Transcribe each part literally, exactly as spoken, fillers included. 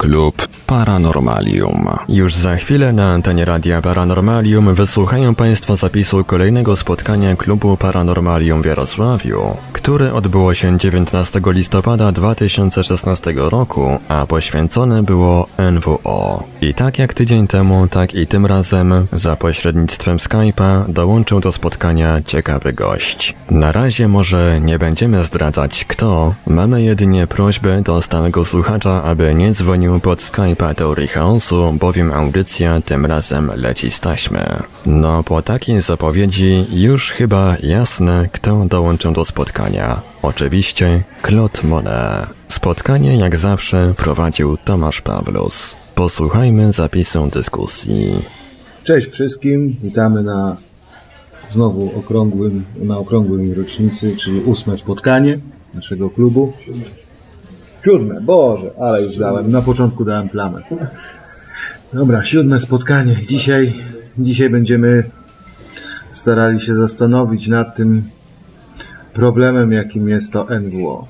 Klub Paranormalium. Już za chwilę na antenie Radia Paranormalium wysłuchają Państwo zapisu kolejnego spotkania Klubu Paranormalium w Jarosławiu, które odbyło się dziewiętnastego listopada dwa tysiące szesnastego roku, a poświęcone było N W O. I tak jak tydzień temu, tak i tym razem za pośrednictwem Skype'a dołączył do spotkania ciekawy gość. Na razie może nie będziemy zdradzać kto, mamy jedynie prośbę do stałego słuchacza, aby nie dzwonił pod Skype'a Teorii Chaosu, bowiem audycja tym razem leci z taśmy. No po takiej zapowiedzi już chyba jasne, kto dołączył do spotkania. Oczywiście Claude Monet. Spotkanie jak zawsze prowadził Tomasz Pawlus. Posłuchajmy zapisu dyskusji. Cześć wszystkim, witamy na znowu okrągłym, na okrągłej rocznicy, czyli ósme spotkanie naszego klubu. Siódme, Boże, ale już dałem, na początku dałem plamę. Dobra, siódme spotkanie. Dzisiaj, dzisiaj będziemy starali się zastanowić nad tym problemem, jakim jest to N W O.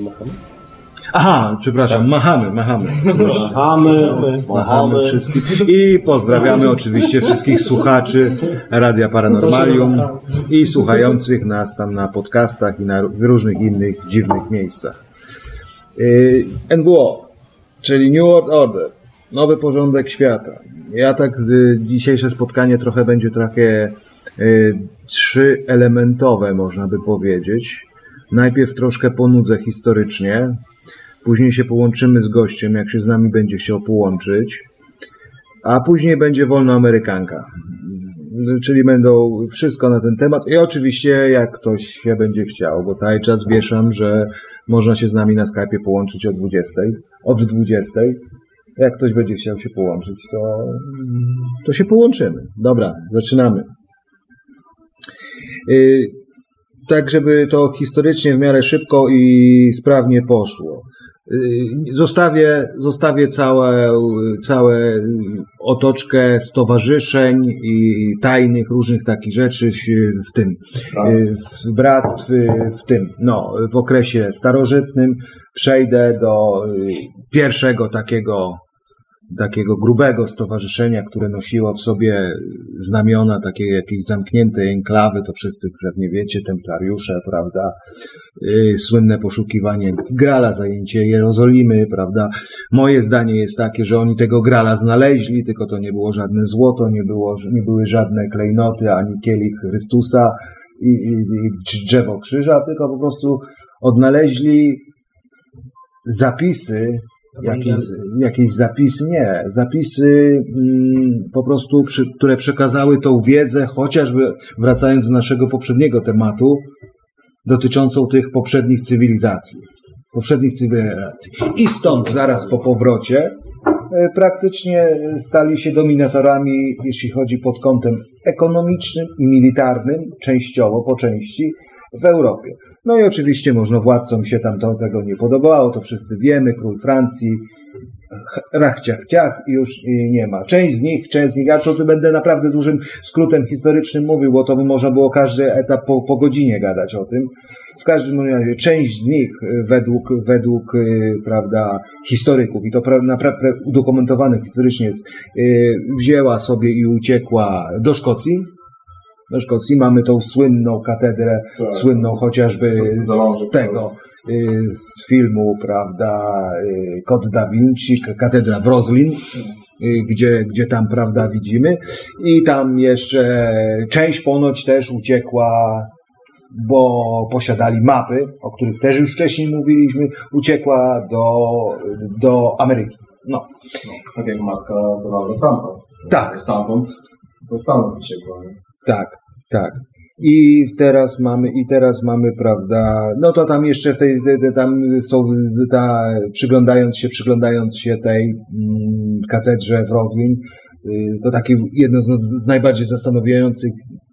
Aha, przepraszam, machamy, machamy. Machamy, Machamy wszystkich. I pozdrawiamy oczywiście wszystkich słuchaczy Radia Paranormalium i słuchających nas tam na podcastach i na w różnych innych dziwnych miejscach. N W O, czyli New World Order, nowy porządek świata. Ja tak, dzisiejsze spotkanie trochę będzie takie y, trzyelementowe, można by powiedzieć. Najpierw troszkę ponudzę historycznie, później się połączymy z gościem, jak się z nami będzie chciał połączyć, a później będzie wolna amerykanka. Czyli będą wszystko na ten temat i oczywiście jak ktoś się będzie chciał, bo cały czas wieszam, że można się z nami na Skype'ie połączyć o dwudziestej. Od dwudziestej. Jak ktoś będzie chciał się połączyć, to, to się połączymy. Dobra, zaczynamy. Yy, tak, żeby to historycznie w miarę szybko i sprawnie poszło. Zostawię, zostawię całe, całe otoczkę stowarzyszeń i tajnych różnych takich rzeczy w tym, w bractw, w tym, no, w okresie starożytnym. Przejdę do pierwszego takiego, takiego grubego stowarzyszenia, które nosiło w sobie znamiona takiej jakiejś zamkniętej enklawy, to wszyscy pewnie wiecie, templariusze, prawda, yy, słynne poszukiwanie Grala, zajęcie Jerozolimy, prawda. Moje zdanie jest takie, że oni tego Grala znaleźli, tylko to nie było żadne złoto, nie było, nie były żadne klejnoty, ani kielich Chrystusa i, i, i drzewo krzyża, tylko po prostu odnaleźli zapisy, Jakieś, jakieś zapisy, nie, zapisy mm, po prostu, przy, które przekazały tą wiedzę, chociażby wracając do naszego poprzedniego tematu, dotyczącą tych poprzednich cywilizacji. Poprzednich cywilizacji. I stąd zaraz po powrocie e, praktycznie stali się dominatorami, jeśli chodzi pod kątem ekonomicznym i militarnym, częściowo, po części, w Europie. No i oczywiście można władcom się tam to, tego nie podobało, to wszyscy wiemy, król Francji, rach, ciach, ciach i już nie ma. Część z nich, część z nich, ja to tu będę naprawdę dużym skrótem historycznym mówił, bo to by można było każdy etap po, po godzinie gadać o tym. W każdym razie część z nich według, według prawda, historyków, i to naprawdę udokumentowane historycznie jest, wzięła sobie i uciekła do Szkocji. Do Szkocji mamy tą słynną katedrę, tak, słynną chociażby z, z tego, z filmu, prawda, Kod Da Vinci, katedra w Roslin, gdzie, gdzie tam, prawda, widzimy. I tam jeszcze część ponoć też uciekła, bo posiadali mapy, o których też już wcześniej mówiliśmy, uciekła do, do Ameryki. No. no tak jak matka Donalda Trumpa. Tak. Stamtąd, to Stanów uciekła, nie? Tak, tak. I teraz mamy, i teraz mamy, prawda, no to tam jeszcze w tej, te, te, tam są, ta, przyglądając się, przyglądając się tej mm, katedrze w Roslin, y, to takie jedno z, z najbardziej zastanawiających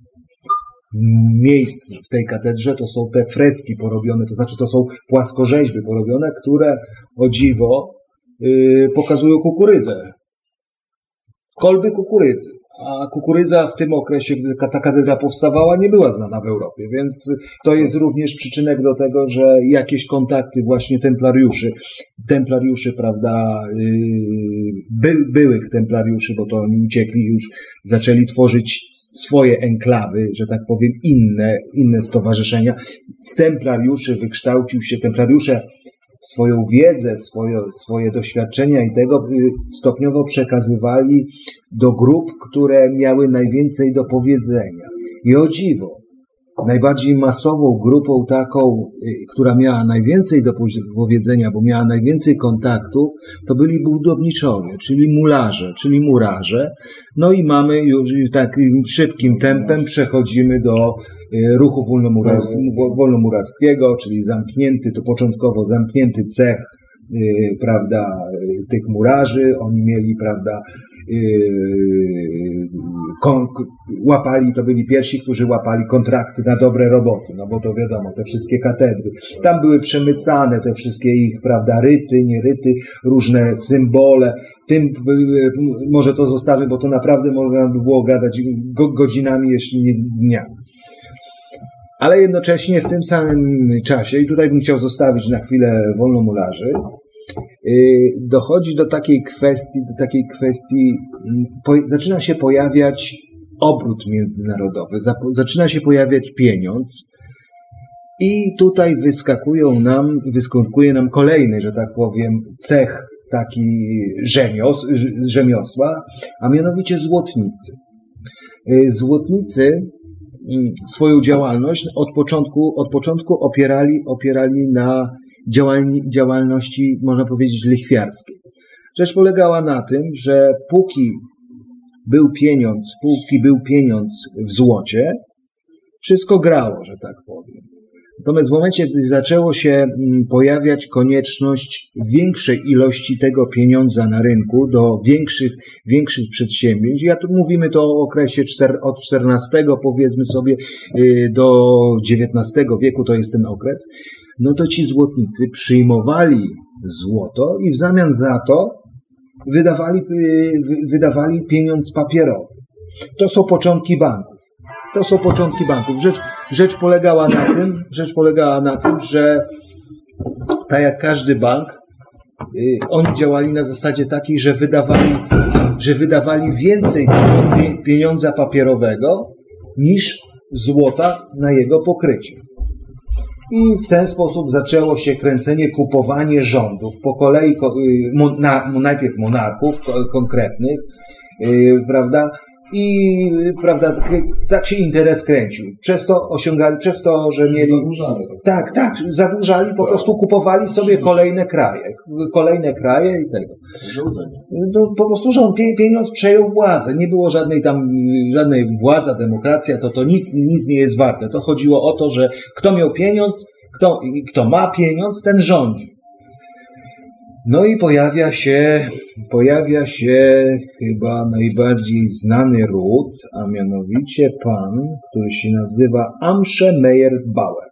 miejsc w tej katedrze to są te freski porobione, to znaczy to są płaskorzeźby porobione, które o dziwo y, pokazują kukurydzę. Kolby kukurydzy. A kukurydza w tym okresie, gdy ta katedra powstawała, nie była znana w Europie, więc to jest również przyczynek do tego, że jakieś kontakty właśnie templariuszy, templariuszy, prawda, by, byłych templariuszy, bo to oni uciekli już, zaczęli tworzyć swoje enklawy, że tak powiem, inne, inne stowarzyszenia. Z templariuszy wykształcił się, templariusze swoją wiedzę, swoje, swoje doświadczenia i tego stopniowo przekazywali do grup, które miały najwięcej do powiedzenia. I o dziwo, najbardziej masową grupą taką, która miała najwięcej do powiedzenia, bo miała najwięcej kontaktów, to byli budowniczowie, czyli mularze, czyli murarze. No i mamy już takim szybkim tempem przechodzimy do ruchu wolnomurarskiego, czyli zamknięty, to początkowo zamknięty cech, prawda, tych murarzy. Oni mieli, prawda, łapali, to byli pierwsi, którzy łapali kontrakty na dobre roboty, no bo to wiadomo, te wszystkie katedry. Tam były przemycane te wszystkie ich, prawda, ryty, nieryty, różne symbole. Tym może to zostawię, bo to naprawdę można by było gadać godzinami, jeśli nie dniami. Ale jednocześnie w tym samym czasie, i tutaj bym chciał zostawić na chwilę wolnomularzy, dochodzi do takiej kwestii, do takiej kwestii, po, zaczyna się pojawiać obrót międzynarodowy, zaczyna się pojawiać pieniądz i tutaj wyskakują nam, wyskakuje nam kolejny, że tak powiem, cech taki rzemios, rzemiosła, a mianowicie złotnicy. Złotnicy swoją działalność od początku, od początku opierali, opierali na działalni, działalności, można powiedzieć, lichwiarskiej. Rzecz polegała na tym, że póki był pieniądz, póki był pieniądz w złocie, wszystko grało, że tak powiem. Natomiast w momencie, gdy zaczęło się pojawiać konieczność większej ilości tego pieniądza na rynku do większych, większych przedsięwzięć, ja tu mówimy to o okresie od czternastego powiedzmy sobie do dziewiętnastego wieku, to jest ten okres, no to ci złotnicy przyjmowali złoto i w zamian za to wydawali, wydawali pieniądz papierowy. To są początki banków. To są początki banków. Rzecz, rzecz polegała na tym, rzecz polegała na tym, że tak jak każdy bank, yy, oni działali na zasadzie takiej, że wydawali, że wydawali więcej pieniądza papierowego niż złota na jego pokryciu. I w ten sposób zaczęło się kręcenie, kupowanie rządów po kolei, na, najpierw monarchów konkretnych, yy, prawda? I, prawda, tak się interes kręcił. Przez to osiągali, przez to, że mieli... Zadłużali. Tak, tak, zadłużali, po prostu kupowali sobie kolejne kraje. Kolejne kraje i tego. No, po prostu rząd, pieniądz przejął władzę. Nie było żadnej tam, żadnej władza, demokracja, to to nic, nic nie jest warte. To chodziło o to, że kto miał pieniądz, kto, kto ma pieniądz, ten rządzi. No i pojawia się, pojawia się chyba najbardziej znany ród, a mianowicie pan, który się nazywa Amsche Meyer-Bauer.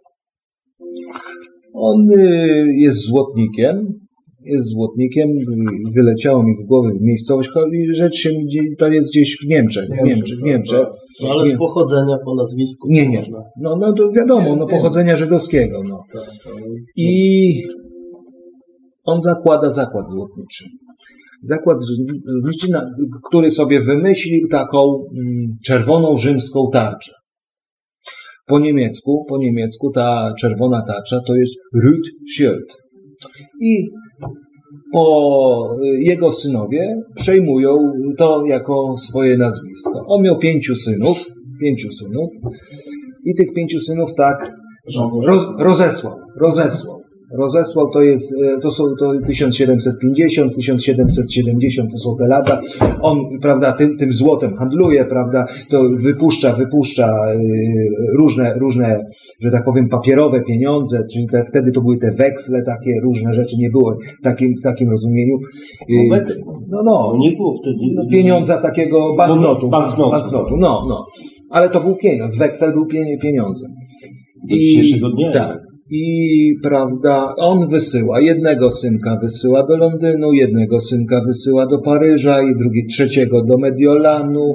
On jest złotnikiem, jest złotnikiem, wyleciało mi w głowie miejscowość, rzecz się, to jest gdzieś w Niemczech, w Niemczech, w Niemczech. No ale z pochodzenia po nazwisku. Nie, nie, no, no to wiadomo, no pochodzenia żydowskiego, no. I on zakłada zakład złotniczy. Zakład złotniczy, który sobie wymyślił taką czerwoną rzymską tarczę. Po niemiecku, po niemiecku ta czerwona tarcza to jest Rot-Schild. I po jego synowie przejmują to jako swoje nazwisko. On miał pięciu synów, pięciu synów i tych pięciu synów tak roz, rozesłał, rozesłał. Rozesłał, to jest, to są to tysiąc siedemset pięćdziesiąt, tysiąc siedemset siedemdziesiąt, to są te lata. On, prawda, tym, tym złotem handluje, prawda, to wypuszcza, wypuszcza różne, różne, że tak powiem, papierowe pieniądze, czyli te, wtedy to były te weksle, takie różne rzeczy, nie było w takim, w takim rozumieniu. No, no. Nie było wtedy. No, pieniądza takiego banknotu. Banknotu. banknotu, no, no. Ale to był pieniądz, weksel był pieniądzem. Do dzisiejszego dnia. Tak. I, prawda, on wysyła, jednego synka wysyła do Londynu, jednego synka wysyła do Paryża i drugi, trzeciego do Mediolanu,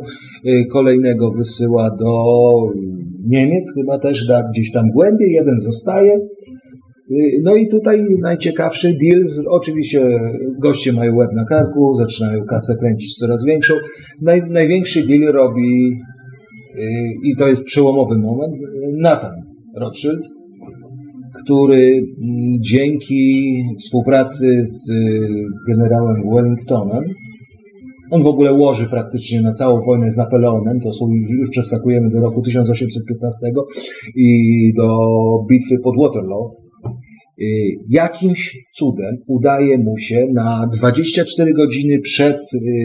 kolejnego wysyła do Niemiec, chyba też da gdzieś tam głębiej, jeden zostaje. No i tutaj najciekawszy deal, oczywiście goście mają łeb na karku, zaczynają kasę kręcić coraz większą. Naj, największy deal robi, i to jest przełomowy moment, Nathan Rothschild, który dzięki współpracy z generałem Wellingtonem, on w ogóle łoży praktycznie na całą wojnę z Napoleonem, to są, już przeskakujemy do roku tysiąc osiemset piętnastego i do bitwy pod Waterloo. Jakimś cudem udaje mu się na dwadzieścia cztery godziny przed,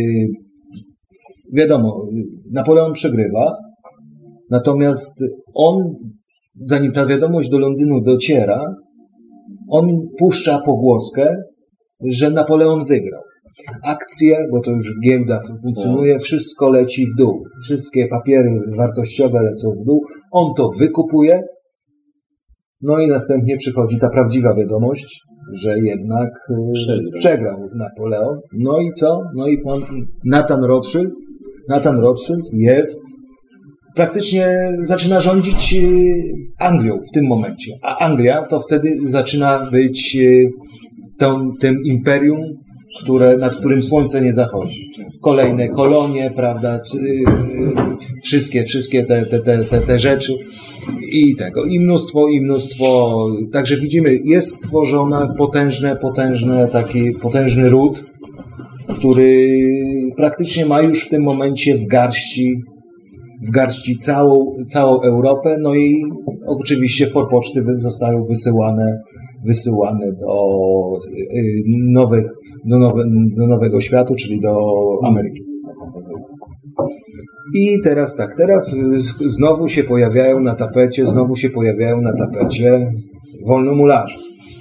wiadomo, Napoleon przegrywa, natomiast on, zanim ta wiadomość do Londynu dociera, on puszcza pogłoskę, że Napoleon wygrał. Akcje, bo to już giełda funkcjonuje, wszystko leci w dół. Wszystkie papiery wartościowe lecą w dół. On to wykupuje. No i następnie przychodzi ta prawdziwa wiadomość, że jednak przegrał, przegrał Napoleon. No i co? No i pan Nathan Rothschild, Nathan Rothschild jest, praktycznie zaczyna rządzić Anglią w tym momencie. A Anglia to wtedy zaczyna być tą, tym imperium, które, nad którym słońce nie zachodzi. Kolejne kolonie, prawda, wszystkie, wszystkie te, te, te, te, te rzeczy i tego, i mnóstwo, i mnóstwo, także widzimy, jest stworzona potężne, potężne, taki potężny ród, który praktycznie ma już w tym momencie w garści, w garści całą, całą Europę, no i oczywiście forpoczty zostają wysyłane, wysyłane do nowych, do, nowe, do nowego światu, czyli do Ameryki. I teraz tak, teraz znowu się pojawiają na tapecie, znowu się pojawiają na tapecie wolnomularze.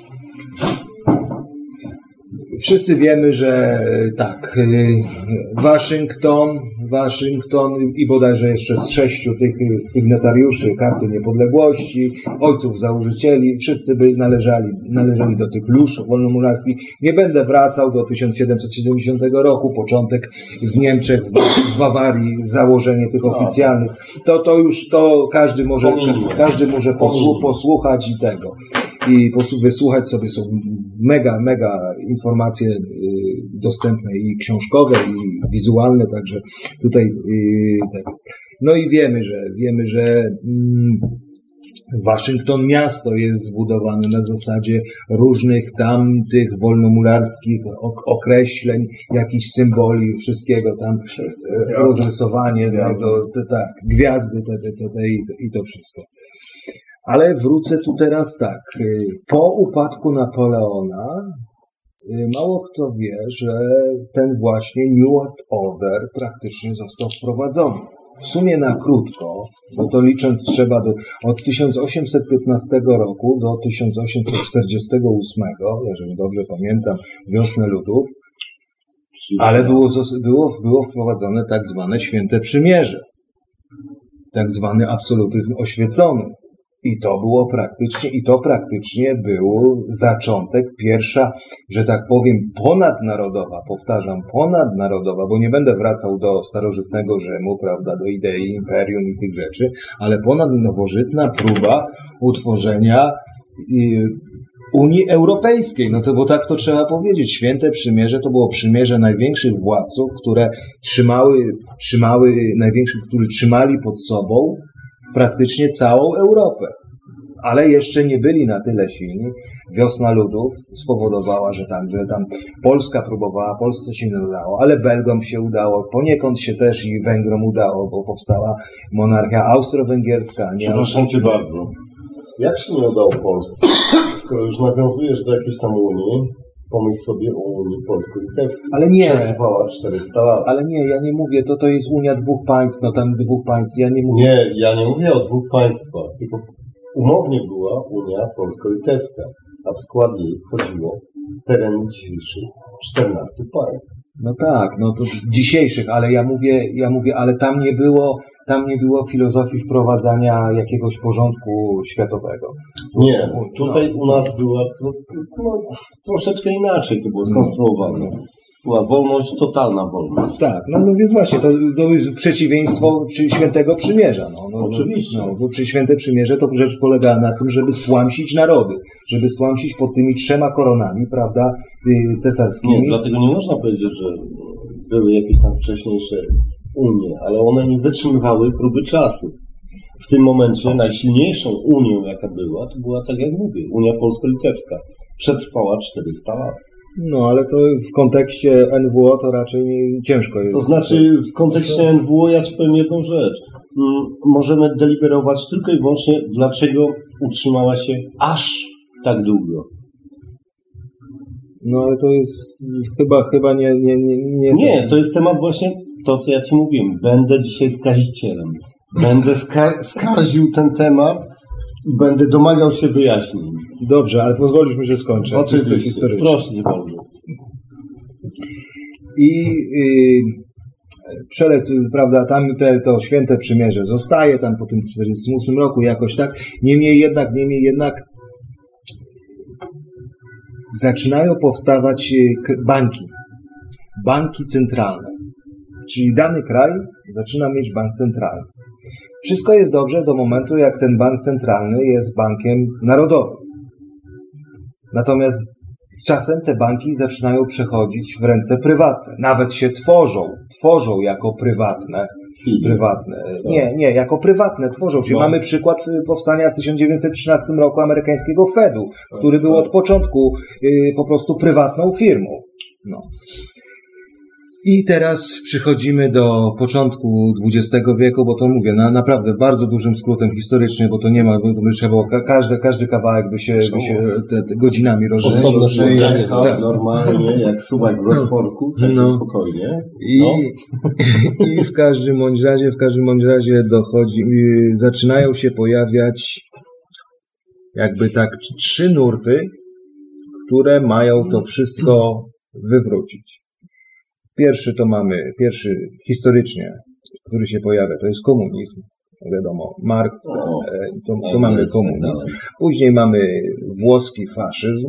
Wszyscy wiemy, że tak, Waszyngton, Waszyngton i bodajże jeszcze z sześciu tych sygnatariuszy Karty Niepodległości, ojców założycieli, wszyscy by należeli, należeli do tych lóż wolnomularskich. Nie będę wracał do tysiąc siedemset siedemdziesiątego roku, początek w Niemczech, w Bawarii, założenie tych oficjalnych. To, to już to każdy może, każdy może posłu, posłuchać i tego. I wysłuchać sobie, są mega, mega informacje dostępne i książkowe, i wizualne, także tutaj tak jest. No i wiemy, że wiemy, że mm, Waszyngton miasto jest zbudowane na zasadzie różnych tam tych wolnomularskich ok- określeń, jakichś symboli, wszystkiego tam, rozrysowanie, tego, te, tak, gwiazdy te, te, te, te, i, to, i to wszystko. Ale wrócę tu teraz tak. Po upadku Napoleona mało kto wie, że ten właśnie New World Order praktycznie został wprowadzony. W sumie na krótko, bo to licząc trzeba do, od tysiąc osiemset piętnastego roku do tysiąc osiemset czterdziestego ósmego, jeżeli dobrze pamiętam, wiosnę ludów, ale było, było, było wprowadzone tak zwane Święte Przymierze. Tak zwany absolutyzm oświecony. I to było praktycznie, i to praktycznie był zaczątek, pierwsza, że tak powiem, ponadnarodowa, powtarzam, ponadnarodowa, bo nie będę wracał do starożytnego Rzymu, prawda, do idei imperium i tych rzeczy, ale ponadnowożytna próba utworzenia y, Unii Europejskiej. No to bo tak to trzeba powiedzieć. Święte Przymierze to było przymierze największych władców, które trzymały, trzymały największych, którzy trzymali pod sobą praktycznie całą Europę. Ale jeszcze nie byli na tyle silni. Wiosna ludów spowodowała, że tam, że tam Polska próbowała, Polsce się nie udało, ale Belgom się udało, poniekąd się też i Węgrom udało, bo powstała monarchia austro-węgierska. Nie? Przepraszam cię bardzo. Jak się nie udało Polsce? Skoro już nawiązujesz do jakiejś tam Unii, pomyśl sobie o Unii Polsko-Litewskiej. Ale nie. Przetrwała czterysta lat. Ale nie, ja nie mówię, to to jest Unia dwóch państw, no tam dwóch państw, ja nie mówię. Nie, ja nie mówię o dwóch państwach, tylko umownie była Unia Polsko-Litewska, a w skład jej wchodziło teren dzisiejszych czternastu państw. No tak, no to dzisiejszych, ale ja mówię, ja mówię, ale tam nie było, tam nie było filozofii wprowadzania jakiegoś porządku światowego. Nie, tutaj u nas była to, no, troszeczkę inaczej to było skonstruowane. Była wolność, totalna wolność. Tak, no, no więc właśnie, to, to jest przeciwieństwo przy Świętego Przymierza. No, no, Oczywiście. No, bo przy Święte Przymierze to rzecz polegała na tym, żeby stłamsić narody, żeby stłamsić pod tymi trzema koronami, prawda, cesarskimi. Nie, dlatego nie można powiedzieć, że były jakieś tam wcześniejsze unie, ale one nie wytrzymywały próby czasu. W tym momencie najsilniejszą unią, jaka była, to była, tak jak mówię, Unia Polsko-Litewska. Przetrwała czterysta lat. No, ale to w kontekście N W O to raczej nie, ciężko jest. To znaczy, w kontekście N W O ja Ci powiem jedną rzecz. Możemy deliberować tylko i wyłącznie, dlaczego utrzymała się aż tak długo. No, ale to jest chyba, chyba nie... Nie, nie, nie, nie to jest temat właśnie, to co ja Ci mówiłem. Będę dzisiaj skazicielem. Będę ska- skarził ten temat i będę domagał się wyjaśnień. Dobrze, ale pozwolisz mi, że skończę. Oczywiście, proszę Cię bardzo. I yy, przelec, prawda, tam te, to Święte Przymierze zostaje tam po tym czterdziestym ósmym roku jakoś tak. Niemniej jednak, niemniej jednak zaczynają powstawać banki. Banki centralne. Czyli dany kraj zaczyna mieć bank centralny. Wszystko jest dobrze do momentu, jak ten bank centralny jest bankiem narodowym. Natomiast z czasem te banki zaczynają przechodzić w ręce prywatne. Nawet się tworzą, tworzą jako prywatne. Prywatne. Nie, nie, jako prywatne tworzą się. No. Mamy przykład powstania w tysiąc dziewięćset trzynastym roku amerykańskiego Fedu, który był od początku y, po prostu prywatną firmą. No. I teraz przychodzimy do początku dwudziestego wieku, bo to mówię, na, naprawdę bardzo dużym skrótem historycznie, bo to nie ma, bo to by trzeba było, każdy, każdy kawałek by się, by się te, te godzinami rozszerzył. Tak. Normalnie, jak suwak w rozporku, tak no. Spokojnie. I, no. I w każdym bądź razie, w każdym bądź razie dochodzi, zaczynają się pojawiać jakby tak trzy nurty, które mają to wszystko wywrócić. Pierwszy to mamy, pierwszy historycznie, który się pojawia, to jest komunizm. Wiadomo, Marks, o, to, to mamy komunizm. Później mamy włoski faszyzm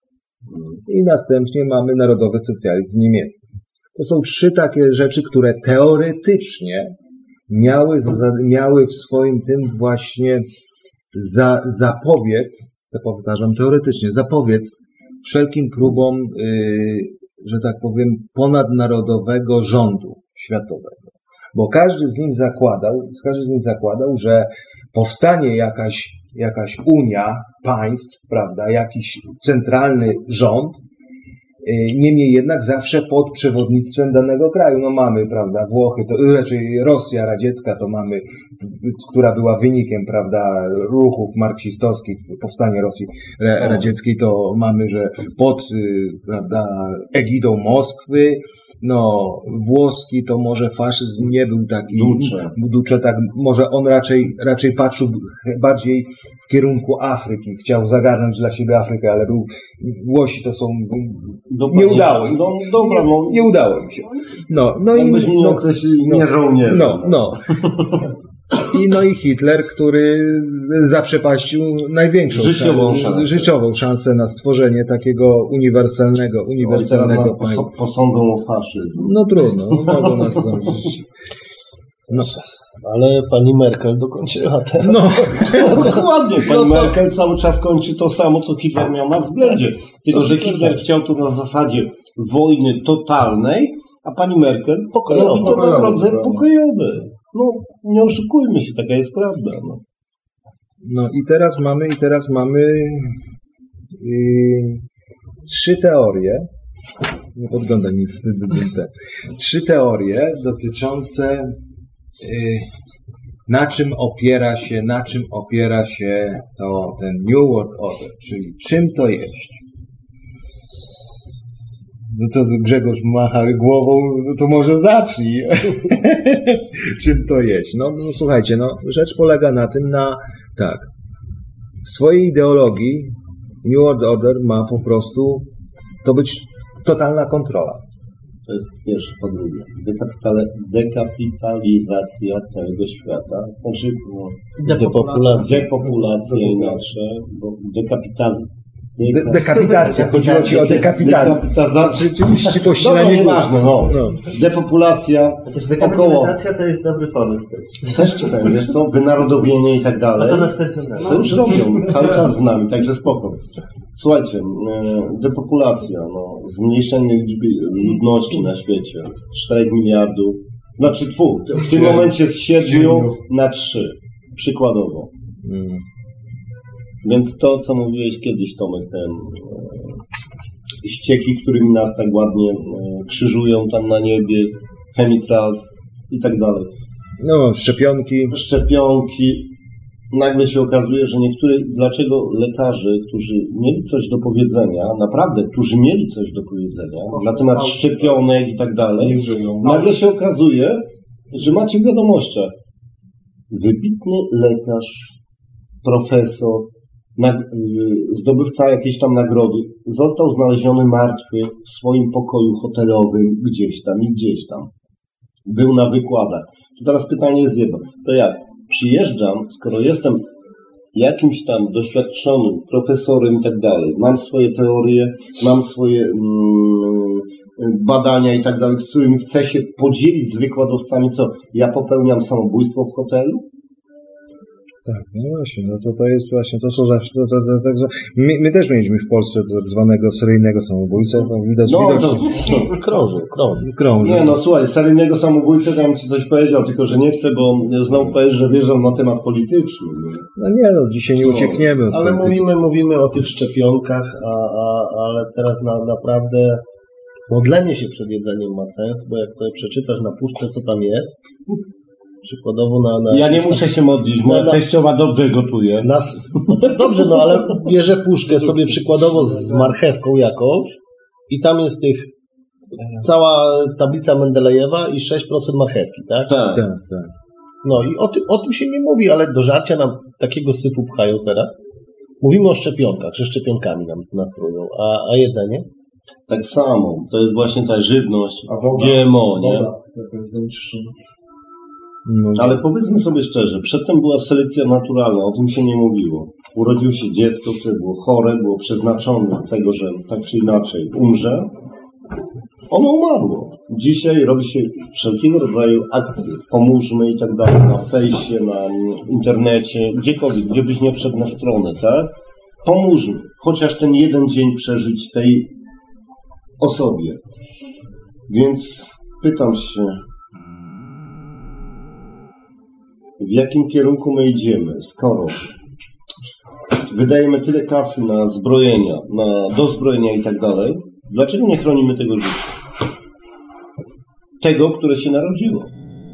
i następnie mamy narodowy socjalizm niemiecki. To są trzy takie rzeczy, które teoretycznie miały, miały w swoim tym właśnie za, zapobiec, to powtarzam teoretycznie, zapobiec wszelkim próbom yy, że tak powiem, ponadnarodowego rządu światowego. Bo każdy z nich zakładał, każdy z nich zakładał, że powstanie jakaś, jakaś unia państw, prawda, jakiś centralny rząd, niemniej jednak zawsze pod przewodnictwem danego kraju. No mamy, prawda, Włochy, to raczej Rosja radziecka to mamy, która była wynikiem, prawda, ruchów marksistowskich, powstanie Rosji radzieckiej, to mamy, że pod, prawda, egidą Moskwy, no, włoski to może faszyzm nie był taki, Duce. Duce, tak, może on raczej, raczej patrzył bardziej w kierunku Afryki, chciał zagarnąć dla siebie Afrykę, ale był, Włosi to są, dobra, nie udało im. No, dobra, no. Nie, nie udało im się. No, no i, byśmy nie określili no, nie żołnierze. No, no. I no i Hitler, który zaprzepaścił największą życiową szansę, szansę. życiową szansę na stworzenie takiego uniwersalnego, uniwersalnego no, państwa. Posądzą o faszyzm. No trudno, no, mogą nas sądzić. No. Ale pani Merkel dokończyła teraz. No, no dokładnie. Pani no, Merkel cały czas kończy to samo, co Hitler miał na względzie. Tylko, że Hitler chciał to na zasadzie wojny totalnej, a pani Merkel robi to na drodze pokojowej. No, nie oszukujmy się, taka jest prawda. No, no i teraz mamy, i teraz mamy yy, trzy teorie. Nie podglądaj mi w te, trzy teorie dotyczące yy, na czym opiera się, na czym opiera się to ten New World Order, czyli czym to jest. No co, Grzegorz macha głową, no to może zacznij. Czym to jest? No, no słuchajcie, no rzecz polega na tym, na tak, w swojej ideologii New World Order ma po prostu to być totalna kontrola. To jest pierwsze. Po drugie, dekapitale, dekapitalizacja całego świata, znaczy no, depopulacja, depopulacja inaczej, bo dekapitacja. De- dekapitacja, chodziło ci o dekapitację. Dekapitacja. Rzeczywiście pościnanie. No, nieważne, no. no. Depopulacja. Chociaż dekapitalizacja około... to jest dobry pomysł też. Też czytałem, wiesz co, wynarodowienie i tak dalej. No to następnym razem. To już robią, cały czas z nami, także spoko. Słuchajcie, depopulacja, no, zmniejszenie liczby ludności na świecie z czterech miliardów, znaczy dwóch, w tym momencie z siedmiu na trzy, przykładowo. Hmm. Więc to, co mówiłeś kiedyś, Tomek, te e, ścieki, którymi nas tak ładnie e, krzyżują tam na niebie, chemitrals i tak dalej. No, szczepionki. Szczepionki. Nagle się okazuje, że niektórzy, dlaczego lekarze, którzy mieli coś do powiedzenia, naprawdę, którzy mieli coś do powiedzenia na temat szczepionek i tak dalej, nagle się okazuje, że macie w wiadomościach wybitny lekarz, profesor, Na, zdobywca jakiejś tam nagrody, został znaleziony martwy w swoim pokoju hotelowym gdzieś tam i gdzieś tam. Był na wykładach. To teraz pytanie jest jedno. To jak? Przyjeżdżam, skoro jestem jakimś tam doświadczonym profesorem i tak dalej, mam swoje teorie, mam swoje mm, badania i tak dalej, z którymi chcę się podzielić z wykładowcami, co? Ja popełniam samobójstwo w hotelu? Tak, no właśnie, no to, to jest właśnie, to są zawsze, to, to, to, to, to, my, my też mieliśmy w Polsce tak zwanego seryjnego samobójcę, no, widać, no, widać, to, no, krąży, krąży. krąży. Nie, no słuchaj, seryjnego samobójcę tam ci coś powiedział, tylko że nie chcę, bo znowu powiesz, że wierzę na temat polityczny. No nie, no dzisiaj nie uciekniemy. No, ale mówimy, mówimy o tych szczepionkach, a, a, ale teraz na, naprawdę modlenie się przed jedzeniem ma sens, bo jak sobie przeczytasz na puszce, co tam jest, przykładowo na... na ja nie muszę się modlić, moja na, teściowa dobrze gotuje. Na, no, dobrze, no ale bierze puszkę sobie przykładowo z marchewką jakąś i tam jest tych cała tablica Mendelejewa i sześć procent marchewki, tak? Tak, tak. tak. No i o, ty, o tym się nie mówi, ale do żarcia nam takiego syfu pchają teraz. Mówimy o szczepionkach, że szczepionkami nam nastrują, a, a jedzenie? Tak samo, to jest właśnie ta żywność, a woda, G M O, nie? Woda, jaka jest zanieczyszczona. No, ale powiedzmy sobie szczerze, przedtem była selekcja naturalna, o tym się nie mówiło. Urodził się dziecko, które było chore, było przeznaczone do tego, że tak czy inaczej umrze. Ono umarło. Dzisiaj robi się wszelkiego rodzaju akcje. Pomóżmy i tak dalej, na fejsie, na internecie, gdziekolwiek, gdzie byś nie wszedł na stronę, tak? Pomóżmy. Chociaż ten jeden dzień przeżyć tej osobie. Więc pytam się, w jakim kierunku my idziemy, skoro wydajemy tyle kasy na zbrojenia, na dozbrojenia i tak dalej, dlaczego nie chronimy tego życia? Tego, które się narodziło.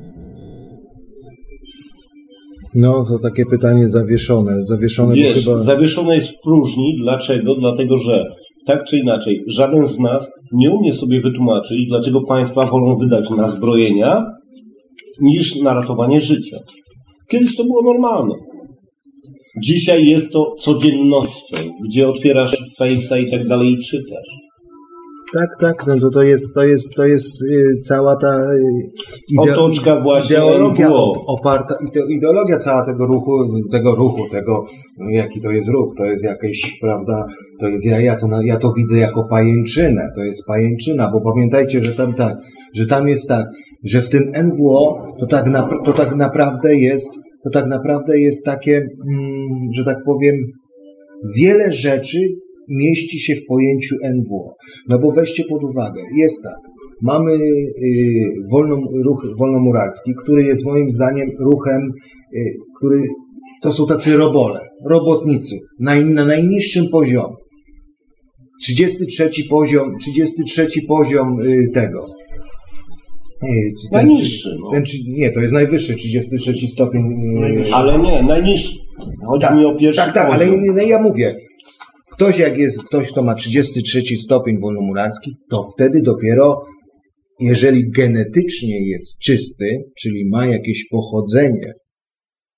No, to takie pytanie zawieszone. zawieszone Wiesz, chyba... zawieszone jest w próżni. Dlaczego? Dlatego, że tak czy inaczej, żaden z nas nie umie sobie wytłumaczyć, dlaczego państwa wolą wydać na zbrojenia niż na ratowanie życia. Kiedyś to było normalne. Dzisiaj jest to codziennością, gdzie otwierasz Face'a i tak dalej i czytasz. Tak, tak, no to, to jest, to jest, to jest yy, cała ta yy, ideo- otoczka właśnie ideologia N W O. oparta, ideologia cała tego ruchu, tego ruchu, tego, jaki to jest ruch, to jest jakieś, prawda, to jest, ja, ja, to, ja to widzę jako pajęczynę, to jest pajęczyna, bo pamiętajcie, że tam tak, że tam jest tak, że w tym N W O to tak, na, to tak naprawdę jest, to tak naprawdę jest takie, mm, że tak powiem, wiele rzeczy mieści się w pojęciu N W O. No bo weźcie pod uwagę, jest tak, mamy y, wolno, ruch wolnomuralski, który jest moim zdaniem ruchem, y, który, to są tacy robole, robotnicy, na, na najniższym poziomie. trzydziesty trzeci poziom, trzydziesty trzeci poziom y, tego. Nie, ten, najniższy. No. Ten, nie, to jest najwyższy, trzydziesty trzeci stopień. Najwyższy. Ale nie, najniższy. Chodzi tak, mi o pierwszy Tak, tak, poziom. ale no, ja mówię, ktoś jak jest, ktoś kto ma trzydziesty trzeci stopień wolnomuralski, to wtedy dopiero, jeżeli genetycznie jest czysty, czyli ma jakieś pochodzenie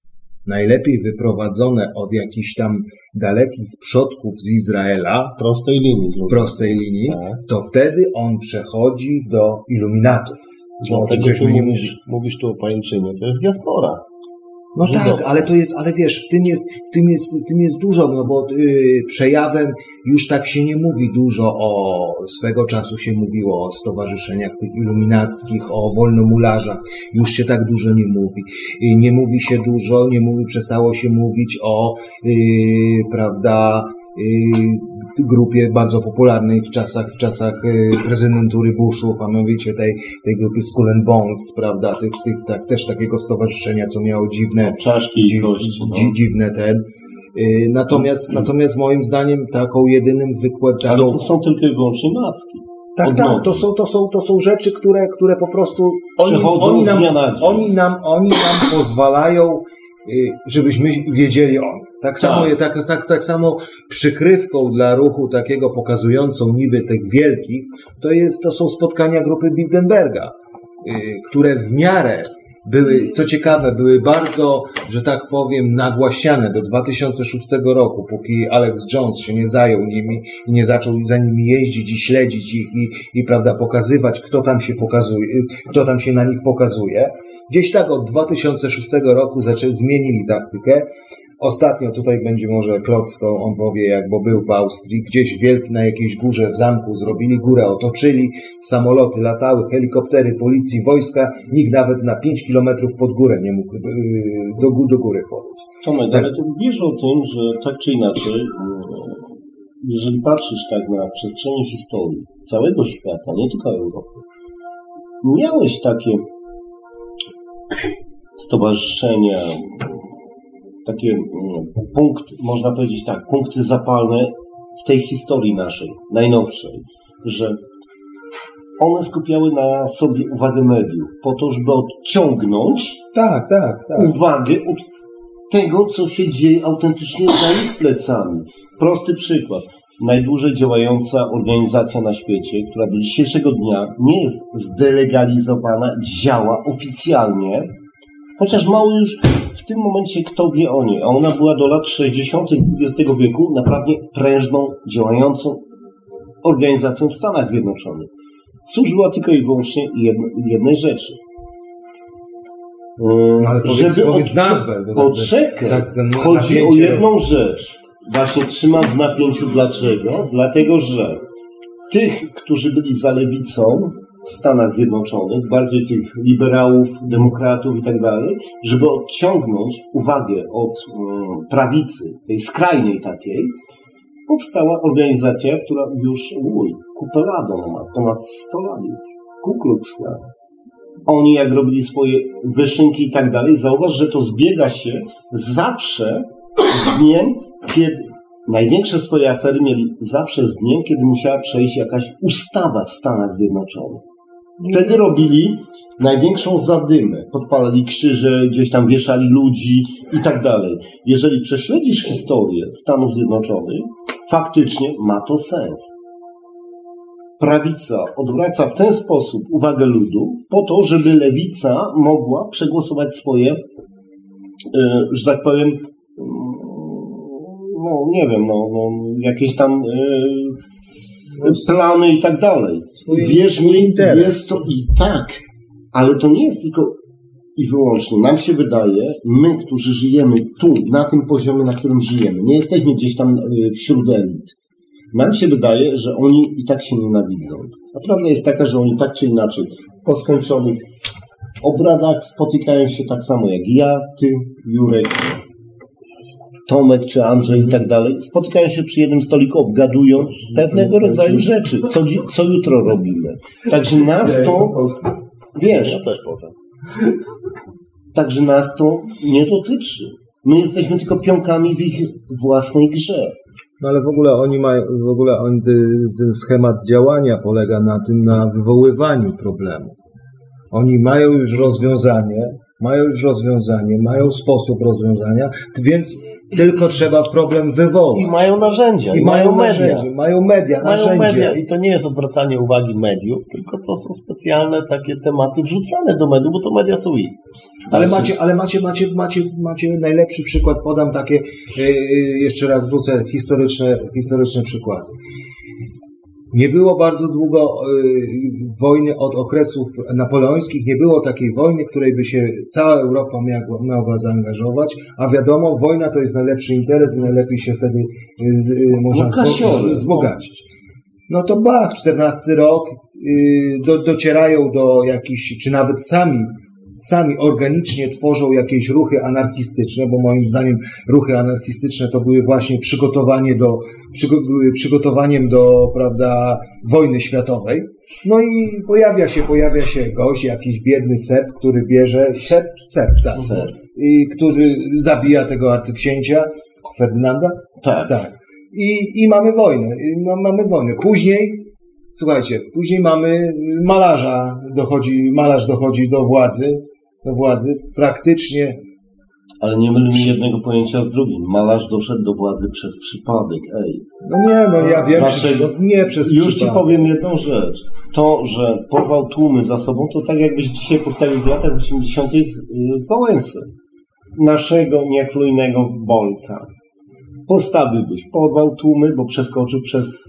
najlepiej wyprowadzone od jakichś tam dalekich przodków z Izraela, w prostej linii, w prostej linii, tak. to wtedy on przechodzi do iluminatów. No, tego ty mówisz, mówisz tu o pajęczynie, to jest diaspora. No żydowska. tak, ale to jest, ale wiesz, w tym jest, w tym jest, w tym jest dużo, no bo yy, przejawem już tak się nie mówi dużo o, swego czasu się mówiło o stowarzyszeniach tych iluminackich, o wolnomularzach, już się tak dużo nie mówi. Yy, nie mówi się dużo, nie mówi, przestało się mówić o, yy, prawda, yy, grupie bardzo popularnej w czasach, w czasach prezydentury Bushów, a mianowicie tej, tej grupy Skull and Bones, prawda, tych, tych, tak, też takiego stowarzyszenia, co miało dziwne, czaszki i kości, no. dzi, dziwne ten. Natomiast, hmm. natomiast moim zdaniem taką jedynym wykładem. Ale to są tylko i wyłącznie macki. Tak, Odnogi. tak, to są, to są, to są rzeczy, które, które po prostu oni, oni, nam, oni, nam, oni nam pozwalają, żebyśmy wiedzieli o nich. Tak samo, tak. Tak, tak, tak samo przykrywką dla ruchu takiego pokazującą niby tych wielkich, to jest, to są spotkania grupy Bilderberga, yy, które w miarę były, co ciekawe, były bardzo, że tak powiem, nagłaśniane do dwa tysiące szóstego roku, póki Alex Jones się nie zajął nimi i nie zaczął za nimi jeździć i śledzić ich i, i prawda, pokazywać, kto tam się pokazuje, kto tam się na nich pokazuje. Gdzieś tak od dwa tysiące szóstego roku zaczęli, zmienili taktykę. Ostatnio tutaj będzie może Klot, to on powie, jak bo był w Austrii, gdzieś wielki na jakiejś górze w zamku zrobili, górę otoczyli, samoloty latały, helikoptery, policji, wojska, nikt nawet na pięć kilometrów pod górę nie mógł yy, do, do góry podejść. Tomek, tak. Ale to wiesz o tym, że tak czy inaczej, jeżeli patrzysz tak na przestrzeni historii całego świata, nie tylko Europy, miałeś takie stowarzyszenia, takie punkty, można powiedzieć tak, punkty zapalne w tej historii naszej, najnowszej, że one skupiały na sobie uwagę mediów po to, żeby odciągnąć tak, tak, tak. uwagę od tego, co się dzieje autentycznie za ich plecami. Prosty przykład. Najdłużej działająca organizacja na świecie, która do dzisiejszego dnia nie jest zdelegalizowana, działa oficjalnie, chociaż mało już w tym momencie kto wie o niej, a ona była do lat sześćdziesiątych dwudziestego wieku naprawdę prężną, działającą organizacją w Stanach Zjednoczonych. Służyła tylko i wyłącznie jedno, jednej rzeczy. No, ale powiedz, żeby powiedz od... nazwę. Poczekaj, tak, chodzi o jedną rzecz. Właśnie trzymam w napięciu dlaczego? Dlatego, że tych, którzy byli za lewicą w Stanach Zjednoczonych, bardziej tych liberałów, demokratów i tak dalej, żeby odciągnąć uwagę od um, prawicy, tej skrajnej takiej, powstała organizacja, która już, uj, kupę lat ma, ponad sto lat już, Ku Klux Klan. Oni jak robili swoje wyszynki i tak dalej, zauważ, że to zbiega się zawsze z dniem, kiedy największe swoje afery mieli zawsze z dniem, kiedy musiała przejść jakaś ustawa w Stanach Zjednoczonych. Wtedy robili największą zadymę. Podpalali krzyże, gdzieś tam wieszali ludzi i tak dalej. Jeżeli prześledzisz historię Stanów Zjednoczonych, faktycznie ma to sens. Prawica odwraca w ten sposób uwagę ludu po to, żeby lewica mogła przegłosować swoje, yy, że tak powiem, no nie wiem, no, no jakieś tam yy, plany i tak dalej. Wierz mi, jest to i tak, ale to nie jest tylko i wyłącznie. Nam się wydaje, my, którzy żyjemy tu, na tym poziomie, na którym żyjemy, nie jesteśmy gdzieś tam yy, wśród elit. Nam się wydaje, że oni i tak się nienawidzą. A prawda jest taka, że oni tak czy inaczej po skończonych obradach spotykają się tak samo jak ja, ty, Jurek, Tomek czy Andrzej i tak dalej. Spotykają się przy jednym stoliku, obgadują pewnego rodzaju rzeczy, co, co jutro robimy. Także nas to, wiesz, ja też powiem. Także nas to nie dotyczy. My jesteśmy tylko pionkami w ich własnej grze. No ale w ogóle oni mają, w ogóle on, ten schemat działania polega na tym, na wywoływaniu problemów. Oni mają już rozwiązanie, mają już rozwiązanie, mają sposób rozwiązania, więc tylko trzeba problem wywołać. I mają narzędzia, i, I mają, mają media. narzędzia, mają media, Mają narzędzia. media i to nie jest odwracanie uwagi mediów, tylko to są specjalne takie tematy wrzucane do mediów, bo to media są ich. Ale macie, ale macie, macie, macie, macie najlepszy przykład, podam takie, yy, jeszcze raz wrócę, historyczne, historyczne przykłady. Nie było bardzo długo yy, wojny od okresów napoleońskich, nie było takiej wojny, której by się cała Europa miała, mogła zaangażować, a wiadomo, wojna to jest najlepszy interes i najlepiej się wtedy yy, yy, można no, zbo- wzbogacić. No to bach, czternasty rok, yy, do, docierają do jakichś, czy nawet sami sami organicznie tworzą jakieś ruchy anarchistyczne, bo moim zdaniem ruchy anarchistyczne to były właśnie przygotowanie do, przygo, były przygotowaniem do, prawda, wojny światowej. No i pojawia się, pojawia się gość, jakiś biedny Serb, który bierze, Serb, Serb, tak, Serb. I który zabija tego arcyksięcia, Ferdynanda? Tak. tak. I, i mamy wojnę, I ma, mamy wojnę. Później Słuchajcie, później mamy malarza, dochodzi, malarz dochodzi do władzy, do władzy, praktycznie. Ale nie mylmy jednego pojęcia z drugim. Malarz doszedł do władzy przez przypadek, ej. No nie, no ja wiem, Dlaczego? Czy, nie przez Już przypadek. ci powiem jedną rzecz. To, że porwał tłumy za sobą, to tak jakbyś dzisiaj postawił w latach osiemdziesiątych Wałęsę. Naszego niechlujnego Bolka. Postawiłbyś, porwał tłumy, bo przeskoczył przez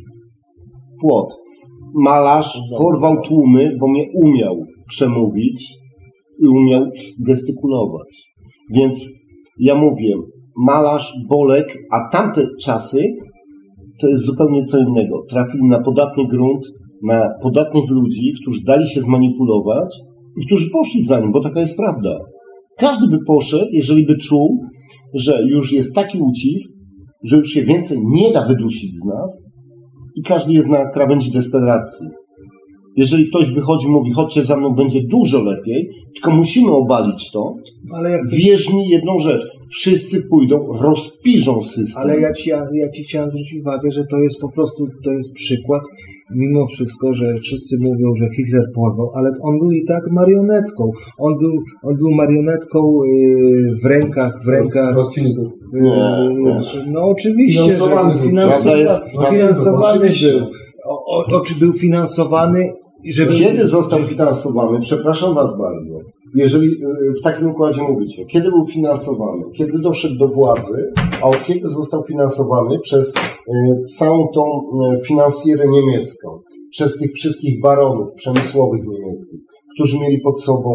płot. Malarz porwał tłumy, bo mnie umiał przemówić i umiał gestykulować. Więc ja mówię, malarz, Bolek, a tamte czasy to jest zupełnie co innego. Trafili na podatny grunt, na podatnych ludzi, którzy dali się zmanipulować i którzy poszli za nim, bo taka jest prawda. Każdy by poszedł, jeżeli by czuł, że już jest taki ucisk, że już się więcej nie da wydusić z nas i każdy jest na krawędzi desperacji. Jeżeli ktoś wychodzi i mówi, chodźcie za mną, będzie dużo lepiej, tylko musimy obalić to, ale ja chcę... wierz mi jedną rzecz, wszyscy pójdą, rozpiżą system. Ale ja ci, ja, ja ci chciałem zwrócić uwagę, że to jest po prostu, to jest przykład, mimo wszystko, że wszyscy mówią, że Hitler porwał, ale on był i tak marionetką. On był, on był marionetką yy, w rękach, w rękach... Rothschildów. Yy, no oczywiście, Finansowany że był. finansowa, jest, finansowany oczywiście. był. O, o, o, czy był finansowany, żeby... Kiedy został finansowany? Przepraszam was bardzo. Jeżeli w takim układzie mówicie, kiedy był finansowany, kiedy doszedł do władzy, a od kiedy został finansowany przez całą tą finansjerę niemiecką, przez tych wszystkich baronów przemysłowych niemieckich, którzy mieli pod sobą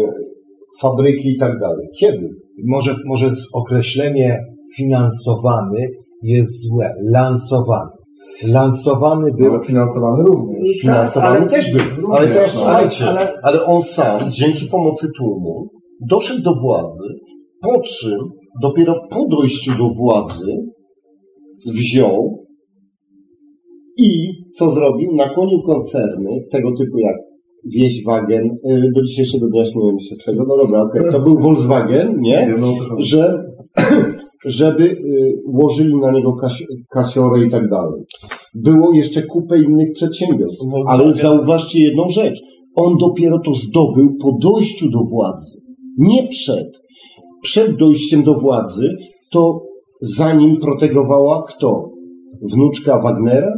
fabryki i tak dalej. Kiedy? Może, może określenie finansowany jest złe. Lansowany. Lansowany był... Ale finansowany również. Finansowany ale- też był. również, Ale teraz no. słuchajcie, Ale- ale on sam, dzięki pomocy tłumu, doszedł do władzy, po czym dopiero po dojściu do władzy wziął i co zrobił? Nakłonił koncerny tego typu jak Wieśwagen, yy, do dzisiejszego dnia śmieję się z tego, no dobra, okej, to był Volkswagen, Nie nie? wiem, no co chodzi. Że, żeby y, łożyli na niego kas- kasiorę i tak dalej. Było jeszcze kupę innych przedsiębiorstw. Ale zauważcie jedną rzecz. On dopiero to zdobył po dojściu do władzy. Nie przed. Przed dojściem do władzy to za nim protegowała kto? Wnuczka Wagnera?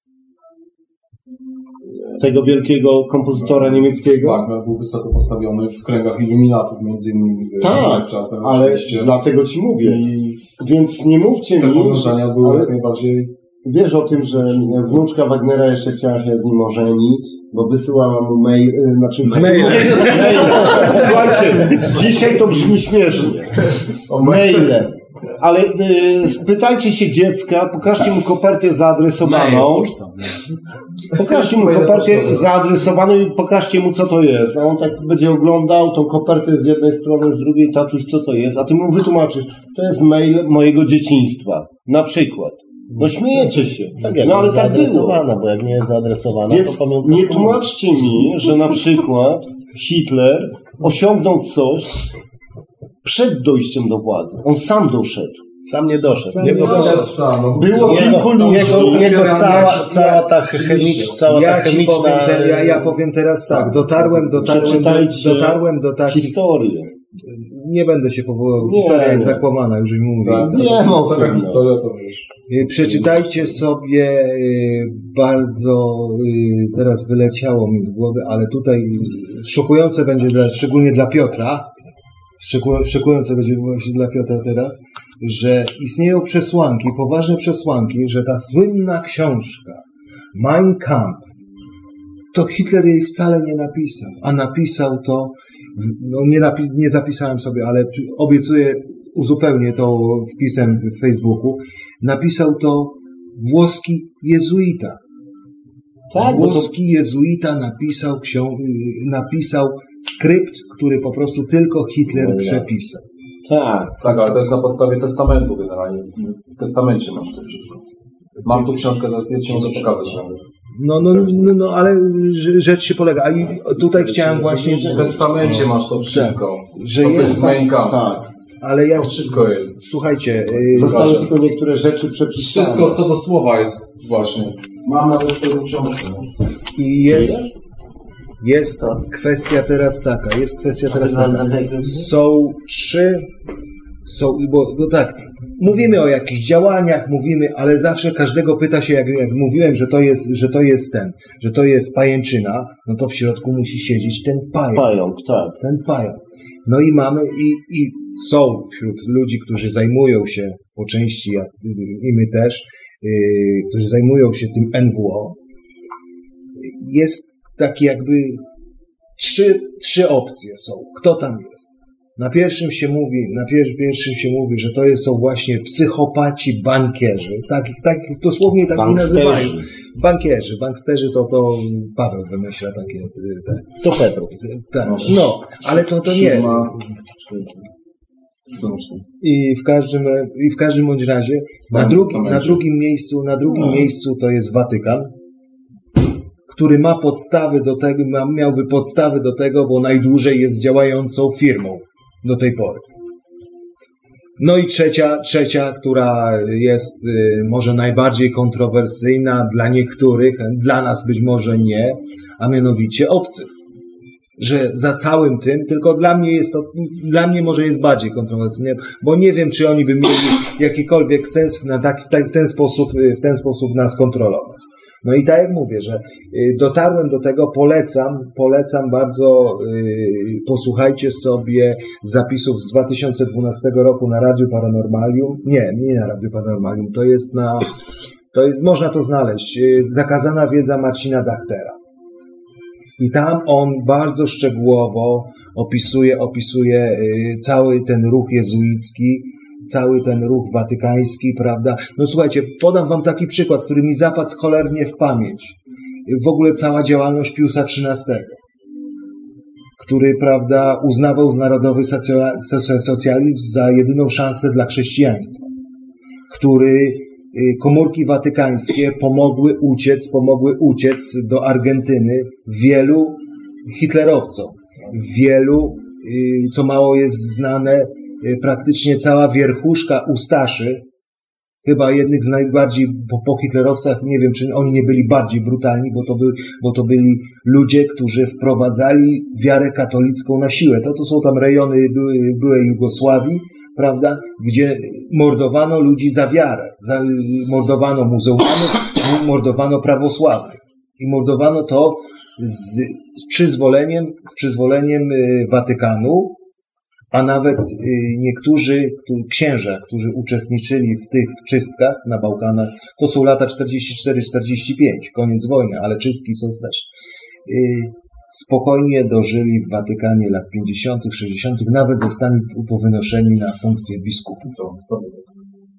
Tego wielkiego kompozytora niemieckiego? Wagner był wysoko postawiony w kręgach iluminatów, między innymi. Tak, czasem, ale oczywiście. dlatego ci mówię. I Więc nie mówcie te mi, powiązania były ale jak najbardziej... wiesz o tym, że wnuczka Wagnera jeszcze chciała się z nim ożenić, bo wysyłała mu mail, y, znaczy mail. Maile. Słuchajcie, dzisiaj to brzmi śmiesznie. Maile. Ale y, spytajcie się dziecka, pokażcie mu kopertę zaadresowaną. Pokażcie mu kopertę zaadresowaną i pokażcie mu, co to jest. A on tak będzie oglądał tą kopertę z jednej strony, z drugiej, tatuś, co to jest. A ty mu wytłumaczysz, to jest mail mojego dzieciństwa. Na przykład. No śmiejecie się. Tak jak No ale jest tak było. zaadresowana, bo jak nie jest zaadresowana, Więc to pamiątka nie z tłumaczcie mi, że na przykład Hitler osiągnął coś przed dojściem do władzy. On sam doszedł. Sam nie doszedł. Sam Jego nie widać- doszedł. Samo. Było Jego, kilku ludzi. jego, jego cała, Ja ci- cała ta oczywiście. chemicz, cała ta Ja ci chemiczna... powiem, te, ja, ja powiem teraz tak, dotarłem, dotarłem, do, Przeczytajcie dotarłem do takich, Historię. Nie będę się powoływał. Nie, Historia jest nie. zakłamana, już im mówię. Tak, Nie, tak, no, taka no. historia to wiesz. Y, Przeczytajcie sobie, y, bardzo y, teraz wyleciało mi z głowy, ale tutaj y, szokujące będzie dla, szczególnie dla Piotra, szoku- szokujące będzie właśnie dla Piotra teraz, że istnieją przesłanki, poważne przesłanki, że ta słynna książka Mein Kampf, to Hitler jej wcale nie napisał, a napisał to, w- no nie, napis, nie zapisałem sobie, ale obiecuję, uzupełnię to wpisem w Facebooku, napisał to włoski jezuita. Tak, bo to Włoski jezuita napisał, książ- napisał skrypt, który po prostu tylko Hitler No ja. przepisał. tak. Tak, ale to jest na podstawie testamentu generalnie. W testamencie masz to wszystko. Mam tu książkę, za chwilę ci mogę pokazać nawet. No, no, no, no ale rz- rzecz się polega. A i tutaj chciałem właśnie, W testamencie masz to wszystko. że To, co jest jest Mein Kampf. Tak. ale ja, To wszystko jest. słuchajcie, y, Zostały Proszę. tylko niektóre rzeczy przepisane. Wszystko co do słowa jest właśnie. Mam nawet tę książkę. i jest, jest kwestia teraz taka, jest kwestia teraz taka. Są trzy, są, bo, bo tak, mówimy o jakichś działaniach, mówimy, ale zawsze każdego pyta się, jak, jak mówiłem, że to jest, że to jest ten, że to jest pajęczyna, no to w środku musi siedzieć ten pająk. Pająk, tak. Ten pająk. No i mamy, i, i są wśród ludzi, którzy zajmują się po części, jak i my też, yy, którzy zajmują się tym N W O, jest taki jakby trzy, trzy opcje są. Kto tam jest? Na pierwszym się mówi, na pier, pierwszym się mówi, że to jest, są właśnie psychopaci bankierzy. Tak, tak, dosłownie tak i nazywają. Banksterzy. Bankierzy. Banksterzy to, to Paweł wymyśla takie te, To Petru. tak, no, ale to, to nie. Trzyma- Zresztą. I w każdym, i w każdym bądź razie, Stary na drugim, Testamencie. na drugim miejscu, na drugim No. miejscu to jest Watykan, który ma podstawy do tego, ma, miałby podstawy do tego, bo najdłużej jest działającą firmą do tej pory. No i trzecia, trzecia, która jest y, może najbardziej kontrowersyjna dla niektórych, dla nas być może nie, a mianowicie obcych. Że za całym tym, tylko dla mnie jest to, dla mnie może jest bardziej kontrowersyjne, bo nie wiem, czy oni by mieli jakikolwiek sens na taki, w, tak, w ten sposób, w ten sposób nas kontrolować. No i tak jak mówię, że y, dotarłem do tego, polecam, polecam bardzo, y, posłuchajcie sobie zapisów z dwa tysiące dwunastego roku na Radiu Paranormalium. Nie, nie na Radiu Paranormalium, to jest na, to jest, można to znaleźć, y, Zakazana wiedza Marcina Dachtera. I tam on bardzo szczegółowo opisuje, opisuje y, cały ten ruch jezuicki, cały ten ruch watykański, prawda? No słuchajcie, podam wam taki przykład, który mi zapadł cholernie w pamięć. W ogóle cała działalność Piusa trzynastego, który, prawda, uznawał narodowy socja- soc- socjalizm za jedyną szansę dla chrześcijaństwa, który y, komórki watykańskie pomogły uciec, pomogły uciec do Argentyny wielu hitlerowcom, wielu, y, co mało jest znane, y, praktycznie cała wierchuszka Ustaszy, chyba jednych z najbardziej po, po hitlerowcach, nie wiem, czy oni nie byli bardziej brutalni, bo to, by, bo to byli ludzie, którzy wprowadzali wiarę katolicką na siłę. To, to są tam rejony były, byłej Jugosławii, prawda, gdzie mordowano ludzi za wiarę, za, mordowano muzułmanów, mordowano prawosławnych i mordowano to z, z przyzwoleniem, z przyzwoleniem y, Watykanu, a nawet y, niektórzy którzy, księża, którzy uczestniczyli w tych czystkach na Bałkanach, to są lata czterdziesty czwarty czterdziesty piąty, koniec wojny, ale czystki są też. Y, spokojnie dożyli w Watykanie lat pięćdziesiątych, sześćdziesiątych, nawet zostali powynoszeni na funkcję biskupów. Co? To jest.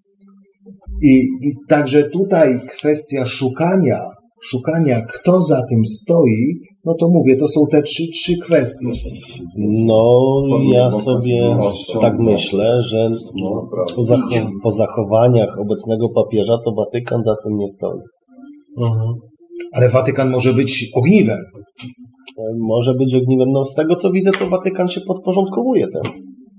I, I także tutaj kwestia szukania, szukania, kto za tym stoi, no to mówię, to są te trzy, trzy kwestie. No, ja sobie tak myślę, że no, po, zachow- po zachowaniach obecnego papieża to Watykan za tym nie stoi. Mhm. Ale Watykan może być ogniwem. Może być ogniwem. No, z tego co widzę, to Watykan się podporządkowuje temu.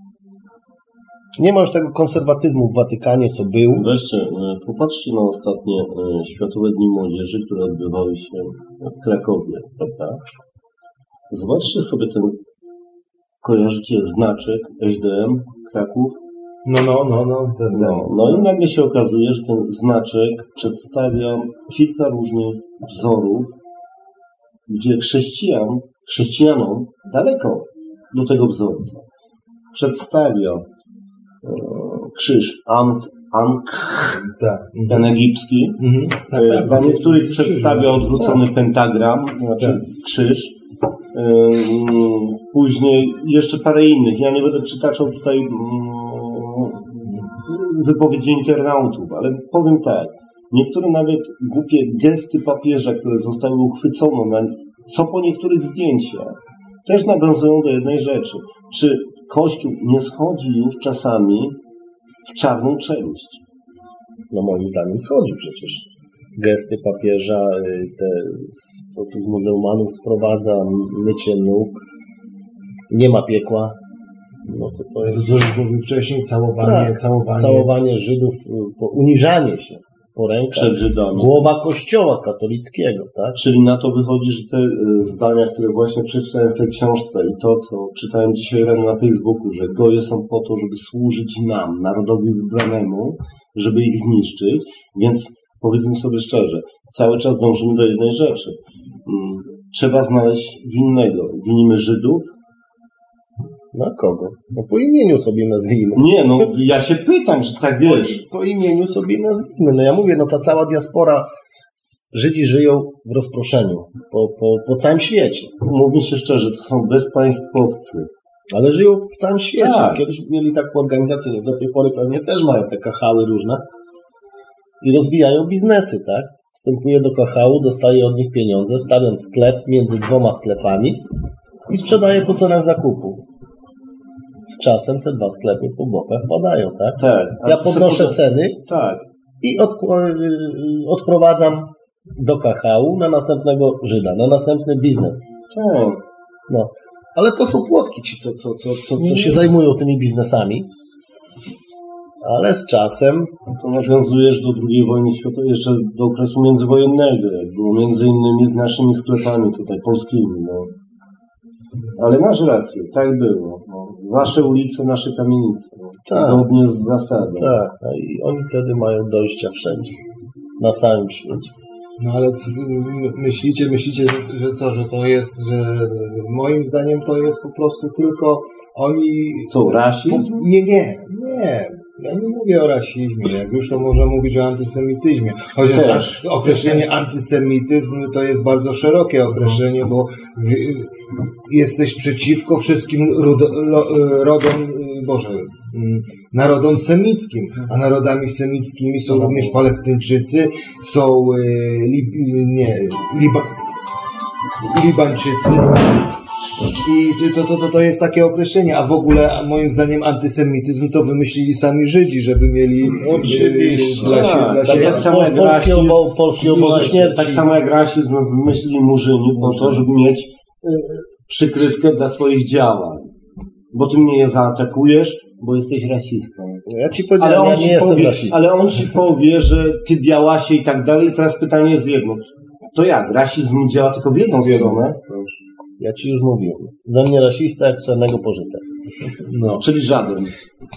Nie ma już tego konserwatyzmu w Watykanie, co był. Weźcie, e, popatrzcie na ostatnie e, Światowe Dni Młodzieży, które odbywały się w Krakowie, prawda? Zobaczcie sobie ten Kojarzycie znaczek S D M Kraków? No, no, no, no. Ten, ten, No, no i nagle się okazuje, że ten znaczek przedstawia kilka różnych wzorów, gdzie chrześcijan, chrześcijanom daleko do tego wzorca przedstawia e, krzyż Ankh, Ankh tak. ten egipski, Mhm. Tak, e, tak, dla tak, niektórych tak, przedstawia odwrócony pentagram, to znaczy Tak. krzyż. E, później jeszcze parę innych. Ja nie będę przytaczał tutaj mm, wypowiedzi internautów, ale powiem tak. Niektóre nawet głupie gesty papieża, które zostały uchwycone, na, co po niektórych zdjęciach, też nawiązują do jednej rzeczy. Czy Kościół nie schodzi już czasami w czarną czeluść? No moim zdaniem schodzi przecież. Gesty papieża, y, te, co tu muzułmanów sprowadza, mycie nóg, nie ma piekła. No to, to jest To już mówił wcześniej, całowanie, tak, całowanie. całowanie Żydów, y, po, uniżanie się po rękach. Przed Żydami. Głowa kościoła katolickiego, tak? Czyli na to wychodzi, że te y, zdania, które właśnie przeczytałem w tej książce i to, co czytałem dzisiaj rano na Facebooku, że goje są po to, żeby służyć nam, narodowi wybranemu, żeby ich zniszczyć, więc powiedzmy sobie szczerze, cały czas dążymy do jednej rzeczy. Mm, trzeba znaleźć winnego. Winimy Żydów? Na kogo? No po imieniu sobie nazwijmy. Nie, no ja się pytam, że tak wiesz. Po, po imieniu sobie nazwijmy. No ja mówię, no ta cała diaspora, Żydzi żyją w rozproszeniu po, po, po całym świecie. Mówmy się szczerze, to są bezpaństwowcy. Ale żyją w całym świecie. Tak. Kiedyś mieli taką organizację, nie, do tej pory pewnie też mają te kachały różne i rozwijają biznesy, tak? Wstępuje do kachału, dostaje od nich pieniądze, stawiam sklep między dwoma sklepami i sprzedaje po cenach zakupu. Z czasem te dwa sklepy po bokach padają, tak? Tak. A Ja co podnoszę sobie- ceny Tak. i od, odprowadzam do kachału na następnego Żyda, na następny biznes. Tak. No. Ale to są płotki ci, co, co, co, co, co się zajmują tymi biznesami. Ale z czasem To nawiązujesz do drugiej wojny światowej, jeszcze do okresu międzywojennego, jak było między innymi z naszymi sklepami tutaj polskimi. No. Ale masz rację, tak było. No. Wasze ulice, nasze kamienice. No. Tak. Zgodnie z zasadą. tak, no i oni wtedy mają dojścia wszędzie. Na całym świecie. No ale c- myślicie, myślicie, że, że co, że to jest, że moim zdaniem to jest po prostu tylko oni... Co, rasizm? Po, nie, nie, nie. Ja nie mówię o rasizmie, jak już to można mówić o antysemityzmie. Chociaż Też. tak, określenie antysemityzm to jest bardzo szerokie określenie, bo w, jesteś przeciwko wszystkim rudo, lo, rodom, Boże, mm, narodom semickim, a narodami semickimi są również Palestyńczycy, są e, li, nie, Liba, Libańczycy. I to, to, to, to jest takie określenie, a w ogóle moim zdaniem antysemityzm to wymyślili sami Żydzi, żeby mieli Oczywiście. e, dla, się, Tak, dla tak, siebie. tak samo jak Polski rasizm, obo- polski obóz Słuchajcie, śmierci. tak samo jak rasizm wymyślili Murzyni po to, żeby mieć y, przykrywkę dla swoich działań. Bo ty mnie zaatakujesz, bo jesteś rasistą. Ja ci Ale powiedziałem, on, ja nie ci jestem powie, rasistą. ale on ci powie, że ty białasie i tak dalej. I teraz pytanie jest jedno. To jak? Rasizm działa tylko w jedną stronę? Ja ci już mówiłem. Ze mnie rasista jak z czarnego pożytek. No. Czyli żaden.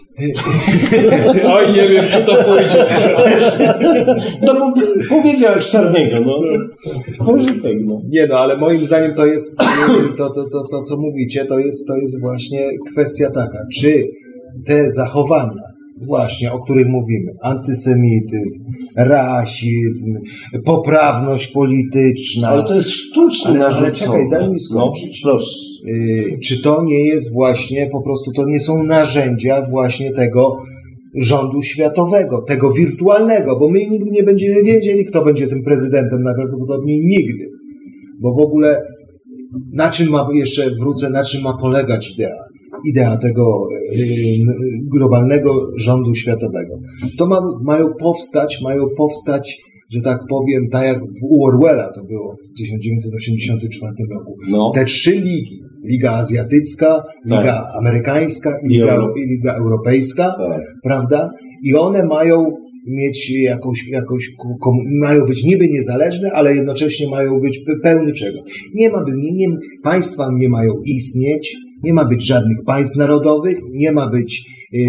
Oj, nie wiem, czy to pójdzie. No bo powiedział z czarnego, no. Pożytek, no. Nie no, ale moim zdaniem to jest, to, to, to, to co mówicie, to jest, to jest właśnie kwestia taka, czy te zachowania, właśnie o których mówimy, antysemityzm, rasizm, poprawność polityczna, Ale to jest sztuczne Ale- ale narzucone. czekaj, daj mi skończyć. No, proszę. y, czy to nie jest właśnie, po prostu to nie są narzędzia właśnie tego rządu światowego, tego wirtualnego, bo my nigdy nie będziemy wiedzieli, kto będzie tym prezydentem, najprawdopodobniej nigdy. Bo w ogóle na czym ma, jeszcze wrócę, na czym ma polegać idea, idea tego y, globalnego rządu światowego. To ma, mają powstać, mają powstać, że tak powiem, tak jak w Orwella to było w tysiąc dziewięćset osiemdziesiątym czwartym roku. No. Te trzy ligi, Liga Azjatycka, Liga Tak. Amerykańska i I Liga, Euro- i Liga Europejska, Tak. prawda? I one mają mieć jakąś, jakąś kom, mają być niby niezależne, ale jednocześnie mają być pe- pełny czego. Nie ma, nie, nie, państwa nie mają istnieć, nie ma być żadnych państw narodowych, nie ma być yy,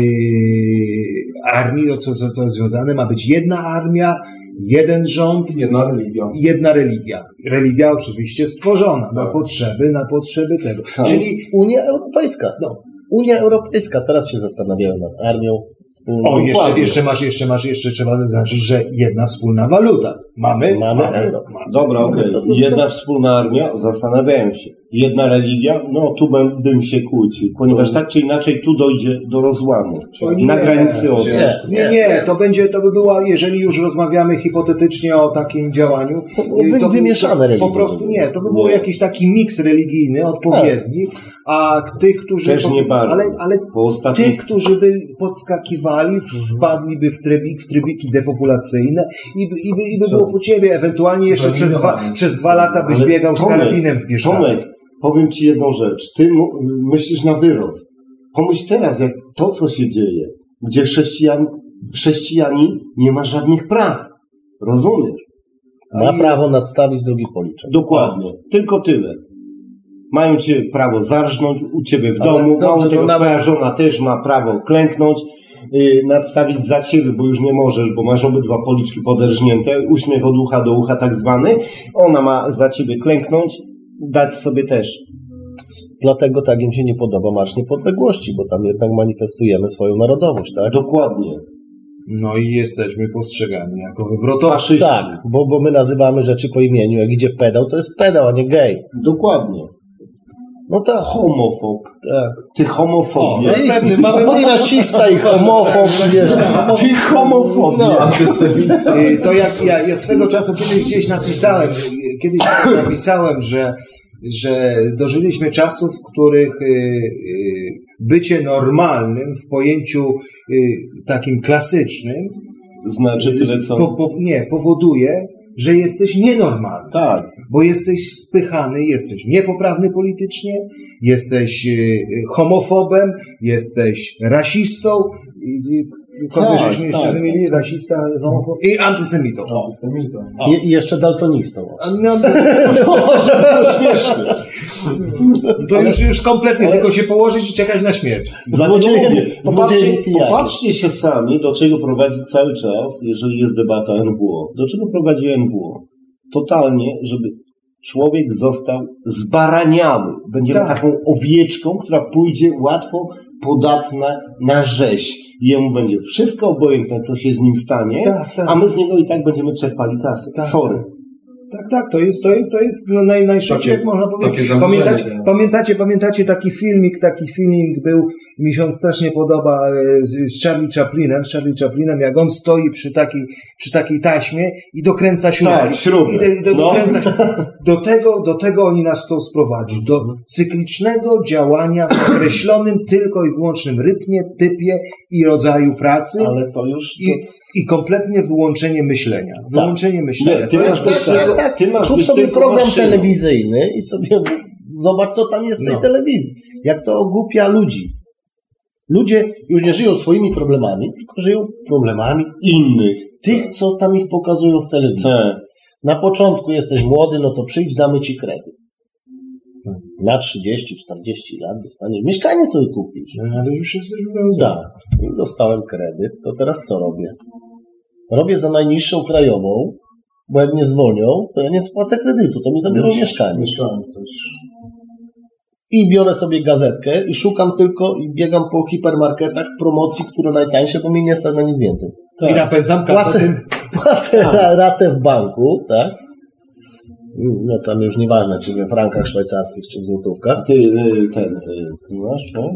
armii, co, co, co jest związane, ma być jedna armia, jeden rząd, jedna religia. Jedna religia. Religia oczywiście stworzona tak. na potrzeby, na potrzeby tego. Co? Czyli Unia Europejska. No. Unia Europejska, teraz się zastanawiają nad armią wspólną. O, jeszcze, jeszcze masz, jeszcze masz, jeszcze trzeba zaznaczyć, że jedna wspólna waluta. Mamy? Mamy euro. Dobra, okej. Okay. Jedna wspólna armia, zastanawiają się. Jedna religia, no tu bym, bym się kłócił, ponieważ tak czy inaczej tu dojdzie do rozłamu. Nie, na granicy od... Nie, nie, nie, to będzie, to by było, jeżeli już rozmawiamy hipotetycznie o takim działaniu, Wy, to wymieszane religie. Po prostu nie, to by był jakiś taki miks religijny, odpowiedni, a tych, którzy... Też po, nie bardzo. Ale, ale ostatnim... tych, którzy by podskakiwali, wpadliby w trybik, w trybiki depopulacyjne i, i, by, i by było po ciebie, ewentualnie jeszcze przez dwa, przez dwa lata byś ale biegał Tomek, z karabinem w mieszkaniu. Tomek, powiem ci jedną rzecz. Ty myślisz na wyrost. Pomyśl teraz, jak to, co się dzieje, gdzie chrześcijan, chrześcijanin nie ma żadnych praw. Rozumiesz? Ma I... prawo nadstawić drugi policzek. Dokładnie. Tylko tyle. Mają cię prawo zarżnąć u ciebie w ale domu. Dobrze, mało tego, nawet... twoja żona też ma prawo klęknąć, yy, nadstawić za ciebie, bo już nie możesz, bo masz obydwa policzki poderżnięte, uśmiech od ucha do ucha tak zwany. Ona ma za ciebie klęknąć, dać sobie też. Dlatego tak im się nie podoba Marsz Niepodległości, bo tam jednak manifestujemy swoją narodowość, tak? Dokładnie. No i jesteśmy postrzegani jako wywrotowcy. Tak, bo, bo my nazywamy rzeczy po imieniu. Jak idzie pedał, to jest pedał, a nie gej. Dokładnie. No tak. Homofob. Tak. Ty homofobie. No następny, mamy no i rasista i homofob. Wiesz. Ty homofobie. No. To jak ja, ja swego czasu kiedyś gdzieś napisałem, kiedyś napisałem, że że dożyliśmy czasów, w których bycie normalnym w pojęciu takim klasycznym znaczy tyle co... Po, po, nie, powoduje, że jesteś nienormalny. Tak. Bo jesteś spychany, jesteś niepoprawny politycznie, jesteś homofobem, jesteś rasistą. Kogo tak, żeśmy jeszcze tak, wymienili? Tak. Rasista, homofob i antysemitą. Antysemitą. I, I jeszcze daltonistą. A, no, no, no, śmieszne. To już, już kompletnie, ale... tylko się położyć i czekać na śmierć. Złodzieje, popatrzcie, popatrzcie się sami, do czego prowadzi cały czas, jeżeli jest debata N W O. Do czego prowadzi N W O? Totalnie, żeby człowiek został zbaraniały. Będzie tak. taką owieczką, która pójdzie łatwo podatna na rzeź. Jemu będzie wszystko obojętne, co się z nim stanie, tak, tak. a my z niego i tak będziemy czerpali kasę. Tak, Sorry. Tak, tak, to jest, to jest, to jest no naj, najszybciej, jak można powiedzieć. Pamiętacie, pamiętacie, pamiętacie taki filmik, taki filmik był, mi się on strasznie podoba, z Charlie Chaplinem, z Charlie Chaplinem, jak on stoi przy takiej, przy takiej taśmie i dokręca śrubki. Tak, śruby. I do, do, no. dokręca, do tego, do tego oni nas chcą sprowadzić. Do cyklicznego działania w określonym tylko i wyłącznym rytmie, typie i rodzaju pracy. Ale to już... To... I, I kompletnie wyłączenie myślenia. Tak. Wyłączenie myślenia. Nie, ty, masz być tego, tak, ty masz kup być sobie program maszyną. telewizyjny i sobie zobacz, co tam jest w tej no. telewizji. Jak to ogłupia ludzi. Ludzie już nie żyją swoimi problemami, tylko żyją problemami innych. Tych, co tam ich pokazują w telewizji. Tak. Na początku jesteś młody, no to przyjdź, damy ci kredyt. Na trzydzieści czterdzieści lat dostaniesz. Mieszkanie sobie kupisz. No, ale już jesteś uwiązany. Tak. Dostałem kredyt, to teraz co robię? Robię za najniższą krajową, bo jak mnie zwolnią, to ja nie spłacę kredytu, to mi zabiorą Już, mieszkanie. mieszkanie I biorę sobie gazetkę i szukam tylko i biegam po hipermarketach promocji, które najtańsze, bo mnie nie stać na nic więcej. Tak. I napędzam kasę. Płacę, płacę ratę w banku, tak? No tam już nieważne, czy we frankach szwajcarskich, czy w złotówkach. A ty ten, masz, no?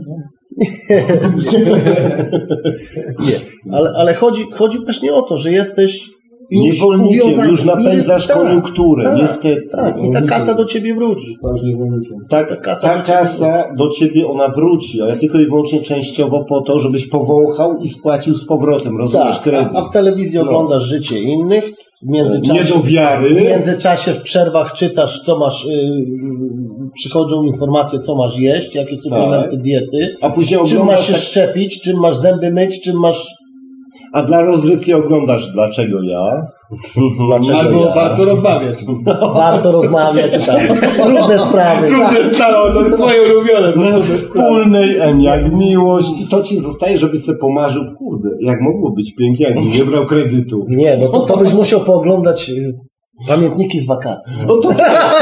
Nie, ale, ale chodzi, chodzi właśnie o to, że jesteś już niewolnikiem, uwiązany, już napędzasz jest, koniunkturę, tak, niestety. Tak, i ta kasa do ciebie wróci. Ta, ta kasa, ta do, kasa ciebie do ciebie ona wróci, ale tylko i wyłącznie częściowo po to, żebyś powąchał i spłacił z powrotem, rozumiesz, tak, kredyt. A, a w telewizji no. oglądasz życie innych, w międzyczasie, nie do wiary. W międzyczasie w przerwach czytasz, co masz, yy, przychodzą informacje, co masz jeść, jakie suplementy, tak. diety, a później czym masz się tak... szczepić, czym masz zęby myć, czym masz... A dla rozrywki oglądasz Dlaczego ja? Dlaczego Albo ja? warto rozmawiać. No. Warto rozmawiać, tak. Trudne sprawy. Trudne sprawy, to jest twoje ulubione. Na wspólnej N jak miłość. I to ci zostaje, żebyś sobie pomarzył, kurde, jak mogło być pięknie, jakbym nie brał kredytu. Nie, no to, to byś musiał pooglądać y, pamiętniki z wakacji. No to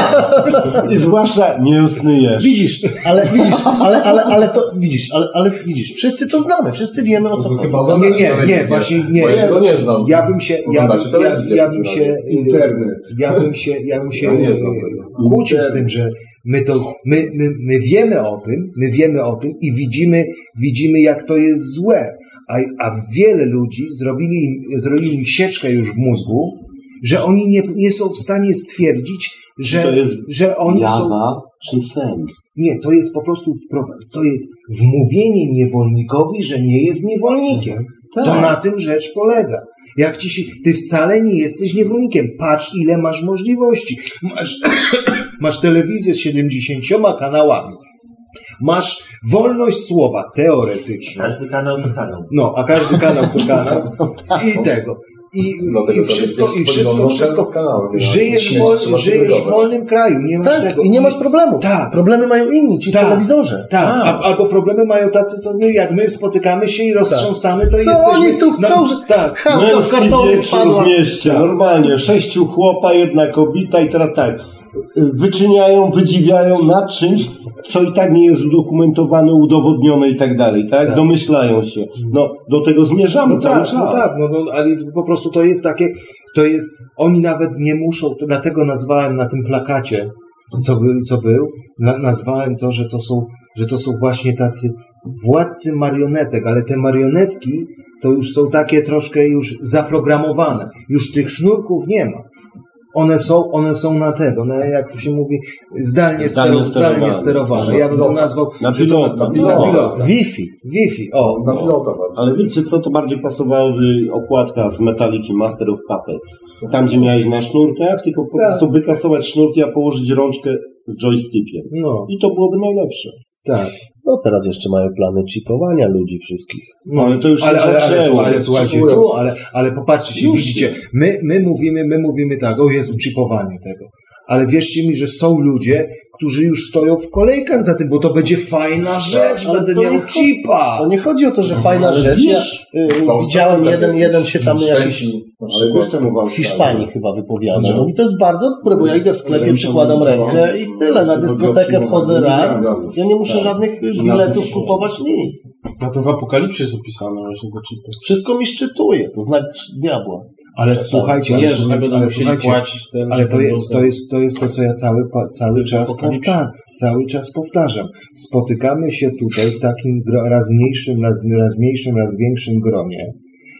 i zwłaszcza Niejasny Jeż. Widzisz, ale widzisz, ale, ale, ale to widzisz, ale, ale widzisz, wszyscy to znamy, wszyscy wiemy o co chodzi. Chyba Nie, nie, nie, właśnie nie. Bo ja tego nie znam. Ja bym się, ja, Oglądacie ja, telewizję ja w bym takim się, razie. internet, ja bym się, ja bym się Ja nie znam tego. kłócił z tym, że my to, my, my, my wiemy o tym, my wiemy o tym i widzimy, widzimy jak to jest złe, a, a wiele ludzi zrobili, zrobili im sieczkę już w mózgu, że oni nie, nie są w stanie stwierdzić, że, To jest że oni są... Jawa czy sen? Nie, to jest po prostu wprowad- to jest wmówienie niewolnikowi, że nie jest niewolnikiem. Tak. To na tym rzecz polega. Jak ci się, ty wcale nie jesteś niewolnikiem. Patrz, ile masz możliwości. Masz, masz telewizję z siedemdziesięcioma kanałami. Masz wolność słowa, teoretycznie. Każdy kanał to kanał. No, a każdy kanał to kanał. I tego. I, Dlatego i to wszystko, jest i wszystko, podzielone wszystko. kanały, Żyjesz, śmieci wol, trzeba żyjesz w segregować. wolnym kraju, nie masz Tak, tego. i nie masz problemu. Tak. Problemy mają inni, ci w Tak. telewizorze. Tak, a, albo problemy mają tacy, co my, jak my spotykamy się i roztrząsamy, to Co jesteśmy... oni tu chcą, no, że- Tak. Ha, Męski kartonu wieczór wpadła. w mieście, normalnie. Sześciu chłopa, jedna kobieta i teraz tak. Wyczyniają, wydziwiają nad czymś, co i tak nie jest udokumentowane, udowodnione i tak dalej, tak? Tak. Domyślają się. No, do tego zmierzamy No cały tak, czas. no tak, no, no, ale po prostu to jest takie, to jest, oni nawet nie muszą, to dlatego nazwałem na tym plakacie, co był, co był na, nazwałem to, że to są, że to są właśnie tacy władcy marionetek, ale te marionetki to już są takie troszkę już zaprogramowane, już tych sznurków nie ma. One są, one są na tego, no jak to się mówi, zdalnie, Zdalnie stero, zdalnie sterowane. sterowane. Ja bym to nazwał, Na że to pilota. na pilota. pilota. Wi-Fi, Wi-Fi, o. Na pilota bardzo. Ale wiecie co, to bardziej pasowałaby okładka z Metaliki Master of Puppets. Tam, gdzie miałeś na sznurkach, tylko po Tak. prostu wykasować sznurki, a położyć rączkę z joystickiem. No, I to byłoby najlepsze. tak. No teraz jeszcze mają plany chipowania ludzi wszystkich. No, ale to już się ale, ale, ale, zaczęło. ale słuchajcie, Chipują tu, się. ale, ale popatrzcie się, Już widzicie, się. my, my mówimy, my mówimy tak, o Jezu, chipowanie tego. Ale wierzcie mi, że są ludzie, którzy już stoją w kolejkach za tym, bo to będzie fajna rzecz, Ale będę to miał nie- chipa. To nie chodzi o to, że fajna ale rzecz. Ja wiesz, y, Fausta widziałem tak jeden, jest. jeden się tam W jakiś Szwecji na Ale przykład. wiesz czemu wam w Hiszpanii chyba wypowiada. Że? No i to jest bardzo dobre, bo ja idę w sklepie, przykładam rękę i tyle. Na dyskotekę wchodzę raz. Ja nie muszę żadnych biletów kupować, nic. No to w Apokalipsie jest opisane właśnie te chipy. Wszystko mi szczytuje, to znak diabła. Ale słuchajcie, Nie, ale, że nie słuchajcie, będą ale musieli słuchajcie, płacić ten... ale że to będą jest, ten- to jest, to jest to, co ja cały, pa- cały jest czas apokalipsa. powtarzam. Cały czas powtarzam. Spotykamy się tutaj w takim gro- raz mniejszym, raz, raz mniejszym, raz większym gronie,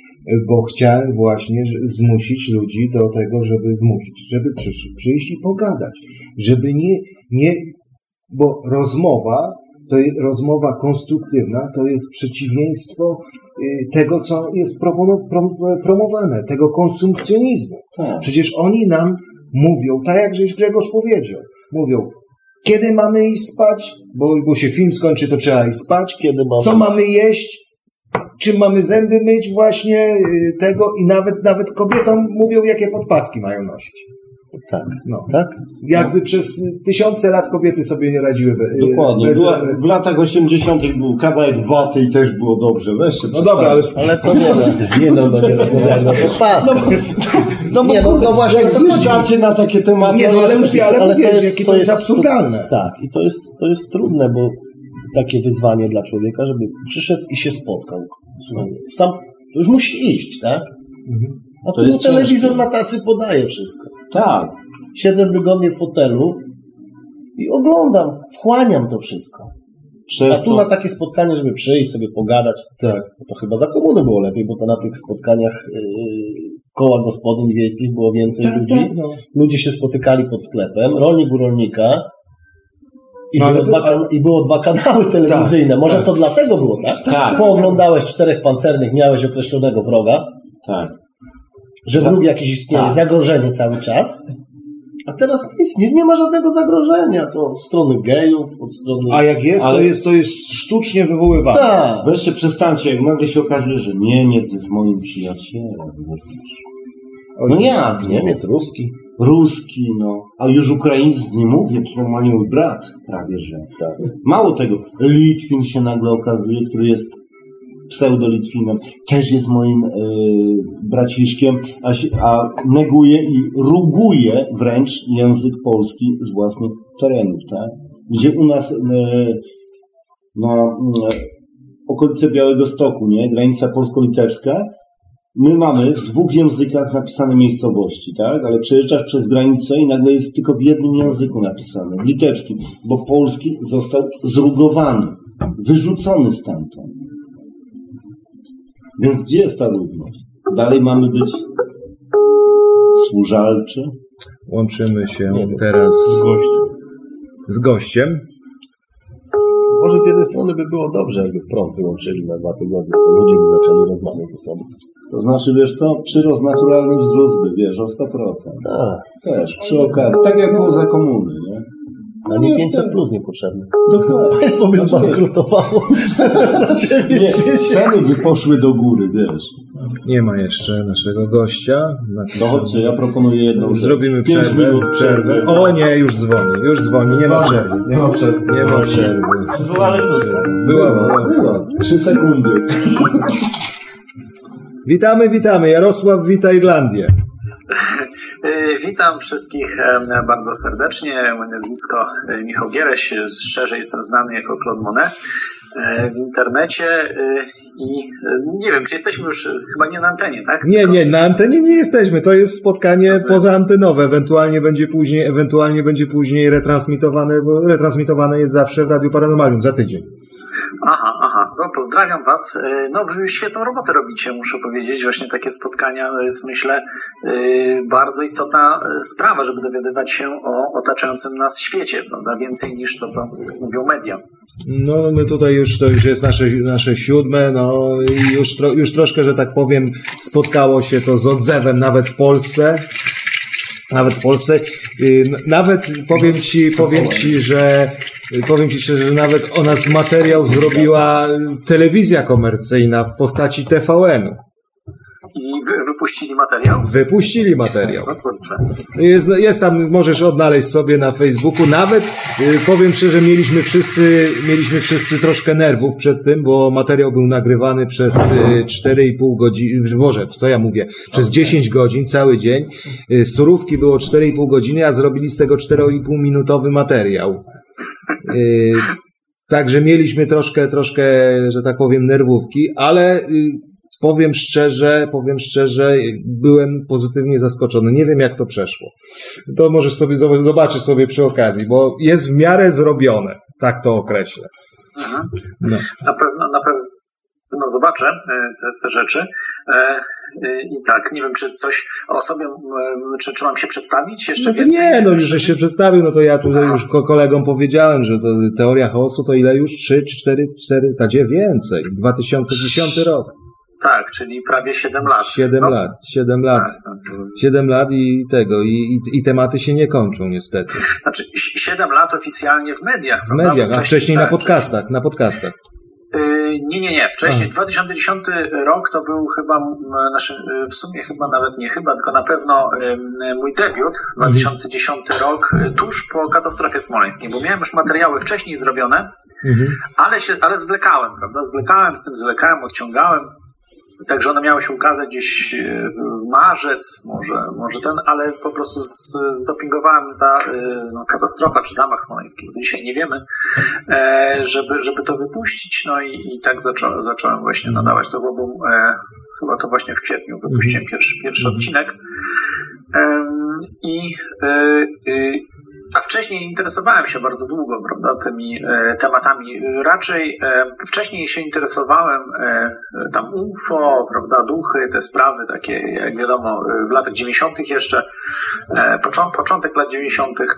bo chciałem właśnie że- zmusić ludzi do tego, żeby zmusić, żeby przyszli, przyjść i pogadać. Żeby nie, nie, bo rozmowa, to jest rozmowa konstruktywna, to jest przeciwieństwo y, tego, co jest propono- prom- promowane, tego konsumpcjonizmu. Tak. Przecież oni nam mówią, tak jak żeś Grzegorz powiedział, mówią, kiedy mamy iść spać, bo, bo się film skończy, to trzeba iść spać, Kiedy mamy... co mamy jeść, czym mamy zęby myć właśnie y, tego i nawet, nawet kobietom mówią, jakie podpaski mają nosić. Tak, No. tak? Jakby przez tysiące lat kobiety sobie nie radziły. be- Dokładnie. bez- Była, w latach osiemdziesiątych był kawałek waty i też było dobrze. Weźcie No dobra, ale Ale to nie no, nie no, no nie rozmawiamy o podpaskach. No, bo Nie, no, kurde, no właśnie, jak o to chodzi. zjeżdżacie na takie tematy... nie, no ale mówię, ale, ale to mówię, jest- jakie to to jest jest- absurdalne. Tak, i to jest, to jest trudne, bo takie wyzwanie dla człowieka, żeby przyszedł i się spotkał. Słuchaj, sam to już musi iść, tak? Mhm. A To tu jest telewizor ciężkie. na tacy podaje wszystko. Tak. Siedzę wygodnie w fotelu i oglądam, wchłaniam to wszystko. A Przez tu to... na takie spotkanie, żeby przyjść, sobie pogadać, Tak. no to chyba za komuny było lepiej, bo to na tych spotkaniach yy, koła gospodyń wiejskich było więcej Tak, ludzi. tak, no. Ludzie się spotykali pod sklepem, rolnik u rolnika i, No, ale było, to- dwa, kan- i było dwa kanały telewizyjne. Może tak. to dlatego było, tak? Tak. Pooglądałeś czterech pancernych, miałeś określonego wroga, Tak. że Za- wróg jakiś istnieje, tak. zagrożenie cały czas. A teraz nic, nie, nie ma żadnego zagrożenia. To od strony gejów, od strony... A jak jest, Ale- to jest, to jest sztucznie wywoływane. Tak. Weźcie, przestańcie, jak nagle się okazuje, że Niemiec jest moim przyjacielem. No jak, nie? Niemiec, Ruski. Ruski, no. A już Ukraińcy nie mówię, to normalnie mój brat prawie, że. Tak. Mało tego, Litwin się nagle okazuje, który jest pseudo-Litwinem, też jest moim y, braciszkiem, a, się, a neguje i ruguje wręcz język polski z własnych terenów, tak? Gdzie u nas y, no, y, okolice Białegostoku, nie? Granica polsko-litewska, my mamy w dwóch językach napisane miejscowości, tak? Ale przejeżdżasz przez granicę i nagle jest tylko w jednym języku napisane, w litewskim, bo polski został zrugowany, wyrzucony stamtąd. Więc gdzie jest ta równość? Dalej mamy być służalczy? Łączymy się Nie wiem. teraz Z gościem. z gościem. Może z jednej strony by było dobrze, jakby prąd wyłączyli na dwa tygodnie, to ludzie by zaczęli rozmawiać ze sobą. To znaczy, wiesz co, przyrost naturalny wzrósł by, wiesz, o sto procent. Tak. Też, przy okazji. Tak jak było za komuny, nie? A nie pięćset plus niepotrzebne. Dokładnie. Państwo by zbankrutowało za dziewięć Nie, miesięcy. ceny by poszły do góry, wiesz. Nie ma jeszcze naszego gościa. No chodźcie, ja proponuję jedną rzecz. Zrobimy Pięć przerwę. minut przerwę. O nie, już dzwoni. Już dzwoni. Nie ma przerwy. Nie ma przerwy. Nie ma przerwy. Była, ale krótka. Była, Była, była. Trzy sekundy. Witamy, witamy. Jarosław, wita Irlandię. Witam wszystkich e, bardzo serdecznie. Moje nazwisko e, Michał Giereś, szerzej jestem znany jako Claude Monet e, w internecie e, i e, nie wiem, czy jesteśmy już e, chyba nie na antenie, tak? Nie, Tylko- nie, na antenie nie jesteśmy. To jest spotkanie pozaantenowe. Ewentualnie będzie później, ewentualnie będzie później retransmitowane, bo retransmitowane jest zawsze w Radiu Paranormalium za tydzień. Aha, aha, no pozdrawiam Was. E, No wy świetną robotę robicie, muszę powiedzieć. Właśnie takie spotkania to jest, myślę, e, bardzo istotna e, sprawa, żeby dowiadywać się o otaczającym nas świecie, prawda? Więcej niż to, co mówią media. No, my tutaj już, to już jest nasze, nasze siódme, no i już, tro, już troszkę, że tak powiem, spotkało się to z odzewem nawet w Polsce. Nawet w Polsce. Yy, Nawet powiem ci, powiem ci, że powiem ci szczerze, że nawet o nas materiał zrobiła telewizja komercyjna w postaci T V N-u. I wy, wypuścili materiał? Wypuścili materiał. No kurczę. Jest, jest tam, możesz odnaleźć sobie na Facebooku. Nawet y, powiem szczerze, mieliśmy wszyscy, mieliśmy wszyscy troszkę nerwów przed tym, bo materiał był nagrywany przez y, cztery i pół godziny, Boże, co ja mówię, przez dziesięć godzin, cały dzień. Y, surówki było cztery i pół godziny, a zrobili z tego cztery i pół minutowy materiał. Y, Także mieliśmy troszkę, troszkę, że tak powiem, nerwówki, ale y, powiem szczerze, powiem szczerze, byłem pozytywnie zaskoczony. Nie wiem, jak to przeszło. To możesz sobie zobaczyć sobie przy okazji, bo jest w miarę zrobione. Tak to określę. Mhm. No. Na pewno, na pewno zobaczę e, te, te rzeczy. E, e, I tak, nie wiem, czy coś o sobie, e, czy, czy mam się przedstawić jeszcze No to więcej? nie, no już że się przedstawił, no to ja tutaj już ko- kolegom powiedziałem, że to teoria chaosu to ile już? Trzy czy cztery, cztery, ta gdzie więcej? dwa tysiące dziesiąty rok. Tak, czyli prawie siedem lat. Siedem No, lat, siedem lat. tak, tak. Siedem lat i tego, i, i, i tematy się nie kończą niestety. Znaczy, si- siedem lat oficjalnie w mediach, W prawda? mediach, Bo a wcześniej na tak, podcastach, na podcastach. Yy, nie, nie, nie. Wcześniej, A. dwa tysiące dziesiąty rok to był chyba, m, naszy, yy, w sumie chyba nawet nie chyba, tylko na pewno yy, mój debiut, dwa tysiące dziesiąty rok, yy, tuż po katastrofie smoleńskiej, bo miałem już materiały wcześniej zrobione, Mhm. ale się, ale zwlekałem, prawda? Zwlekałem, z tym zwlekałem, odciągałem. Także one miały się ukazać gdzieś yy, w marzec, może, może ten, ale po prostu z, zdopingowała mnie ta yy, no, katastrofa czy zamach smoleński, bo dzisiaj nie wiemy, e, żeby, żeby to wypuścić. No i, i tak zaczą, zacząłem właśnie nadawać to, bo był, e, chyba to właśnie w kwietniu wypuściłem pierwszy, pierwszy odcinek. E, I e, e, a wcześniej interesowałem się bardzo długo, prawda, tymi e, tematami. Raczej e, wcześniej się interesowałem e, tam U F O, prawda, duchy, te sprawy takie, jak wiadomo, w latach dziewięćdziesiątych jeszcze, e, począ- początek lat dziewięćdziesiątych.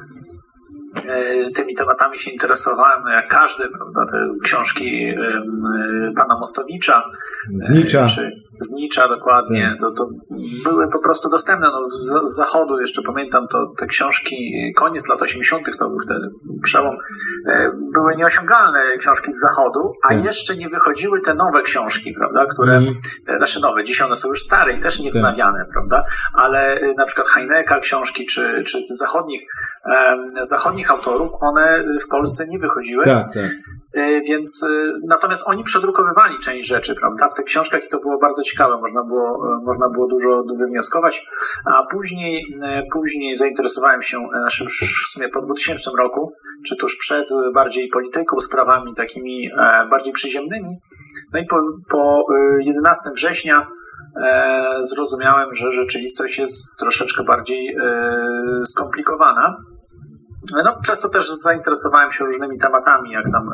E, tymi tematami się interesowałem, no jak każdy, prawda, te książki e, pana Mostowicza, Wnicza. e, czy Znicza dokładnie, to, to były po prostu dostępne no, z, z zachodu, jeszcze pamiętam to, te książki, koniec lat osiemdziesiątych to był wtedy przełom, były nieosiągalne książki z zachodu, a tak. jeszcze nie wychodziły te nowe książki, prawda, które, mm. znaczy nowe, dzisiaj one są już stare i też niewznawiane, tak. prawda, ale na przykład Heineka książki, czy, czy zachodnich, um, zachodnich autorów, one w Polsce nie wychodziły. Tak, tak. Więc natomiast oni przedrukowywali część rzeczy, prawda, w tych książkach i to było bardzo ciekawe, można było, można było dużo wywnioskować, a później, później zainteresowałem się naszym w sumie po dwutysięcznym roku, czy tuż przed, bardziej polityką, sprawami takimi bardziej przyziemnymi, no i po, po jedenastego września zrozumiałem, że rzeczywistość jest troszeczkę bardziej skomplikowana. No, przez to też zainteresowałem się różnymi tematami, jak tam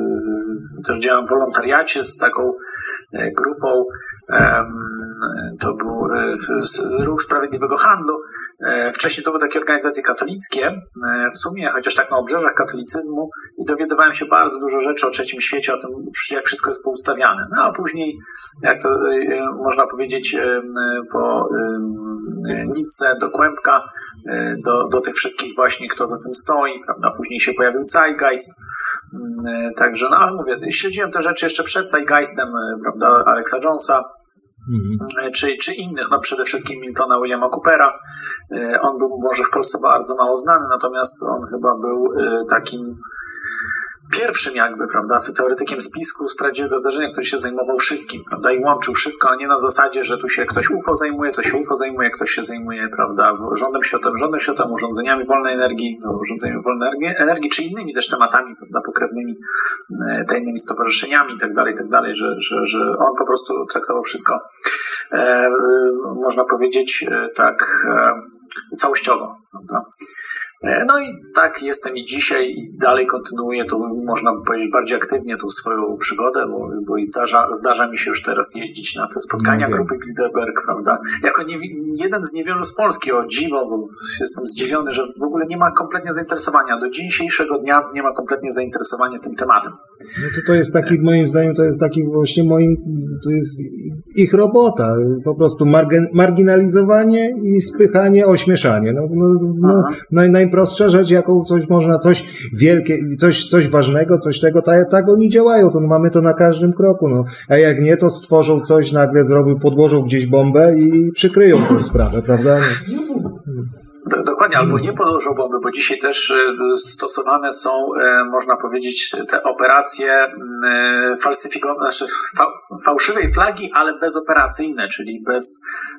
y, też działałem w wolontariacie z taką y, grupą, y, to był y, Ruch Sprawiedliwego Handlu. Y, wcześniej to były takie organizacje katolickie, y, w sumie, chociaż tak na obrzeżach katolicyzmu, i dowiadywałem się bardzo dużo rzeczy o trzecim świecie, o tym, jak wszystko jest poustawiane. No a później, jak to y, można powiedzieć, y, po y, Nicce do Kłębka, y, do, do tych wszystkich właśnie, kto za tym stoi, prawda, później się pojawił Zeitgeist, także, no ale mówię, śledziłem te rzeczy jeszcze przed Zeitgeistem, prawda, Alexa Jonesa, mhm. czy, czy innych, no przede wszystkim Miltona Williama Coopera. On był może w Polsce bardzo mało znany, natomiast on chyba był takim pierwszym jakby, prawda, teoretykiem spisku z prawdziwego zdarzenia, który się zajmował wszystkim, prawda, i łączył wszystko, a nie na zasadzie, że tu się ktoś U F O zajmuje, to się U F O zajmuje, ktoś się zajmuje, prawda, rządem światem, rządem światem, urządzeniami wolnej energii, no, urządzeniami wolnej energii, energii, czy innymi też tematami, prawda, pokrewnymi, tajnymi stowarzyszeniami i tak dalej, i tak dalej, że, że, że on po prostu traktował wszystko, e, można powiedzieć, tak e, całościowo, prawda. No i tak jestem i dzisiaj i dalej kontynuuję to, można powiedzieć, bardziej aktywnie tą swoją przygodę, bo, bo i zdarza, zdarza mi się już teraz jeździć na te spotkania no, grupy Bilderberg, prawda? Jako nie, jeden z niewielu z Polski, o dziwo, bo jestem zdziwiony, że w ogóle nie ma kompletnie zainteresowania. Do dzisiejszego dnia nie ma kompletnie zainteresowania tym tematem. No to to jest taki, moim zdaniem, to jest taki właśnie moim, to jest ich robota. Po prostu margen, marginalizowanie i spychanie, ośmieszanie. No, no, no, no najprostsza rzecz, jaką coś można, coś wielkie, coś, coś ważnego, coś tego, tak, tak oni działają, to mamy to na każdym kroku, no. A jak nie, to stworzą coś, nagle zrobią, podłożą gdzieś bombę i przykryją tę sprawę, prawda? No. Dokładnie, albo nie podłożą bomby, bo dzisiaj też stosowane są, można powiedzieć, te operacje falsyfikowane, znaczy fałszywej flagi, ale bezoperacyjne, czyli bez,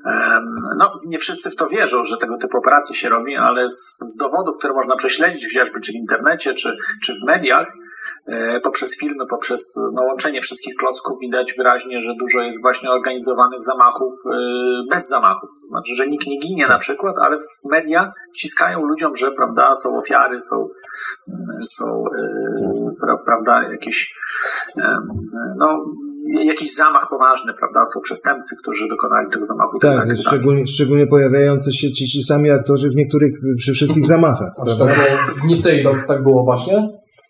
no nie wszyscy w to wierzą, że tego typu operacje się robi, ale z, z dowodów, które można prześledzić chociażby czy w internecie, czy, czy w mediach, poprzez filmy, poprzez no, łączenie wszystkich klocków widać wyraźnie, że dużo jest właśnie organizowanych zamachów bez zamachów. To znaczy, że nikt nie ginie na przykład, ale w media wciskają ludziom, że prawda, są ofiary, są, są pra, prawda, jakieś no, jakiś zamach poważny, prawda, są przestępcy, którzy dokonali tego zamachu. Tak, tak, tak szczególnie, szczególnie pojawiający się ci, ci sami aktorzy w niektórych, przy wszystkich zamachach. Aż tak było w Nicei, to tak było właśnie?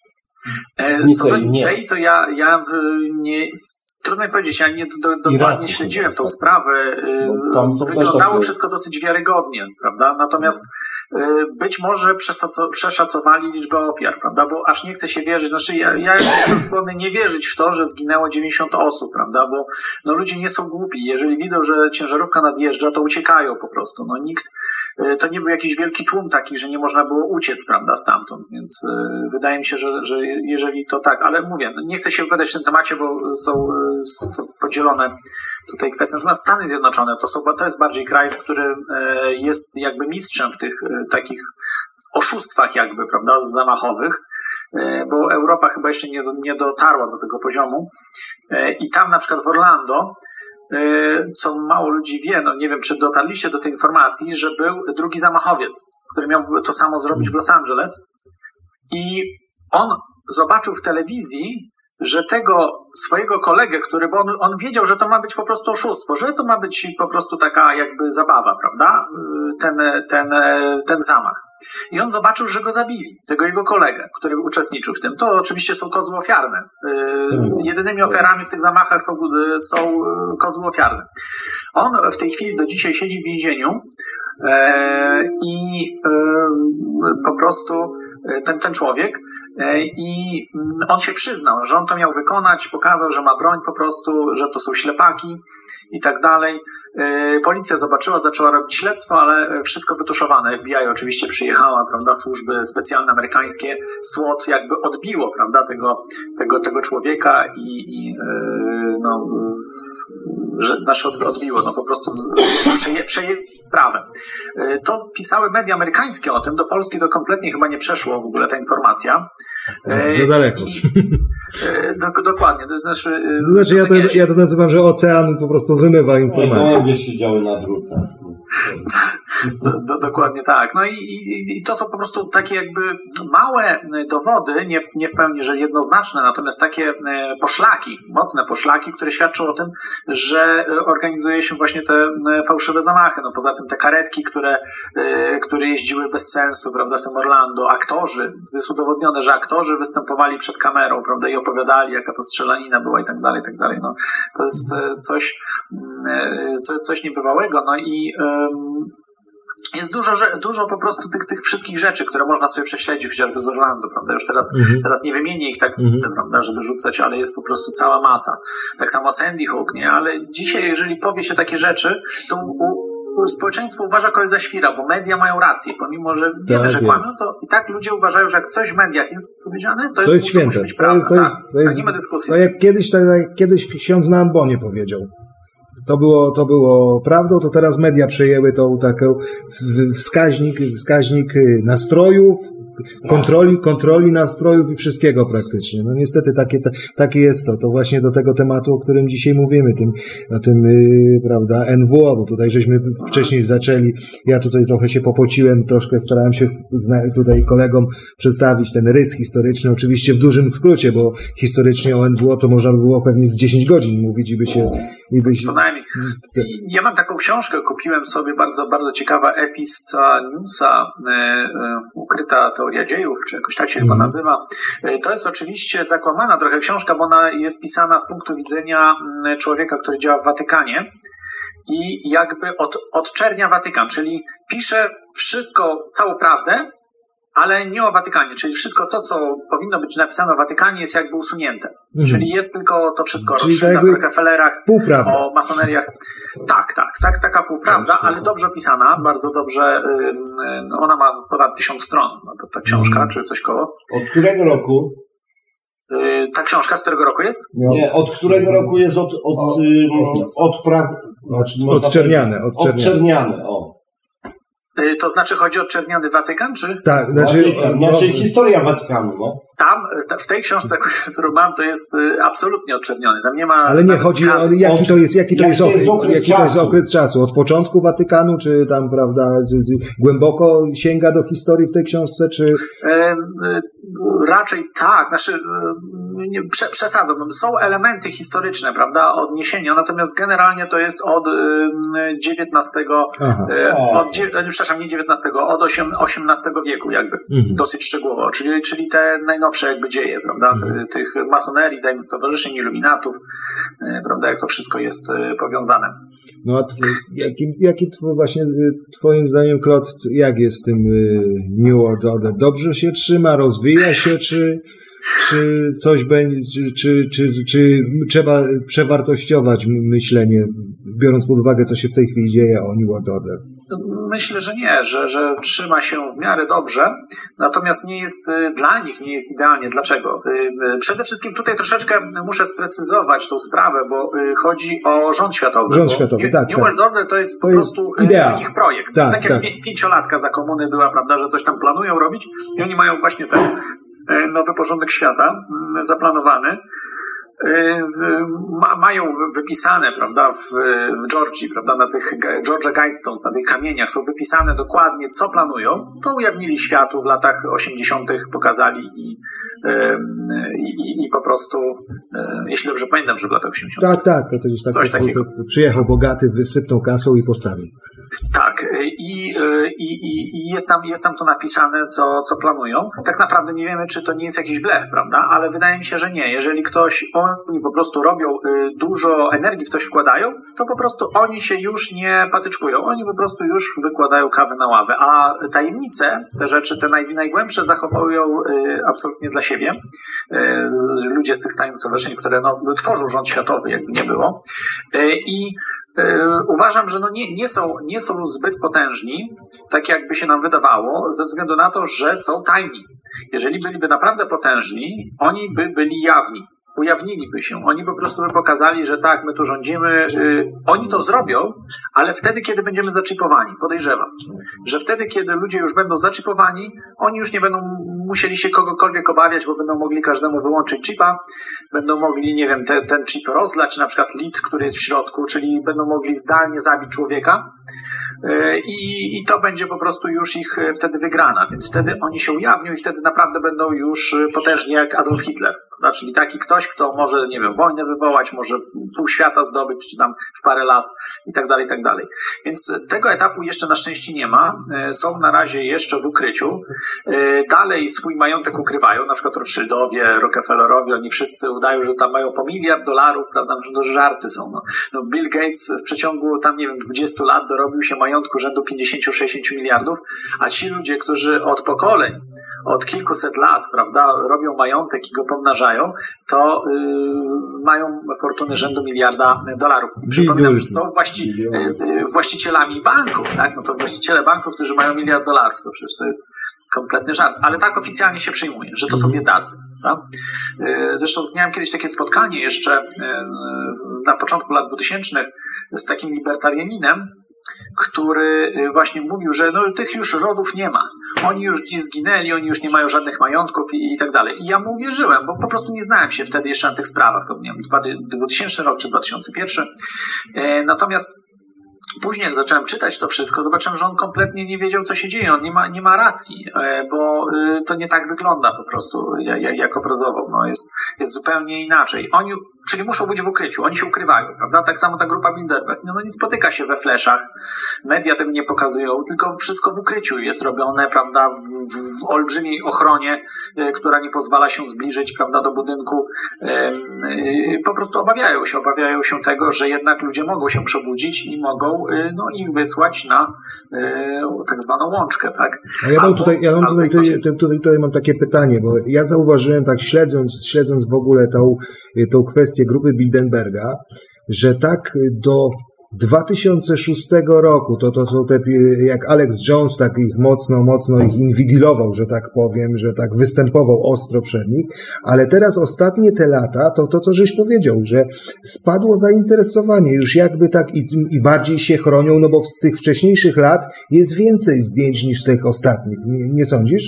Co do Nicei, to ja, ja nie... Trudno mi powiedzieć, ja nie do, do, dokładnie śledziłem tą sprawę. Wyglądało wszystko dosyć wiarygodnie, prawda? Natomiast być może przeszacowali liczbę ofiar, prawda? Bo aż nie chcę się wierzyć, znaczy ja, ja jestem skłonny nie wierzyć w to, że zginęło dziewięćdziesiąt osób, prawda? Bo no, ludzie nie są głupi. Jeżeli widzą, że ciężarówka nadjeżdża, to uciekają po prostu. No nikt, to nie był jakiś wielki tłum taki, że nie można było uciec, prawda, stamtąd, więc y, wydaje mi się, że, że jeżeli to tak, ale mówię, nie chcę się wypowiadać w tym temacie, bo są y, podzielone tutaj kwestie. Natomiast Stany Zjednoczone to, są, to jest bardziej kraj, który y, jest jakby mistrzem w tych y, takich oszustwach jakby, prawda, zamachowych, y, bo Europa chyba jeszcze nie, do, nie dotarła do tego poziomu y, i tam na przykład w Orlando, co mało ludzi wie, no nie wiem, czy dotarliście do tej informacji, że był drugi zamachowiec, który miał to samo zrobić w Los Angeles i on zobaczył w telewizji, że tego swojego kolegę, który, bo on, on wiedział, że to ma być po prostu oszustwo, że to ma być po prostu taka jakby zabawa, prawda, ten, ten, ten zamach. i on zobaczył, że go zabili, tego jego kolegę, który uczestniczył w tym. To oczywiście są kozły ofiarne. Jedynymi ofiarami w tych zamachach są, są kozły ofiarne. On w tej chwili do dzisiaj siedzi w więzieniu i po prostu ten, ten człowiek i on się przyznał, że on to miał wykonać, pokazał, że ma broń po prostu, że to są ślepaki i tak dalej. Policja zobaczyła, zaczęła robić śledztwo, ale wszystko wytuszowane. F B I oczywiście przyjechała, prawda, służby specjalne amerykańskie, SWAT jakby odbiło, prawda, tego, tego, tego człowieka i, i no, że nasze odbiło, no po prostu przeje, przejęli prawem. To pisały media amerykańskie o tym, do Polski to kompletnie chyba nie przeszło w ogóle ta informacja. Za daleko. I, do, dokładnie. To znaczy, to znaczy ja, to, ja to nazywam, że ocean po prostu wymywa informacje. No, się działy na drutach. Do, do, dokładnie tak. No i, i, i to są po prostu takie jakby małe dowody, nie w, nie w pełni, że jednoznaczne, natomiast takie poszlaki, mocne poszlaki, które świadczą o tym, że organizuje się właśnie te fałszywe zamachy. No poza tym te karetki, które, które jeździły bez sensu, prawda, w tym Orlando, aktorzy, to jest udowodnione, że aktorzy występowali przed kamerą, prawda, i opowiadali, jaka to strzelanina była i tak dalej, i tak dalej. No, to jest coś, coś niebywałego. No i jest dużo, dużo po prostu tych, tych wszystkich rzeczy, które można sobie prześledzić, chociażby z Orlando, prawda? Już teraz, mhm. teraz nie wymienię ich tak, mhm. prawda, żeby rzucać, ale jest po prostu cała masa. Tak samo Sandy Hook, nie? Ale dzisiaj, jeżeli powie się takie rzeczy, to u, u społeczeństwo uważa kogoś za świra, bo media mają rację, pomimo, że wiemy, tak że kłamią, to i tak ludzie uważają, że jak coś w mediach jest powiedziane, to, to jest, jest święte. To, być prawda, to jest, to jest, tak, nie ma dyskusji. To jak kiedyś, tak, jak kiedyś ksiądz na ambonie powiedział. To było, to było prawdą, to teraz media przejęły tą taką wskaźnik, wskaźnik nastrojów, kontroli, kontroli nastrojów i wszystkiego praktycznie. No niestety takie, takie jest to. To właśnie do tego tematu, o którym dzisiaj mówimy, tym, o tym, yy, prawda, N W O, bo tutaj żeśmy wcześniej zaczęli, ja tutaj trochę się popociłem, troszkę starałem się tutaj kolegom przedstawić ten rys historyczny, oczywiście w dużym skrócie, bo historycznie o N W O to można by było pewnie z dziesięć godzin mówić i by się... I by się co najmniej. Ja mam taką książkę, kupiłem sobie, bardzo, bardzo ciekawa, Epista Newsa, e, e, Ukryta teoria dziejów, czy jakoś tak się mm. chyba nazywa. E, to jest oczywiście zakłamana trochę książka, bo ona jest pisana z punktu widzenia człowieka, który działa w Watykanie i jakby od, odczernia Watykan, czyli pisze wszystko, całą prawdę, ale nie o Watykanie, czyli wszystko to, co powinno być napisane o Watykanie, jest jakby usunięte. Mhm. Czyli jest tylko to wszystko rozszyte o Rockefellerach, o masoneriach. Tak, tak, tak, taka półprawda, ale dobrze opisana, bardzo dobrze. No ona ma ponad tysiąc stron, no to ta książka, mhm. czy coś koło. Od którego roku? Ta książka z którego roku jest? Nie, od którego roku jest od, od, od, od, od pra... znaczy, odczerniane, odczerniane. Odczerniane, o. To znaczy chodzi o czerniany Watykan, czy? Tak, znaczy, Watykan, znaczy historia Watykanu, no. Tam, w tej książce, którą mam, to jest absolutnie odczerniony. Tam nie ma. Ale nie chodzi o jaki to jest, jaki to jest okres, okres jaki to jest okres czasu. Od początku Watykanu, czy tam, prawda, czy, czy głęboko sięga do historii w tej książce, czy? E, raczej tak, znaczy nie, prze, przesadzam. Są elementy historyczne, prawda, odniesienia, natomiast generalnie to jest od dziewiętnastego, e, od, przepraszam, nie dziewiętnastego, od osiemnastego wieku jakby, mhm. dosyć szczegółowo, czyli, czyli te najnowsze jakby dzieje, prawda, mhm. tych masonerii, tajemnic stowarzyszeń, iluminatów, prawda, jak to wszystko jest powiązane. No a jaki, jaki właśnie twoim zdaniem, Claude, jak jest z tym New World Order? Dobrze się trzyma, rozwija się, czy, czy coś będzie, czy, czy, czy, czy trzeba przewartościować myślenie, biorąc pod uwagę, co się w tej chwili dzieje o New World Order? Myślę, że nie, że, że trzyma się w miarę dobrze, natomiast nie jest, dla nich nie jest idealnie. Dlaczego? Przede wszystkim tutaj troszeczkę muszę sprecyzować tą sprawę, bo chodzi o rząd światowy. Rząd światowy, tak. New tak. World Order to jest to po prostu jest idea. Ich projekt. Tak, tak jak tak. pięciolatka za komuny była, prawda, że coś tam planują robić i oni mają właśnie ten nowy porządek świata zaplanowany. Ma, mają wypisane, prawda, w, w Georgii, prawda, na tych Georgia Guidestones, na tych kamieniach są wypisane dokładnie, co planują. To ujawnili światu w latach osiemdziesiątych, pokazali i, i, i po prostu, jeśli dobrze pamiętam, że w latach osiemdziesiątych. Tak, tak, to też tak, coś takiego. Przyjechał bogaty, wysypnął kasą i postawił. Tak, i, i, i, i jest, tam, jest tam to napisane, co, co planują. Tak naprawdę nie wiemy, czy to nie jest jakiś blef, prawda? Ale wydaje mi się, że nie. Jeżeli ktoś, oni po prostu robią dużo energii w coś wkładają, to po prostu oni się już nie patyczkują. Oni po prostu już wykładają kawę na ławę. A tajemnice, te rzeczy, te naj, najgłębsze zachowują absolutnie dla siebie. Ludzie z tych Stanów Zjednoczonych, które no, tworzą rząd światowy, jakby nie było. I uważam, że no nie, nie, są, nie są zbyt potężni, tak jakby się nam wydawało, ze względu na to, że są tajni. Jeżeli byliby naprawdę potężni, oni by byli jawni. Ujawniliby się. Oni po prostu by pokazali, że tak, my tu rządzimy. Yy, oni to zrobią, ale wtedy, kiedy będziemy zaczipowani. Podejrzewam, że wtedy, kiedy ludzie już będą zaczipowani, oni już nie będą musieli się kogokolwiek obawiać, bo będą mogli każdemu wyłączyć chipa, będą mogli, nie wiem, te, ten chip rozlać, na przykład lit, który jest w środku, czyli będą mogli zdalnie zabić człowieka. I, I to będzie po prostu już ich wtedy wygrana, więc wtedy oni się ujawnią i wtedy naprawdę będą już potężni jak Adolf Hitler. Czyli taki ktoś, kto może, nie wiem, wojnę wywołać, może pół świata zdobyć, czy tam w parę lat i tak dalej, i tak dalej. Więc tego etapu jeszcze na szczęście nie ma. Są na razie jeszcze w ukryciu. Dalej swój majątek ukrywają, na przykład Rothschildowie, Rockefellerowie, oni wszyscy udają, że tam mają po miliard dolarów, prawda, że to żarty są. No. No Bill Gates w przeciągu tam, nie wiem, dwudziestu lat dorobił się majątku rzędu pięćdziesiąt sześćdziesiąt miliardów, a ci ludzie, którzy od pokoleń, od kilkuset lat, prawda, robią majątek i go pomnażają, to yy, mają fortuny rzędu miliarda dolarów. Przypominam, że są właści, yy, właścicielami banków, tak? No to właściciele banków, którzy mają miliard dolarów, to przecież to jest kompletny żart. Ale tak oficjalnie się przyjmuje, że to są biedacy. Tak? Yy, zresztą miałem kiedyś takie spotkanie jeszcze yy, na początku lat dwutysięcznych z takim libertarianinem, który właśnie mówił, że no, tych już rodów nie ma. Oni już gdzieś zginęli, oni już nie mają żadnych majątków i, i tak dalej. I ja mu uwierzyłem, bo po prostu nie znałem się wtedy jeszcze na tych sprawach. To nie wiem, dwutysięczny rok czy dwa tysiące pierwszy. E, natomiast później, jak zacząłem czytać to wszystko, zobaczyłem, że on kompletnie nie wiedział, co się dzieje. On nie ma, nie ma racji, bo to nie tak wygląda po prostu, jak, jak obrazował. No jest, jest zupełnie inaczej. Oni, czyli muszą być w ukryciu, oni się ukrywają, prawda? Tak samo ta grupa Bilderberg. No, no nie spotyka się we fleszach, media tego nie pokazują, tylko wszystko w ukryciu jest robione, prawda, w, w, w olbrzymiej ochronie, e, która nie pozwala się zbliżyć, prawda, do budynku. E, e, po prostu obawiają się, obawiają się tego, że jednak ludzie mogą się przebudzić i mogą e, no, ich wysłać na e, tak zwaną łączkę, tak? A ja mam tutaj, ja mam tutaj, tutaj, tutaj, tutaj mam takie pytanie, bo ja zauważyłem tak śledząc, śledząc w ogóle tą, tą kwestię grupy Bilderberga, że tak do dwa tysiące szóstego roku, to, to są te, jak Alex Jones tak ich mocno, mocno ich inwigilował, że tak powiem, że tak występował ostro przed nich, ale teraz ostatnie te lata, to to, co żeś powiedział, że spadło zainteresowanie, już jakby tak i, i bardziej się chronią, no bo z tych wcześniejszych lat jest więcej zdjęć niż tych ostatnich, nie, nie sądzisz?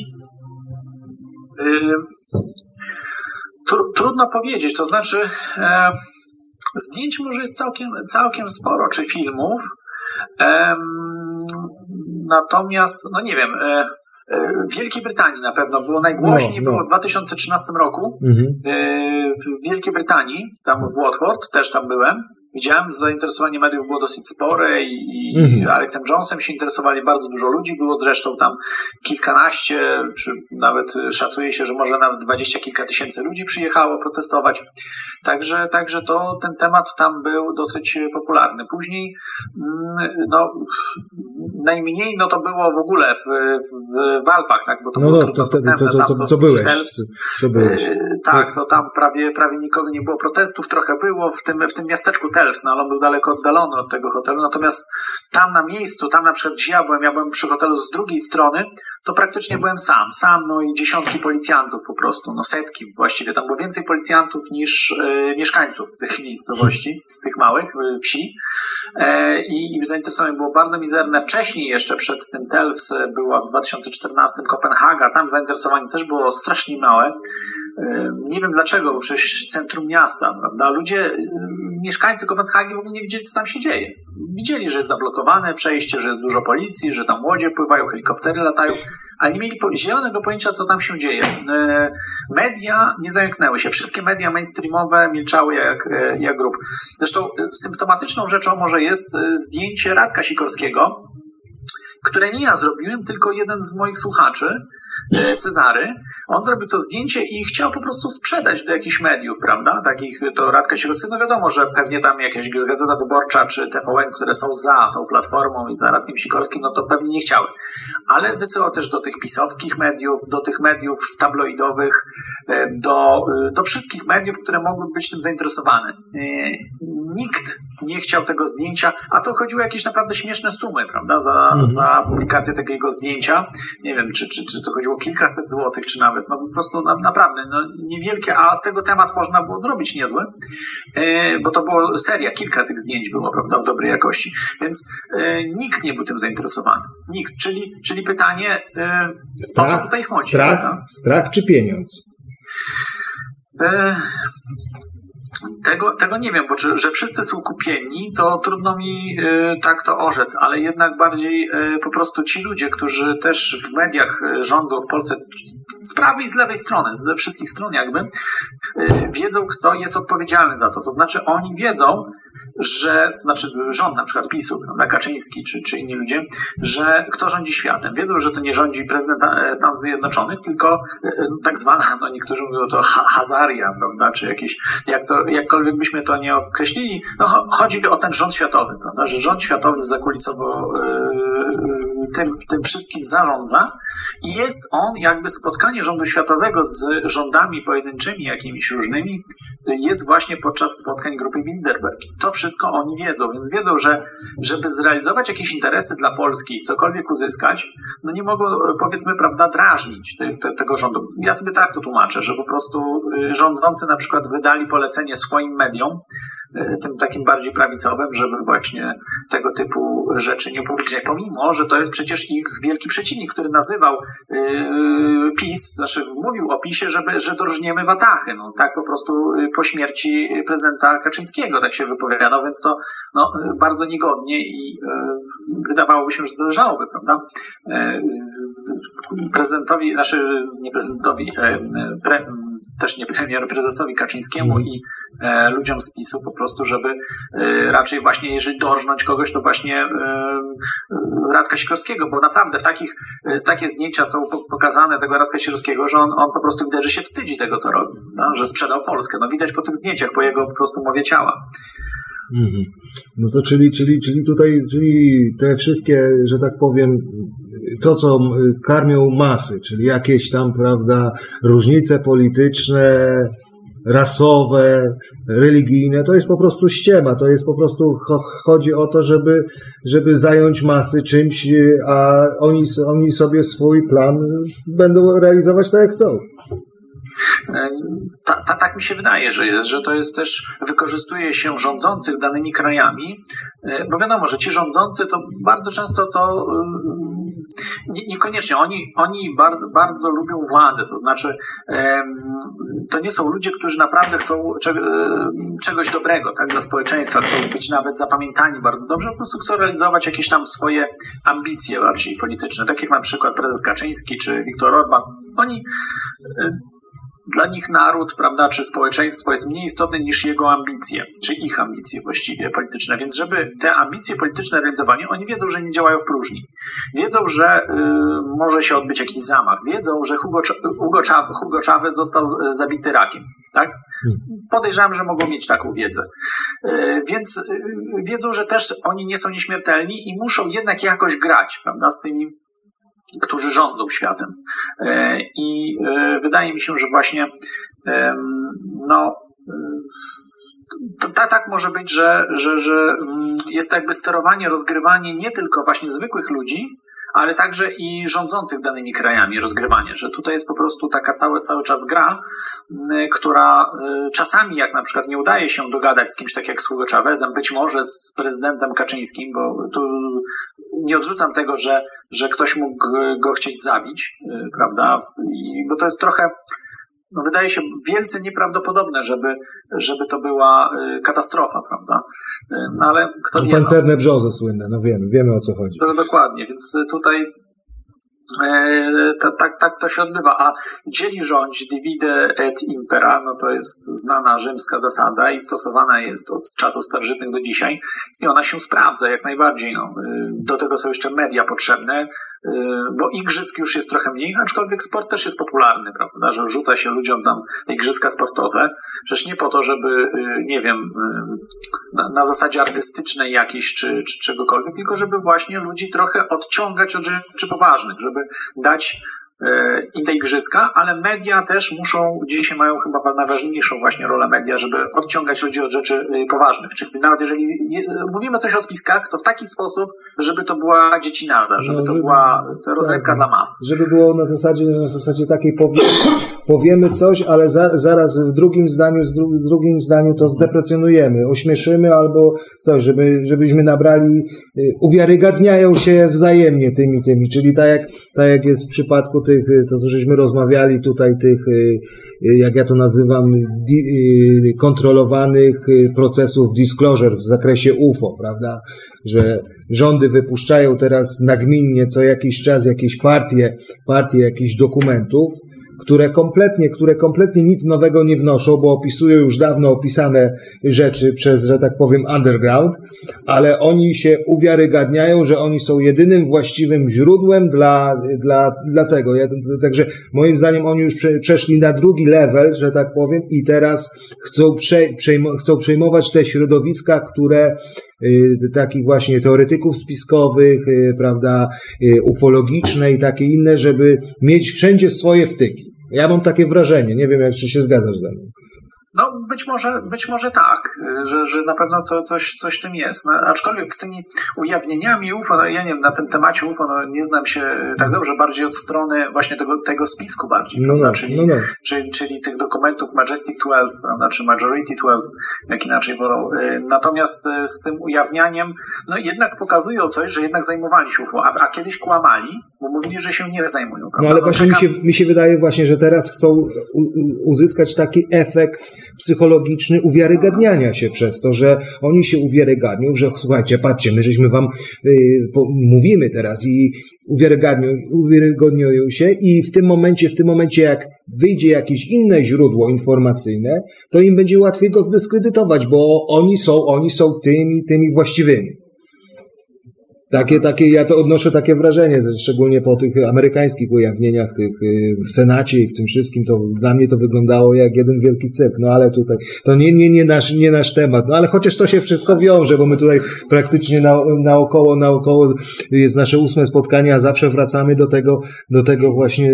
Trudno powiedzieć, to znaczy e, zdjęć może jest całkiem, całkiem sporo, czy filmów, e, natomiast, no nie wiem, e, w Wielkiej Brytanii na pewno było najgłośniej, no, no. było w dwa tysiące trzynastym roku, mhm. w Wielkiej Brytanii, tam w Watford, też tam byłem, widziałem, zainteresowanie mediów było dosyć spore i, i mhm. Alexem Jonesem się interesowali bardzo dużo ludzi, było zresztą tam kilkanaście, czy nawet szacuje się, że może nawet dwadzieścia kilka tysięcy ludzi przyjechało protestować, także, także to ten temat tam był dosyć popularny. Później no, najmniej no to było w ogóle w, w w Alpach, tak, bo to no było no, trudno to wtedy, dostępne. Co, co, co, co byłeś? Hells, co byłeś? Yy, tak, to tam prawie, prawie nikogo nie było, protestów trochę było w tym, w tym miasteczku Telfs, no ale on był daleko oddalony od tego hotelu, natomiast tam na miejscu, tam na przykład gdzie ja byłem, ja byłem przy hotelu z drugiej strony, to praktycznie byłem sam, sam, no i dziesiątki policjantów po prostu, no setki właściwie, tam było więcej policjantów niż e, mieszkańców tych miejscowości, tych małych e, wsi e, i, i zainteresowanie było bardzo mizerne. Wcześniej jeszcze przed tym Telfs była w dwa tysiące czternastym Kopenhaga, tam zainteresowanie też było strasznie małe. E, nie wiem dlaczego, bo przecież centrum miasta, prawda, ludzie, e, mieszkańcy Kopenhagi w ogóle nie wiedzieli, co tam się dzieje. Widzieli, że jest zablokowane przejście, że jest dużo policji, że tam łodzie pływają, helikoptery latają, ale nie mieli zielonego pojęcia, co tam się dzieje. Media nie zająknęły się. Wszystkie media mainstreamowe milczały jak, jak grób. Zresztą symptomatyczną rzeczą może jest zdjęcie Radka Sikorskiego, które nie ja zrobiłem, tylko jeden z moich słuchaczy, Cezary, on zrobił to zdjęcie i chciał po prostu sprzedać do jakichś mediów, prawda? Takich, to Radka Sikorskiego, no wiadomo, że pewnie tam jakaś Gazeta Wyborcza czy T V N, które są za tą platformą i za Radkiem Sikorskim, no to pewnie nie chciały. Ale wysyłał też do tych pisowskich mediów, do tych mediów tabloidowych, do, do wszystkich mediów, które mogły być tym zainteresowane. Nikt nie chciał tego zdjęcia, a to chodziło o jakieś naprawdę śmieszne sumy, prawda, za, mhm. za publikację takiego zdjęcia. Nie wiem, czy, czy, czy to chodziło o kilkaset złotych, czy nawet, no po prostu na, naprawdę, no niewielkie, a z tego temat można było zrobić niezły, yy, bo to była seria, kilka tych zdjęć było, prawda, w dobrej jakości, więc yy, nikt nie był tym zainteresowany. Nikt, czyli, czyli pytanie, yy, strach, o co tutaj chodzi? Strach, prawda? strach czy pieniądz? Yy, Tego, tego nie wiem, bo czy, że wszyscy są kupieni, to trudno mi y, tak to orzec, ale jednak bardziej y, po prostu ci ludzie, którzy też w mediach y, rządzą w Polsce z prawej i z lewej strony, ze wszystkich stron jakby, y, wiedzą, kto jest odpowiedzialny za to. To znaczy oni wiedzą, że, to znaczy rząd na przykład PiSu, prawda, Kaczyński czy, czy inni ludzie, że kto rządzi światem. Wiedzą, że to nie rządzi prezydent Stanów Zjednoczonych, tylko y, tak zwana, no niektórzy mówią to ha- hazaria, prawda, czy jakieś, jak to, jakkolwiek byśmy to nie określili, no chodzi o ten rząd światowy, prawda, że rząd światowy zakulisowo yy, tym, tym wszystkim zarządza i jest on jakby spotkanie rządu światowego z rządami pojedynczymi, jakimiś różnymi, jest właśnie podczas spotkań grupy Bilderberg. To wszystko oni wiedzą, więc wiedzą, że żeby zrealizować jakieś interesy dla Polski, cokolwiek uzyskać, no nie mogą, powiedzmy, prawda, drażnić te, te, tego rządu. Ja sobie tak to tłumaczę, że po prostu rządzący na przykład wydali polecenie swoim mediom, tym takim bardziej prawicowym, żeby właśnie tego typu rzeczy nie upubliczniać, pomimo, że to jest przecież ich wielki przeciwnik, który nazywał yy, PiS, znaczy mówił o PiSie, żeby, że dorżniemy watachy. No tak po prostu po śmierci prezydenta Kaczyńskiego tak się wypowiadał, więc to no, bardzo niegodnie i yy, wydawałoby się, że zależałoby, prawda? Yy, prezydentowi, znaczy nie prezydentowi, yy, pre, też nie premier, prezesowi Kaczyńskiemu i e, ludziom z PiSu po prostu, żeby e, raczej właśnie, jeżeli dorżnąć kogoś, to właśnie e, Radka Sikorskiego, bo naprawdę w takich, e, takie zdjęcia są po, pokazane tego Radka Sikorskiego, że on, on po prostu widać, że się wstydzi tego, co robi, no, że sprzedał Polskę. No widać po tych zdjęciach, po jego po prostu mowie ciała. Mhm. No to czyli, czyli, czyli tutaj, czyli te wszystkie, że tak powiem, to co karmią masy, czyli jakieś tam, prawda, różnice polityczne, rasowe, religijne, to jest po prostu ściema, to jest po prostu, chodzi o to, żeby, żeby zająć masy czymś, a oni, oni sobie swój plan będą realizować tak jak chcą. Ta, ta, tak mi się wydaje, że jest, że to jest też, wykorzystuje się rządzących danymi krajami, bo wiadomo, że ci rządzący to bardzo często to nie, niekoniecznie, oni, oni bar, bardzo lubią władzę, to znaczy to nie są ludzie, którzy naprawdę chcą czegoś dobrego, tak, dla społeczeństwa, chcą być nawet zapamiętani bardzo dobrze, po prostu chcą realizować jakieś tam swoje ambicje bardziej polityczne, tak jak na przykład prezes Kaczyński czy Viktor Orban. Oni Dla nich naród, prawda, czy społeczeństwo jest mniej istotne niż jego ambicje, czy ich ambicje właściwie polityczne. Więc żeby te ambicje polityczne realizowanie, oni wiedzą, że nie działają w próżni. Wiedzą, że y, może się odbyć jakiś zamach. Wiedzą, że Hugo, Hugo, Chavez, Hugo Chavez został zabity rakiem. Tak? Podejrzewam, że mogą mieć taką wiedzę. Y, więc y, wiedzą, że też oni nie są nieśmiertelni i muszą jednak jakoś grać, prawda, z tymi, którzy rządzą światem. I wydaje mi się, że właśnie no to, to, tak może być, że, że, że jest to jakby sterowanie, rozgrywanie nie tylko właśnie zwykłych ludzi, ale także i rządzących danymi krajami rozgrywanie, że tutaj jest po prostu taka cały, cały czas gra, która czasami, jak na przykład nie udaje się dogadać z kimś tak jak z Hugo Chavezem, być może z prezydentem Kaczyńskim, bo tu nie odrzucam tego, że, że ktoś mógł go chcieć zabić, prawda, I, bo to jest trochę, no wydaje się wielce nieprawdopodobne, żeby, żeby to była katastrofa, prawda? No ale kto wie. Pancerne brzozy słynne, no wiemy, wiemy o co chodzi. To dokładnie, więc tutaj Tak, tak, tak to się odbywa, a dzieli rządź, divide et impera, no to jest znana rzymska zasada i stosowana jest od czasów starożytnych do dzisiaj i ona się sprawdza jak najbardziej. No. Do tego są jeszcze media potrzebne, bo igrzysk już jest trochę mniej, aczkolwiek sport też jest popularny, prawda, że wrzuca się ludziom tam te igrzyska sportowe, przecież nie po to, żeby, nie wiem, na, na zasadzie artystycznej jakiejś czy, czy czegokolwiek, tylko żeby właśnie ludzi trochę odciągać od rzeczy poważnych, żeby dać i te igrzyska, ale media też muszą, dzisiaj mają chyba najważniejszą właśnie rolę media, żeby odciągać ludzi od rzeczy poważnych. Czyli nawet jeżeli mówimy coś o spiskach, to w taki sposób, żeby to była dziecinada, żeby no, to żeby, była to rozrywka tak, dla mas. Żeby było na zasadzie, na zasadzie takiej powiemy, powiemy coś, ale za, zaraz w drugim zdaniu, z, dru, z drugim zdaniu to zdeprecjonujemy, ośmieszymy albo coś, żeby, żebyśmy nabrali, uwiarygadniają się wzajemnie tymi, tymi, czyli tak jak, tak jak jest w przypadku tych, to co żeśmy rozmawiali tutaj, tych, jak ja to nazywam, di, kontrolowanych procesów disclosure w zakresie U F O, prawda, że rządy wypuszczają teraz nagminnie co jakiś czas jakieś partie, partie jakichś dokumentów, które kompletnie, które kompletnie nic nowego nie wnoszą, bo opisują już dawno opisane rzeczy przez, że tak powiem, underground, ale oni się uwiarygadniają, że oni są jedynym właściwym źródłem dla, dla, dla tego. Ja, także moim zdaniem oni już prze, przeszli na drugi level, że tak powiem, i teraz chcą, prze, przejmo, chcą przejmować te środowiska, które y, takich właśnie teoretyków spiskowych, y, prawda, y, ufologiczne i takie inne, żeby mieć wszędzie swoje wtyki. Ja mam takie wrażenie, nie wiem, jak czy się zgadzasz ze mną. No być może, być może tak, że, że na pewno co, coś, coś w tym jest. No, aczkolwiek z tymi ujawnieniami U F O, no, ja nie wiem, na tym temacie U F O no, nie znam się tak dobrze, bardziej od strony właśnie tego, tego spisku bardziej, no, prawda? No, czyli, no, no. Czyli, czyli tych dokumentów Majestic dwanaście, prawda? Czy Majority dwanaście, jak inaczej wolą. Natomiast z tym ujawnianiem, no jednak pokazują coś, że jednak zajmowali się U F O, a, a kiedyś kłamali, bo mówili, że się nie zajmują. Prawda? No ale no, właśnie czekam... mi się, mi się wydaje właśnie, że teraz chcą u, uzyskać taki efekt psychologiczny uwiarygadniania się przez to, że oni się uwiarygadnią, że słuchajcie, patrzcie, my żeśmy wam y, po, mówimy teraz i uwiarygadnią, uwiarygodniują się i w tym momencie, w tym momencie jak wyjdzie jakieś inne źródło informacyjne, to im będzie łatwiej go zdyskredytować, bo oni są, oni są tymi, tymi właściwymi. Takie, takie, ja to odnoszę takie wrażenie, szczególnie po tych amerykańskich ujawnieniach tych w Senacie i w tym wszystkim, to dla mnie to wyglądało jak jeden wielki cyrk, no ale tutaj, to nie, nie, nie nasz, nie nasz temat, no ale chociaż to się wszystko wiąże, bo my tutaj praktycznie na, naokoło, naokoło jest nasze ósme spotkanie, a zawsze wracamy do tego, do tego właśnie,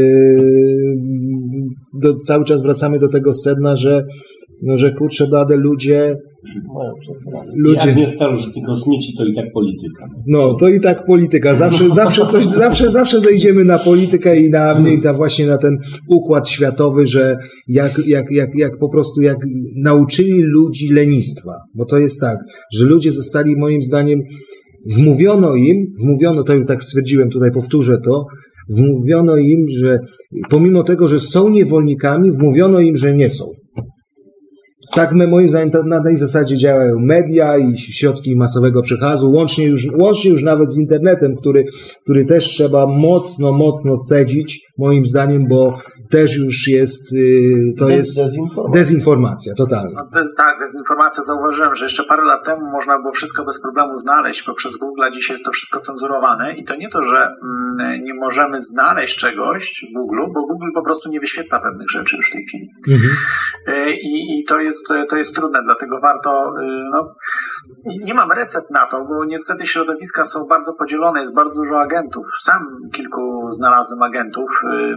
do, cały czas wracamy do tego sedna, że no, że kurczę blade ludzie Ludzie... Jak nie starożytni kosmici, to i tak polityka. No, to i tak polityka. Zawsze, zawsze coś, zawsze, zawsze zejdziemy na politykę i na, i na właśnie na ten układ światowy, że jak, jak, jak, jak po prostu jak nauczyli ludzi lenistwa. Bo to jest tak, że ludzie zostali moim zdaniem, wmówiono im, wmówiono, to tak stwierdziłem, tutaj powtórzę to, wmówiono im, że pomimo tego, że są niewolnikami, wmówiono im, że nie są. Tak moim zdaniem na tej zasadzie działają media i środki masowego przekazu, łącznie już, łącznie już nawet z internetem, który, który też trzeba mocno, mocno cedzić, moim zdaniem, bo też już jest, to Dez, jest dezinformacja, dezinformacja totalna. No, de, tak, dezinformacja. Zauważyłem, że jeszcze parę lat temu można było wszystko bez problemu znaleźć poprzez Google, a dzisiaj jest to wszystko cenzurowane i to nie to, że mm, nie możemy znaleźć czegoś w Google, bo Google po prostu nie wyświetla pewnych rzeczy już w tej chwili. Mhm. I, I to jest to jest trudne, dlatego warto, no, nie mam recept na to, bo niestety środowiska są bardzo podzielone, jest bardzo dużo agentów, sam kilku znalazłem agentów,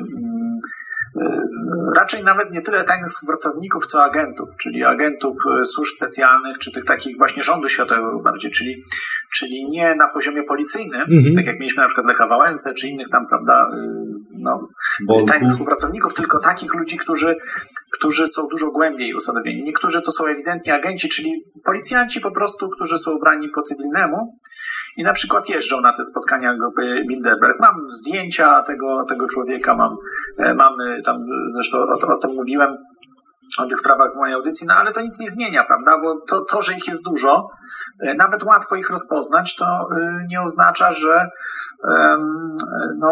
raczej nawet nie tyle tajnych współpracowników, co agentów, czyli agentów służb specjalnych, czy tych takich właśnie rządu światowego bardziej, czyli, czyli nie na poziomie policyjnym, mhm. tak jak mieliśmy na przykład Lecha Wałęsę, czy innych tam, prawda, no, tajnych współpracowników, tylko takich ludzi, którzy, którzy są dużo głębiej usadowieni. Niektórzy to są ewidentnie agenci, czyli policjanci po prostu, którzy są ubrani po cywilnemu i na przykład jeżdżą na te spotkania grupy Bilderberg. Mam zdjęcia tego, tego człowieka, mam, mamy tam, zresztą o, o tym mówiłem, o tych sprawach w mojej audycji, no ale to nic nie zmienia, prawda, bo to, to, że ich jest dużo, nawet łatwo ich rozpoznać, to nie oznacza, że no,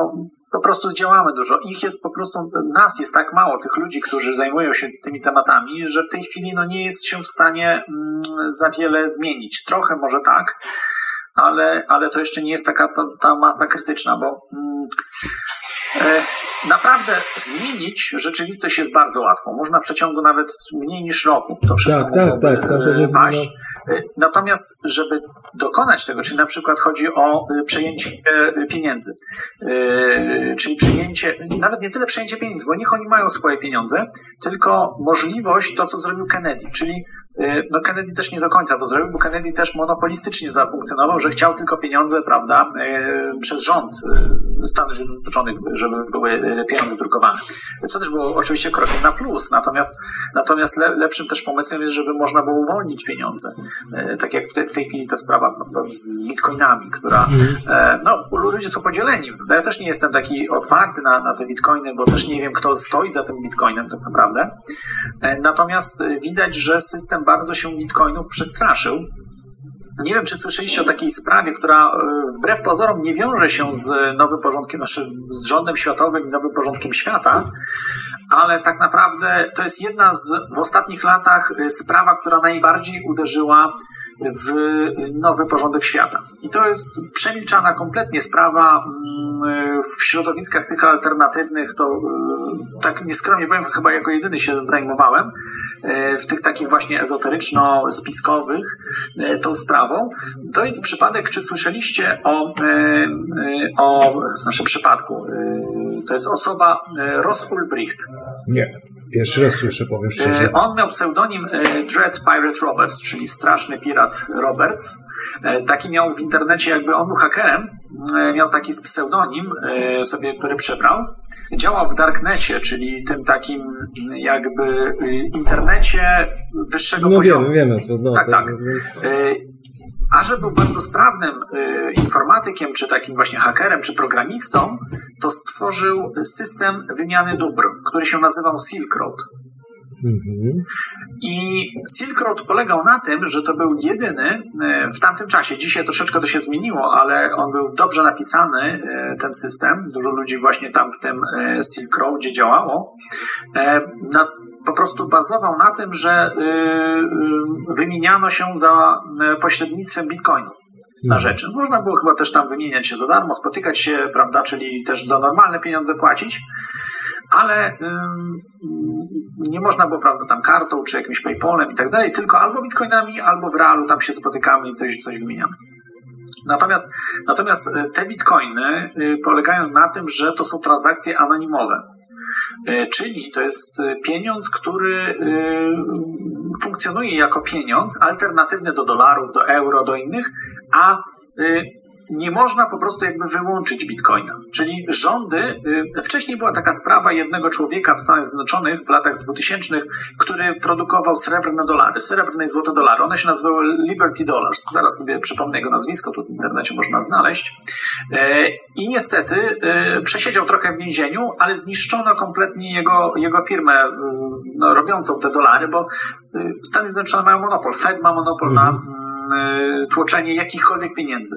po prostu zdziałamy dużo. Ich jest po prostu, nas jest tak mało, tych ludzi, którzy zajmują się tymi tematami, że w tej chwili no, nie jest się w stanie mm, za wiele zmienić. Trochę może tak, ale, ale to jeszcze nie jest taka ta, ta masa krytyczna, bo mm, e, naprawdę zmienić rzeczywistość jest bardzo łatwo. Można w przeciągu nawet mniej niż roku to wszystko tak, tak, tak, tak, tak, paść. Natomiast, żeby dokonać tego, czyli na przykład chodzi o przejęcie pieniędzy, czyli przejęcie, nawet nie tyle przejęcie pieniędzy, bo niech oni mają swoje pieniądze, tylko możliwość to, co zrobił Kennedy, czyli no Kennedy też nie do końca to zrobił, bo Kennedy też monopolistycznie zafunkcjonował, że chciał tylko pieniądze, prawda, przez rząd Stanów Zjednoczonych, żeby były pieniądze drukowane. Co też było oczywiście krokiem na plus, natomiast, natomiast le, lepszym też pomysłem jest, żeby można było uwolnić pieniądze. Tak jak w, te, w tej chwili ta sprawa, prawda, z bitcoinami, która, mm. no ludzie są podzieleni. Ja też nie jestem taki otwarty na, na te bitcoiny, bo też nie wiem, kto stoi za tym bitcoinem tak naprawdę. Natomiast widać, że system bardzo się bitcoinów przestraszył. Nie wiem, czy słyszeliście o takiej sprawie, która wbrew pozorom nie wiąże się z nowym porządkiem, znaczy z rządem światowym i nowym porządkiem świata, ale tak naprawdę to jest jedna z w ostatnich latach sprawa, która najbardziej uderzyła w nowy porządek świata. I to jest przemilczana kompletnie sprawa w środowiskach tych alternatywnych, to tak nieskromnie powiem, chyba jako jedyny się zajmowałem w tych takich właśnie ezoteryczno-spiskowych tą sprawą. To jest przypadek, czy słyszeliście o, o naszym przypadku? To jest osoba Ross Ulbricht. Nie, pierwszy raz słyszę, powiem szczerze. On miał pseudonim Dread Pirate Roberts, czyli straszny pirat Roberts. Taki miał w internecie, jakby on był hakerem, miał taki pseudonim sobie, który przybrał. Działał w darknecie, czyli tym takim jakby internecie wyższego no poziomu. Wiemy, wiemy. Co, no, tak, to, tak. To, to... A że był bardzo sprawnym y, informatykiem, czy takim właśnie hakerem, czy programistą, to stworzył system wymiany dóbr, który się nazywał Silk Road. Mhm. I Silk Road polegał na tym, że to był jedyny y, w tamtym czasie, dzisiaj troszeczkę to się zmieniło, ale on był dobrze napisany, y, ten system. Dużo ludzi właśnie tam w tym y, Silk Roadzie działało. Y, na, po prostu bazował na tym, że y, y, wymieniano się za y, pośrednictwem bitcoinów na hmm. rzeczy. Można było chyba też tam wymieniać się za darmo, spotykać się, prawda, czyli też za normalne pieniądze płacić, ale y, nie można było, prawda, tam kartą czy jakimś PayPalem i tak dalej, tylko albo bitcoinami, albo w realu tam się spotykamy i coś, coś wymieniamy. Natomiast, natomiast te bitcoiny polegają na tym, że to są transakcje anonimowe. Czyli to jest pieniądz, który funkcjonuje jako pieniądz alternatywny do dolarów, do euro, do innych, a nie można po prostu jakby wyłączyć bitcoina. Czyli rządy, wcześniej była taka sprawa jednego człowieka w Stanach Zjednoczonych w latach dwutysięcznych, który produkował srebrne dolary, srebrne i złote dolary. One się nazywały Liberty Dollars. Zaraz sobie przypomnę jego nazwisko, tu w internecie można znaleźć. I niestety przesiedział trochę w więzieniu, ale zniszczono kompletnie jego, jego firmę no, robiącą te dolary, bo Stany Zjednoczone mają monopol. Fed ma monopol mhm. na tłoczenie jakichkolwiek pieniędzy.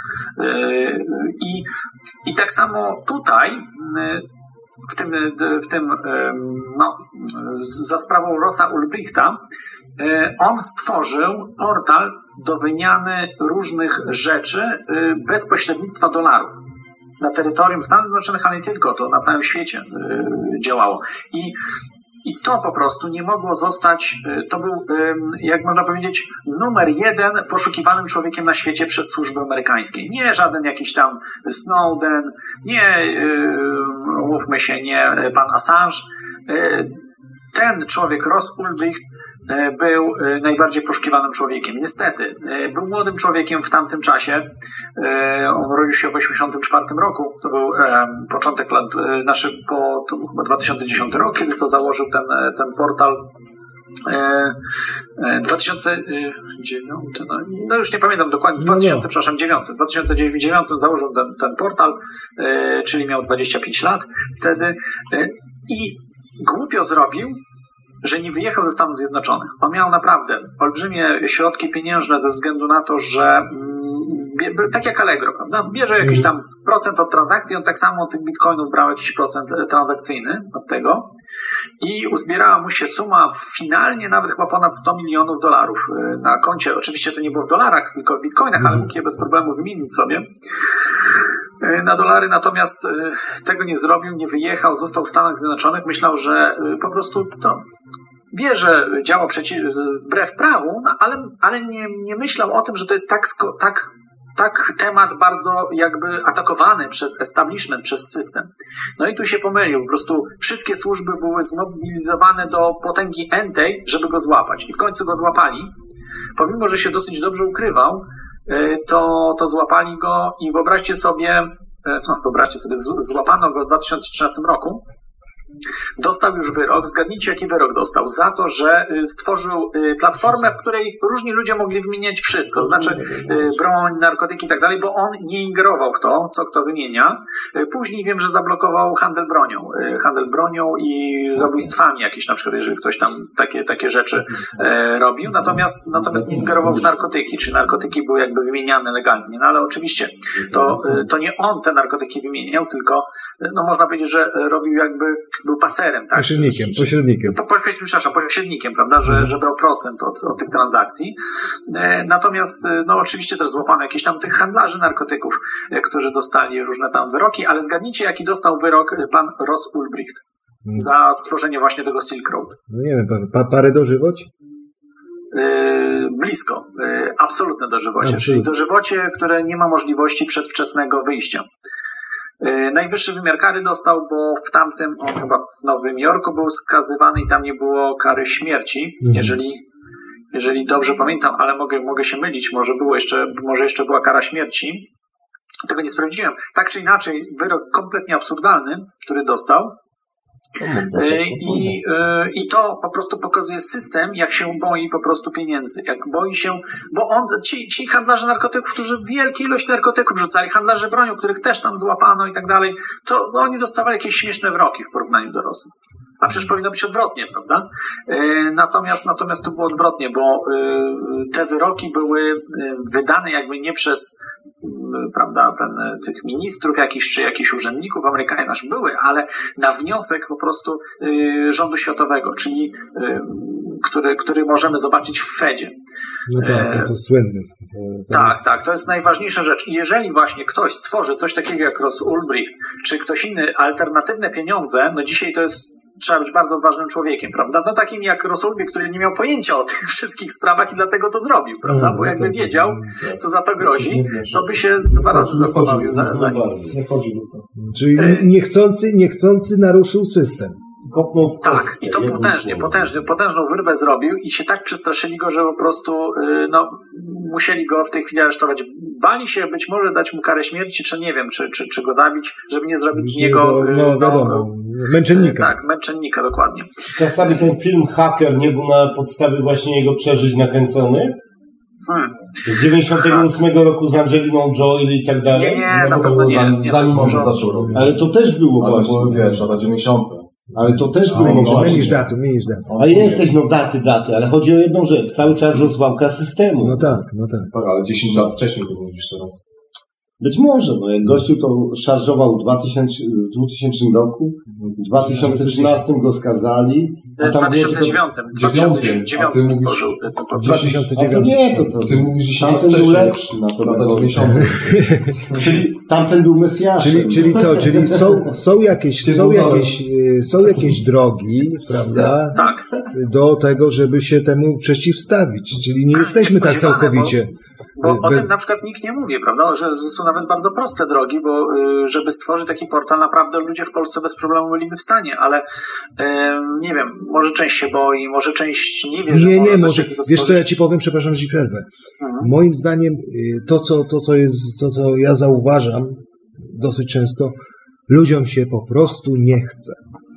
I, i tak samo tutaj w tym, w tym no, za sprawą Rossa Ulbrichta on stworzył portal do wymiany różnych rzeczy bez pośrednictwa dolarów na terytorium Stanów Zjednoczonych, ale nie tylko, to na całym świecie działało. I I to po prostu nie mogło zostać, to był, jak można powiedzieć, numer jeden poszukiwanym człowiekiem na świecie przez służby amerykańskie. Nie żaden jakiś tam Snowden, nie, mówmy się, nie pan Assange. Ten człowiek, Ross Ulbricht, był najbardziej poszukiwanym człowiekiem. Niestety, był młodym człowiekiem w tamtym czasie. On urodził się w osiemdziesiątym czwartym roku. To był początek lat, naszy, po, to był chyba dwa tysiące dziesiąty rok, kiedy to założył ten, ten portal. dwa tysiące dziewiąty, no, no już nie pamiętam dokładnie, dwa tysiące, no, no. przepraszam, dziewiąty. W dwa tysiące dziewiątym założył ten, ten portal, czyli miał dwadzieścia pięć lat wtedy i głupio zrobił, że nie wyjechał ze Stanów Zjednoczonych. On miał naprawdę olbrzymie środki pieniężne ze względu na to, że tak jak Allegro, prawda? Bierze jakiś tam procent od transakcji, on tak samo od tych bitcoinów brał jakiś procent transakcyjny od tego i uzbierała mu się suma finalnie nawet chyba ponad sto milionów dolarów na koncie. Oczywiście to nie było w dolarach, tylko w bitcoinach, ale mógł je bez problemu wymienić sobie na dolary, natomiast tego nie zrobił, nie wyjechał, został w Stanach Zjednoczonych, myślał, że po prostu to wie, że działa przeciw, wbrew prawu, no ale, ale nie, nie myślał o tym, że to jest tak, tak, tak temat bardzo jakby atakowany przez establishment, przez system. No i tu się pomylił. Po prostu wszystkie służby były zmobilizowane do potęgi entej, żeby go złapać. I w końcu go złapali. Pomimo, że się dosyć dobrze ukrywał, to, to złapali go i wyobraźcie sobie, no wyobraźcie sobie, złapano go w dwa tysiące trzynastym roku. Dostał już wyrok. Zgadnijcie, jaki wyrok dostał. Za to, że stworzył platformę, w której różni ludzie mogli wymieniać wszystko. To znaczy broń, narkotyki i tak dalej, bo on nie ingerował w to, co kto wymienia. Później wiem, że zablokował handel bronią. Handel bronią i zabójstwami jakieś, na przykład, jeżeli ktoś tam takie, takie rzeczy robił. Natomiast, natomiast nie ingerował w narkotyki, czyli narkotyki były jakby wymieniane legalnie. No ale oczywiście to, to nie on te narkotyki wymieniał, tylko no można powiedzieć, że robił jakby był paserem, tak? Pośrednikiem, pośrednikiem. Po, po, przepraszam, pośrednikiem, prawda, że, że brał procent od, od tych transakcji. E, natomiast, no oczywiście też złapano jakichś tam tych handlarzy narkotyków, e, którzy dostali różne tam wyroki, ale zgadnijcie, jaki dostał wyrok pan Ross Ulbricht hmm. za stworzenie właśnie tego Silk Road. No nie wiem, pa, parę dożywoć? Yy, blisko. Yy, absolutne dożywocie. Czyli dożywocie, które nie ma możliwości przedwczesnego wyjścia. Najwyższy wymiar kary dostał, bo w tamtym, on chyba w Nowym Jorku był skazywany i tam nie było kary śmierci, mhm. jeżeli, jeżeli dobrze pamiętam, ale mogę, mogę się mylić, może było jeszcze, może jeszcze była kara śmierci. Tego nie sprawdziłem. Tak czy inaczej, wyrok kompletnie absurdalny, który dostał. I, I to po prostu pokazuje system, jak się boi po prostu pieniędzy, jak boi się, bo on, ci, ci handlarze narkotyków, którzy wielkie ilość narkotyków rzucali, handlarze bronią, których też tam złapano i tak dalej, to oni dostawali jakieś śmieszne wyroki w porównaniu do Rosa. A przecież powinno być odwrotnie, prawda? Natomiast, natomiast tu było odwrotnie, bo te wyroki były wydane jakby nie przez prawda, ten, tych ministrów jakichś, czy jakichś urzędników amerykańskich były, ale na wniosek po prostu y, rządu światowego, czyli y, który, który możemy zobaczyć w Fedzie. No tak, to, to słynny. To tak, jest... tak, to jest najważniejsza rzecz. I jeżeli właśnie ktoś stworzy coś takiego jak Ross Ulbricht, czy ktoś inny, alternatywne pieniądze, no dzisiaj to jest trzeba być bardzo odważnym człowiekiem, prawda? No takim jak Ross Ulbricht, który nie miał pojęcia o tych wszystkich sprawach i dlatego to zrobił, prawda? Bo jakby wiedział, co za to grozi, to by się dwa razy zastanowił za, za nim. Nie chodzi o to. Czyli niechcący, niechcący naruszył system. Kopnął tak, i to potężnie, potężnie, potężną wyrwę zrobił i się tak przestraszyli go, że po prostu no, musieli go w tej chwili aresztować. Bali się być może dać mu karę śmierci, czy nie wiem, czy, czy, czy go zabić, żeby nie zrobić z niego... No, no wiadomo, męczennika. Tak, męczennika, dokładnie. Czasami ten film Hacker nie był na podstawie właśnie jego przeżyć nakręcony? Hmm. Z dziewięćdziesiątego ósmego roku z Angeliną Jolie i tak dalej? Nie, nie, no, na to pewno było nie. Zanim, nie, zanim on może... zaczął robić. Ale to też było Ale właśnie. to było, wiesz, lata dziewięćdziesiąte. Ale to też było Mylisz, właśnie. mylisz daty, mylisz daty. A jesteś, no daty, daty, ale chodzi o jedną rzecz. Cały czas rozwałka systemu. No tak, no tak. Tak, ale dziesięć lat wcześniej to mówisz teraz. Być może, no jak gościu to szarżował w dwutysięcznym roku, w dwa tysiące trzynastym go skazali. A tam w dwa tysiące dziewiątym dwa tysiące dziewiątym stworzył. W dwa tysiące A to dziewiątym. nie, to, to Ty mówisz dziesięć lat tamten był wcześniej. lepszy na to. Lata dziewięćdziesiąte. Czyli tamten był Mesjaszem. Czyli, czyli co? Czyli są, są, jakieś, są, jakieś, są jakieś drogi, prawda? Tak. Do tego, żeby się temu przeciwstawić. Czyli nie jesteśmy tak całkowicie. Bo o tym na przykład nikt nie mówi, prawda? Że są nawet bardzo proste drogi, bo żeby stworzyć taki portal, naprawdę ludzie w Polsce bez problemu byliby w stanie, ale nie wiem, może część się boi, może część nie wie, że nie, może nie, coś może. takiego Wiesz co, stworzyć. ja ci powiem, przepraszam, że ci przerwę. Mhm. Moim zdaniem to co, to, co jest, to, co ja zauważam dosyć często, ludziom się po prostu nie chce.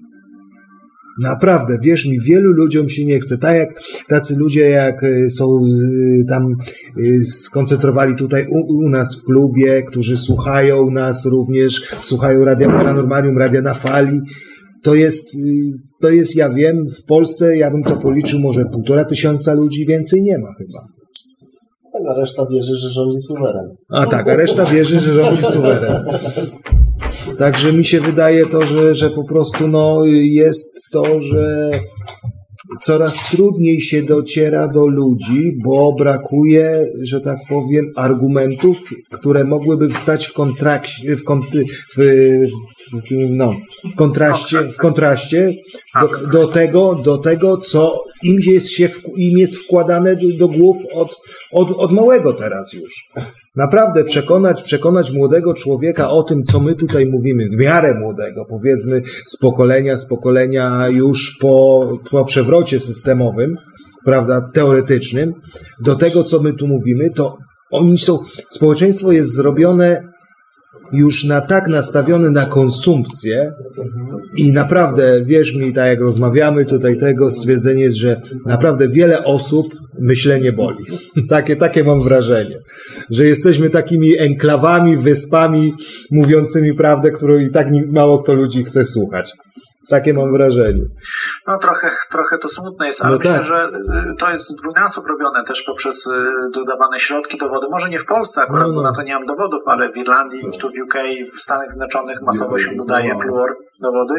Naprawdę, wierz mi, wielu ludziom się nie chce. Tak jak tacy ludzie, jak są tam skoncentrowali tutaj u, u nas w klubie, którzy słuchają nas również, słuchają Radia Paranormalium, Radia na Fali. To jest, to jest, ja wiem, w Polsce, ja bym to policzył, może półtora tysiąca ludzi, więcej nie ma chyba. Tak, a reszta wierzy, że rządzi suweren. A tak, a reszta wierzy, że rządzi suweren. Także mi się wydaje to, że, że po prostu no, jest to, że coraz trudniej się dociera do ludzi, bo brakuje, że tak powiem, argumentów, które mogłyby wstać w kontrakcie, w, konty, w, w, no, w kontraście, w kontraście do, do, tego, do tego, co im jest, się, im jest wkładane do, do głów od, od, od małego teraz już. Naprawdę przekonać, przekonać młodego człowieka o tym, co my tutaj mówimy, w miarę młodego, powiedzmy z pokolenia, z pokolenia już po, po przewrocie systemowym, prawda, teoretycznym, do tego, co my tu mówimy, to oni są, społeczeństwo jest zrobione już na tak nastawione na konsumpcję i naprawdę, wierz mi, tak jak rozmawiamy tutaj tego, stwierdzenie jest, że naprawdę wiele osób myślenie boli. Takie, takie mam wrażenie, że jesteśmy takimi enklawami, wyspami mówiącymi prawdę, którą i tak mało kto ludzi chce słuchać. Takie mam wrażenie. No trochę, trochę to smutne jest, ale no myślę, tak. że to jest dwójnasób robione też poprzez dodawane środki, dowody. Może nie w Polsce akurat, no, no. bo na to nie mam dowodów, ale w Irlandii, tu w U K, w Stanach Zjednoczonych masowo się dodaje fluor dowody.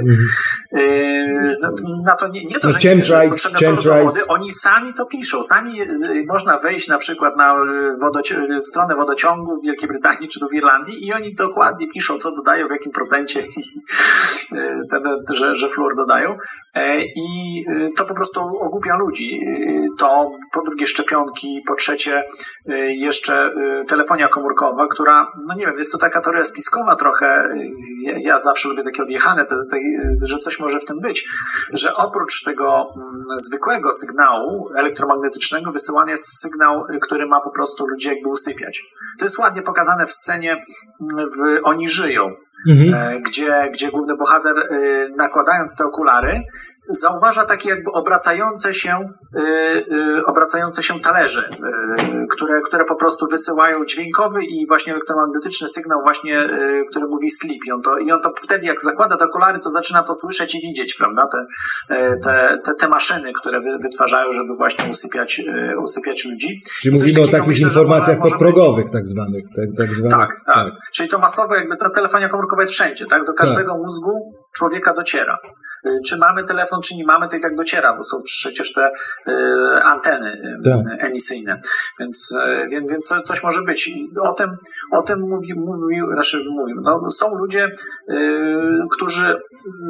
Mm. Na to nie, nie to, że, no, nie, że potrzebne są dowody, oni sami to piszą. Sami można wejść na przykład na wodoci- stronę wodociągu w Wielkiej Brytanii czy tu w Irlandii i oni dokładnie piszą, co dodają, w jakim procencie ten, że że fluor dodają i to po prostu ogłupia ludzi. To po drugie szczepionki, po trzecie jeszcze telefonia komórkowa, która, no nie wiem, jest to taka teoria spiskowa trochę, ja, ja zawsze lubię takie odjechane, te, te, że coś może w tym być, że oprócz tego zwykłego sygnału elektromagnetycznego wysyłany jest sygnał, który ma po prostu ludzi jakby usypiać. To jest ładnie pokazane w scenie w Oni żyją. Mhm. Gdzie, gdzie główny bohater, nakładając te okulary, zauważa takie jakby obracające się obracające się talerze, które, które po prostu wysyłają dźwiękowy i właśnie elektromagnetyczny sygnał właśnie, który mówi sleep. I on to, i on to wtedy jak zakłada te okulary, to zaczyna to słyszeć i widzieć, prawda? Te, te, te, te maszyny, które wytwarzają, żeby właśnie usypiać, usypiać ludzi. Czyli mówimy o takich myślę, informacjach może, podprogowych może tak zwanych. Tak, tak, zwanych. Tak, tak, tak. Czyli to masowo jakby ta telefonia komórkowa jest wszędzie, tak? Do każdego tak. mózgu człowieka dociera. Czy mamy telefon, czy nie mamy, to i tak dociera, bo są przecież te y, anteny y, tak. emisyjne. Więc, y, więc, więc coś może być. I o tym, o tym mówi, mówi, znaczy mówimy. No, są ludzie, y, którzy y,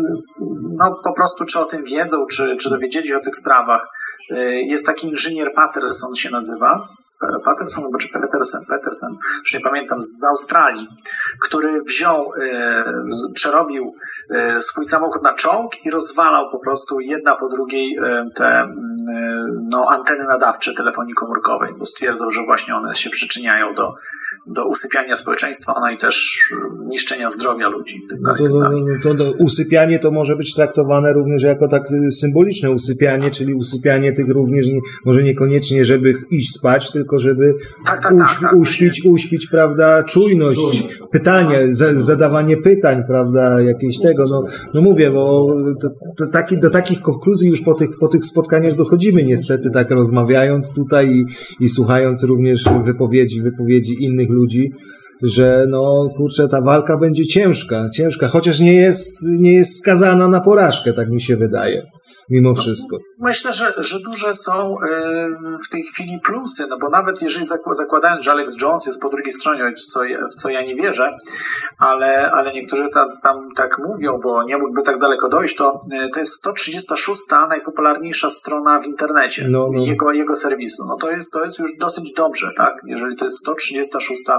no, po prostu czy o tym wiedzą, czy, czy dowiedzieli się o tych sprawach. Y, jest taki inżynier Patterson się nazywa. Patterson, albo czy Petersen, Petersen, już nie pamiętam, z Australii, który wziął, e, przerobił e, swój samochód na czołg i rozwalał po prostu jedna po drugiej e, te e, no, anteny nadawcze telefonii komórkowej, bo stwierdzał, że właśnie one się przyczyniają do, do usypiania społeczeństwa, no i też niszczenia zdrowia ludzi. Tak no to, no, to, to usypianie to może być traktowane również jako tak symboliczne usypianie, czyli usypianie tych również, nie, może niekoniecznie, żeby iść spać, tylko żeby tak, tak, uś, tak, tak, uśpić, uśpić, prawda, czujność, czujność. pytanie, za, zadawanie pytań, prawda, jakieś tego, no, no mówię, bo to, to taki, do takich konkluzji już po tych, po tych spotkaniach dochodzimy niestety, tak rozmawiając tutaj i, i słuchając również wypowiedzi, wypowiedzi innych ludzi, że no kurczę, ta walka będzie ciężka, ciężka, chociaż nie jest, nie jest skazana na porażkę, tak mi się wydaje. Mimo wszystko. Myślę, że, że duże są w tej chwili plusy, no bo nawet jeżeli zakładając, że Alex Jones jest po drugiej stronie, w co, w co ja nie wierzę, ale, ale niektórzy tam, tam tak mówią, bo nie mógłby tak daleko dojść, to, to jest sto trzydziesta szósta najpopularniejsza strona w internecie, no, no. Jego, jego serwisu. No to jest, to jest już dosyć dobrze, tak? Jeżeli to jest sto trzydziesta szósta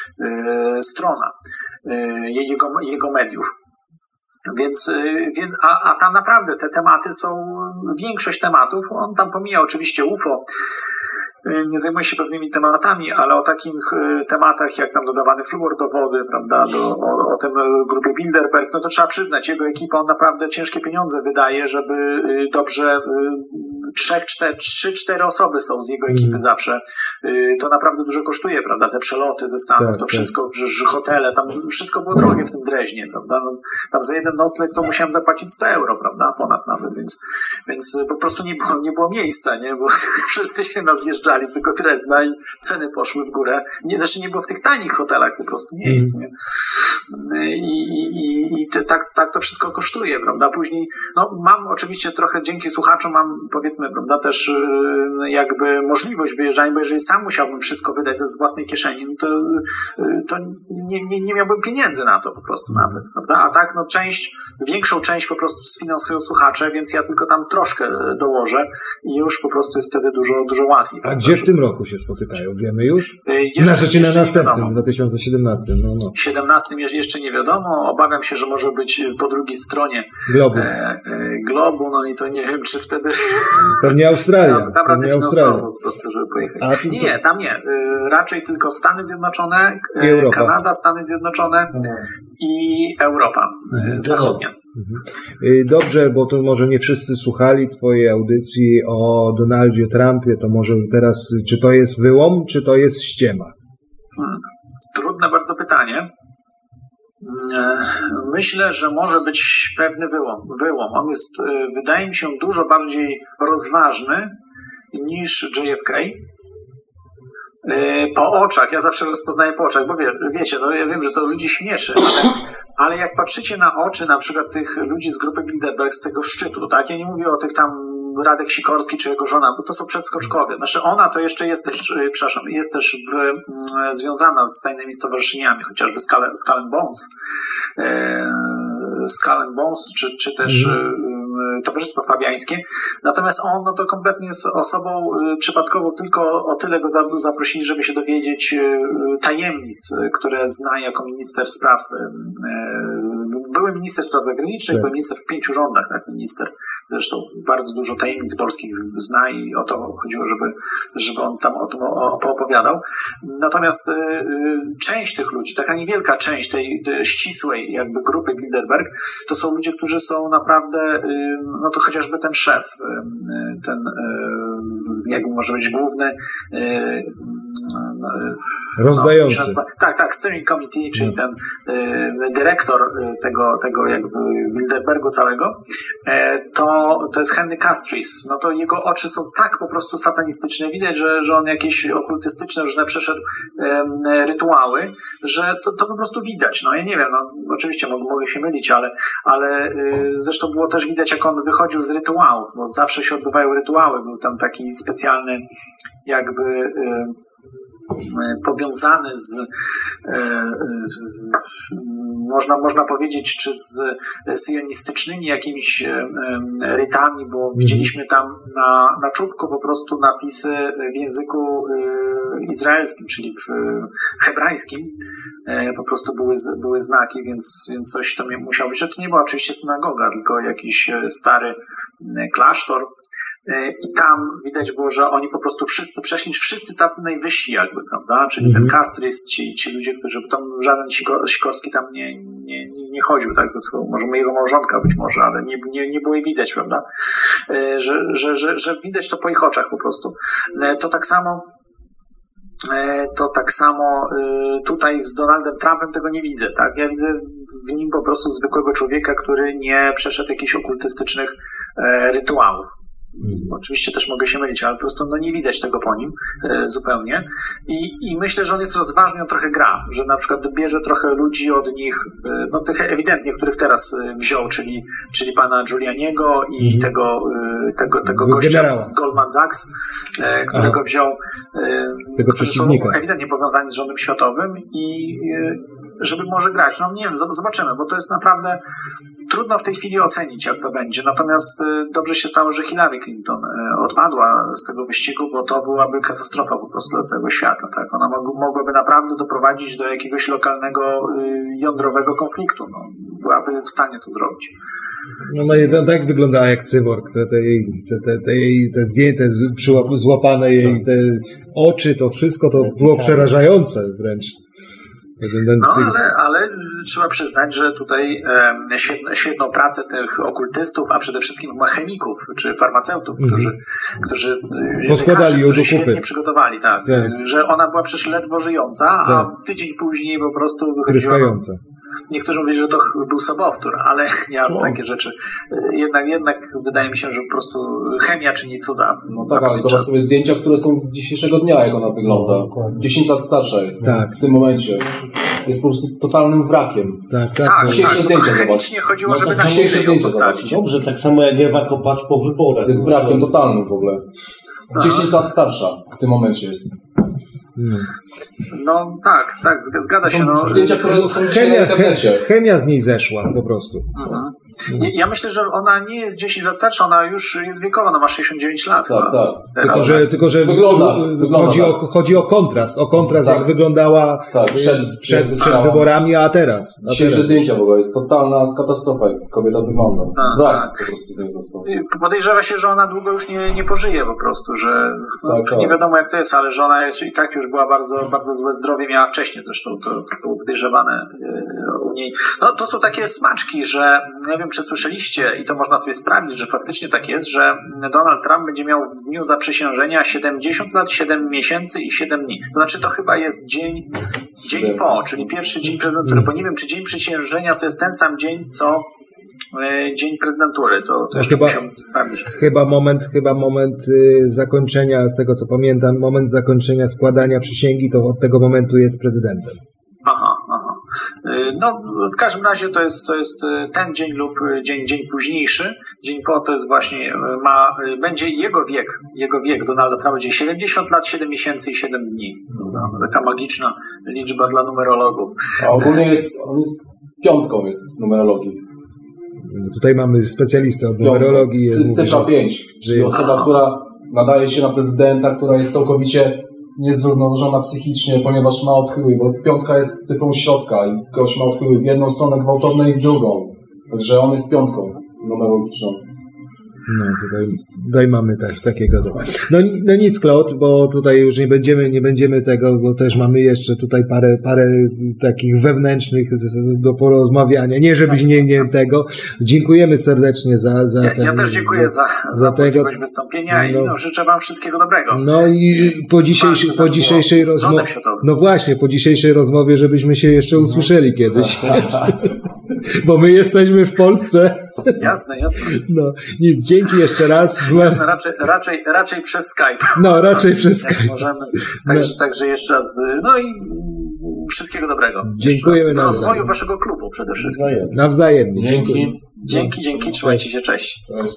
y, strona y, jego, jego mediów. Więc, więc a, a tam naprawdę te tematy są, większość tematów, on tam pomija oczywiście U F O, nie zajmuje się pewnymi tematami, ale o takich tematach jak tam dodawany fluor do wody, prawda, do, o, o tym grupie Bilderberg, no to trzeba przyznać, jego ekipa on naprawdę ciężkie pieniądze wydaje, żeby dobrze trzech, cztery, trzy, cztery osoby są z jego ekipy mm. zawsze. To naprawdę dużo kosztuje, prawda? Te przeloty ze Stanów, tak, to wszystko, przecież tak. hotele, tam wszystko było drogie w tym Dreźnie, prawda? No, tam za jeden nocleg to musiałem zapłacić sto euro, prawda? Ponad nawet, więc, więc po prostu nie było, nie było miejsca, nie? Bo wszyscy się nas zjeżdżali, tylko Drezna i ceny poszły w górę. Nie, znaczy nie było w tych tanich hotelach po prostu miejsc, nie? I, i, i te, tak, tak to wszystko kosztuje, prawda? Później, no mam oczywiście trochę dzięki słuchaczom mam, powiedzmy, prawda, też jakby możliwość wyjeżdżania, bo jeżeli sam musiałbym wszystko wydać ze własnej kieszeni, no to, to nie, nie, nie miałbym pieniędzy na to po prostu nawet, prawda? A tak, no część, większą część po prostu sfinansują słuchacze, więc ja tylko tam troszkę dołożę i już po prostu jest wtedy dużo, dużo łatwiej. A prawda? gdzie w tym roku się spotykają? Wiemy już? Jeszcze, na rzeczy na następnym, w dwa tysiące siedemnastym. No, no. siedemnastym jeszcze nie wiadomo. Obawiam się, że może być po drugiej stronie Globu. E, e, globu, no i to nie wiem, czy wtedy... Pewnie Australia. Tam, tam Pewnie Australia. po prostu, żeby pojechać. A, to, nie, nie, tam nie. E, raczej tylko Stany Zjednoczone, I Europa. Kanada, Stany Zjednoczone no. i Europa mhm. zachodnia. Mhm. Dobrze, bo to może nie wszyscy słuchali twojej audycji o Donaldzie Trumpie, to może teraz, czy to jest wyłom, czy to jest ściema? Hmm. Trudne bardzo pytanie. Myślę, że może być pewny wyłom. wyłom. On jest, wydaje mi się, dużo bardziej rozważny niż J F K. Po oczach, ja zawsze rozpoznaję po oczach, bo wie, wiecie, no ja wiem, że to ludzi śmieszy, ale, ale jak patrzycie na oczy na przykład tych ludzi z grupy Bilderberg, z tego szczytu, tak? Ja nie mówię o tych tam Radek Sikorski czy jego żona, bo to są przedskoczkowie. Znaczy ona to jeszcze jest też, przepraszam, jest też w, m, związana z tajnymi stowarzyszeniami, chociażby Skull, Skull and Bones, e, Skull and Bones, czy, czy też mm. e, Towarzystwo Fabiańskie. Natomiast on no to kompletnie jest osobą e, przypadkową, tylko o tyle go zaprosili, żeby się dowiedzieć e, tajemnic, które zna jako minister spraw e, były minister spraw zagranicznych, tak. Był minister w pięciu rządach, tak, minister. Zresztą bardzo dużo tajemnic polskich zna i o to chodziło, żeby, żeby on tam o tym opowiadał. Natomiast y, część tych ludzi, taka niewielka część tej, tej ścisłej jakby grupy Bilderberg, to są ludzie, którzy są naprawdę, y, no to chociażby ten szef, y, ten, y, jakby może być główny, y, rozdający. No, tak, tak, steering committee, czyli ten y, dyrektor tego, tego jakby Bilderbergu całego, e, to, to jest Henry Castries. No to jego oczy są tak po prostu satanistyczne. Widać, że, że on jakieś okultystyczne różne przeszedł e, rytuały, że to, to po prostu widać. No ja nie wiem, no oczywiście mogę, mogę się mylić, ale, ale e, zresztą było też widać, jak on wychodził z rytuałów, bo zawsze się odbywają rytuały. Był tam taki specjalny jakby e, powiązany z e, e, można, można powiedzieć, czy z syjonistycznymi jakimiś e, e, rytami, bo mm. widzieliśmy tam na, na czubku po prostu napisy w języku e, izraelskim, czyli w e, hebrajskim. E, po prostu były, były znaki, więc, więc coś to musiało być. To nie była oczywiście synagoga, tylko jakiś stary klasztor. I tam widać było, że oni po prostu wszyscy przeszli, wszyscy tacy najwyżsi jakby, prawda? Czyli mm-hmm. ten Castries, ci, ci ludzie, którzy tam żaden Sikorski tam nie, nie, nie chodził, tak? Ze swoją, może jego małżonka być może, ale nie, nie, nie było jej widać, prawda? Że, że, że, że widać to po ich oczach po prostu. To tak samo to tak samo tutaj z Donaldem Trumpem tego nie widzę, tak? Ja widzę w nim po prostu zwykłego człowieka, który nie przeszedł jakichś okultystycznych rytuałów. Oczywiście też mogę się mylić, ale po prostu no, nie widać tego po nim e, zupełnie. I, I myślę, że on jest rozważny, on trochę gra, że na przykład bierze trochę ludzi od nich, e, no tych ewidentnie, których teraz e, wziął, czyli, czyli pana Giulianiego i mm. tego, e, tego, tego gościa generała z Goldman Sachs, e, którego Aha. wziął, e, tego którzy są ewidentnie powiązani z rządem światowym i e, żeby może grać. No nie wiem, zobaczymy, bo to jest naprawdę trudno w tej chwili ocenić, jak to będzie. Natomiast dobrze się stało, że Hillary Clinton odpadła z tego wyścigu, bo to byłaby katastrofa po prostu dla całego świata. Tak? Ona mogłaby naprawdę doprowadzić do jakiegoś lokalnego, jądrowego konfliktu. No, byłaby w stanie to zrobić. No, no tak wyglądała jak cyborg, te, te, jej, te, te, te, jej, te zdjęte, złapane jej te oczy, to wszystko to było przerażające wręcz. No ale, ale trzeba przyznać, że tutaj e, świetną, świetną pracę tych okultystów, a przede wszystkim chemików czy farmaceutów, mm. którzy, którzy poskładali ją do kupy. Świetnie przygotowali, tak, tak. Że ona była przecież ledwo żyjąca, tak. A tydzień później po prostu wychodziła. Tryskająca. Niektórzy mówili, że to był sobowtór, ale ja no. takie rzeczy. Jednak, jednak wydaje mi się, że po prostu chemia czyni cuda. No tak, ale zobacz sobie zdjęcia, które są z dzisiejszego dnia, jak ona wygląda. dziesięć lat starsza jest tak. w tym momencie. Jest po prostu totalnym wrakiem. Tak, tak. tak dzisiejsze tak, zdjęcia chemicznie chodziło, no, żeby tak na dzisiejsze zdjęcia zobaczyć. Dobrze, tak samo jak Ewa Kopacz po wyborach. Jest wrakiem totalnym w ogóle. dziesięć lat starsza w tym momencie jest. No. no tak, tak, zgadza się. No. Zdjęcia, które są chemia, chemia z niej zeszła po prostu. Mhm. Ja myślę, że ona nie jest dziesięć lat starsza, ona już jest wiekowa, ona ma sześćdziesiąt dziewięć lat. Tak, tak. Tylko, że, tylko, że wygląda, wygląda chodzi, tak. o, chodzi o kontrast, o kontrast tak. jak wyglądała tak, przed, przed, przed, przed wyborami, a teraz. A dzisiejsze teraz. zdjęcia w ogóle jest totalna katastrofa, jak kobieta wygląda. Tak, Brak tak. po prostu z niej został. Podejrzewa się, że ona długo już nie, nie pożyje po prostu, że no, tak, tak. nie wiadomo jak to jest, ale że ona jest, i tak już była bardzo, bardzo złe zdrowie, miała wcześniej zresztą, to, to, to było podejrzewane u niej. No to są takie smaczki, że nie wiem, czy słyszeliście i to można sobie sprawdzić, że faktycznie tak jest, że Donald Trump będzie miał w dniu zaprzysiężenia siedemdziesiąt lat, siedem miesięcy i siedem dni. To znaczy to chyba jest dzień, dzień po, czyli pierwszy dzień prezydentury, bo nie wiem, czy dzień przysiężenia to jest ten sam dzień, co e, dzień prezydentury. To, to jeszcze chyba, musiałem sprawdzić. Chyba moment, chyba moment y, zakończenia, z tego co pamiętam, moment zakończenia składania przysięgi, to od tego momentu jest prezydentem. Aha, aha. No, w każdym razie to jest, to jest ten dzień lub dzień, dzień późniejszy. Dzień po to jest właśnie, ma, będzie jego wiek, jego wiek Donalda Trumpa będzie siedemdziesiąt lat, siedem miesięcy i siedem dni. Taka magiczna liczba dla numerologów. A ogólnie jest, on jest piątką jest numerologii. Tutaj mamy specjalistę od numerologii. C- cyfra pięć, czyli jest... osoba, która nadaje się na prezydenta, która jest całkowicie niezrównoważona psychicznie, ponieważ ma odchyły, bo piątka jest cyfrą środka i gość ma odchyły w jedną stronę gwałtowne i w drugą. Także on jest piątką numerologiczną. No tutaj, tutaj mamy tak, takiego. No, no nic, Claude, bo tutaj już nie będziemy, nie będziemy tego, bo też mamy jeszcze tutaj parę, parę takich wewnętrznych do porozmawiania. Nie, żebyś nie, nie tego. Dziękujemy serdecznie za, za ja, ten. Ja też dziękuję za, za, za tego wystąpienia no, i no, życzę wam wszystkiego dobrego. No i po dzisiejszej, po dzisiejszej rozmowie. No właśnie, po dzisiejszej rozmowie, żebyśmy się jeszcze usłyszeli kiedyś. Bo my jesteśmy w Polsce. Jasne, jasne. No, nic, dzięki jeszcze raz. Była... Jasne, raczej, raczej, raczej przez Skype. No, raczej przez Skype. Możemy. Także, no. także jeszcze raz, no i wszystkiego dobrego. Dziękujemy. W rozwoju waszego klubu przede wszystkim. Nawzajem. Dzięki. Dzięki, dzięki, trzymajcie się, cześć. Cześć.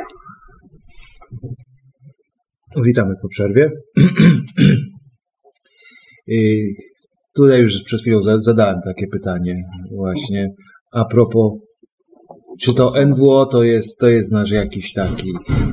Witamy po przerwie. I tutaj już przed chwilą zadałem takie pytanie właśnie a propos, czy to N W O to jest, to jest nasz jakiś taki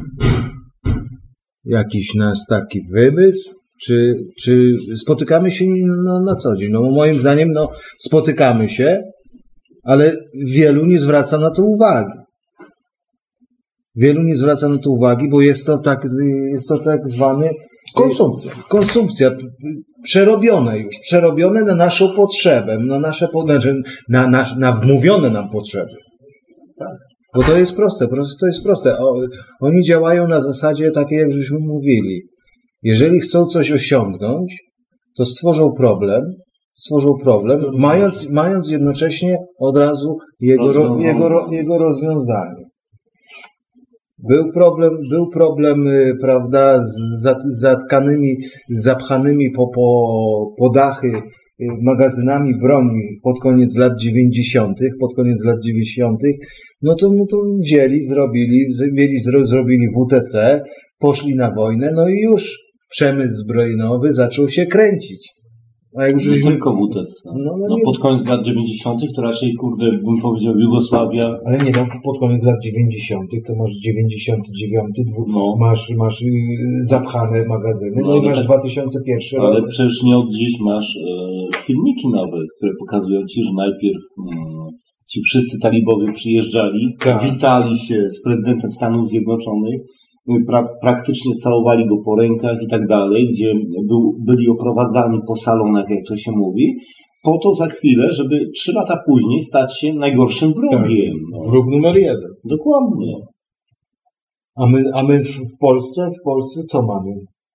jakiś nasz taki wymysł, czy, czy spotykamy się no, na co dzień? No moim zdaniem no, spotykamy się, ale wielu nie zwraca na to uwagi. Wielu nie zwraca na to uwagi, bo jest to tak, jest to tak zwany konsumpcja. Konsumpcja przerobione już, przerobione na naszą potrzebę, na nasze, na, na, na wmówione nam potrzeby. Tak. Bo to jest proste, to jest proste. O, oni działają na zasadzie takiej, jak żeśmy mówili. Jeżeli chcą coś osiągnąć, to stworzą problem, stworzą problem, mając, mając jednocześnie od razu jego, ro, jego, jego rozwiązanie. Był problem, był problem, prawda, z zatkanymi, zapchanymi po, po, po dachy magazynami broni pod koniec lat dziewięćdziesiątych, pod koniec lat dziewięćdziesiątych, no to, no to wzięli, zrobili, wzięli, zrobili W T C, poszli na wojnę, no i już przemysł zbrojeniowy zaczął się kręcić. A jak nie tylko W T C. No, no, no pod koniec lat dziewięćdziesiątych to raczej, kurde, bym powiedział Jugosławia. Ale nie, no pod koniec lat dziewięćdziesiątych to masz dziewięćdziesiąty dziewiąty, dwu, no. masz, masz yy, zapchane magazyny, no, no i masz tak, dwa tysiące pierwszy ale rok. Przecież nie od dziś masz e, filmiki nawet, które pokazują ci, że najpierw mm, ci wszyscy talibowie przyjeżdżali, tak. witali się z prezydentem Stanów Zjednoczonych, Pra, praktycznie całowali go po rękach i tak dalej, gdzie był, byli oprowadzani po salonach, jak to się mówi, po to za chwilę, żeby trzy lata później stać się najgorszym wrogiem. No. Wróg numer jeden. Dokładnie. A my, a my w, w Polsce, w Polsce co mamy?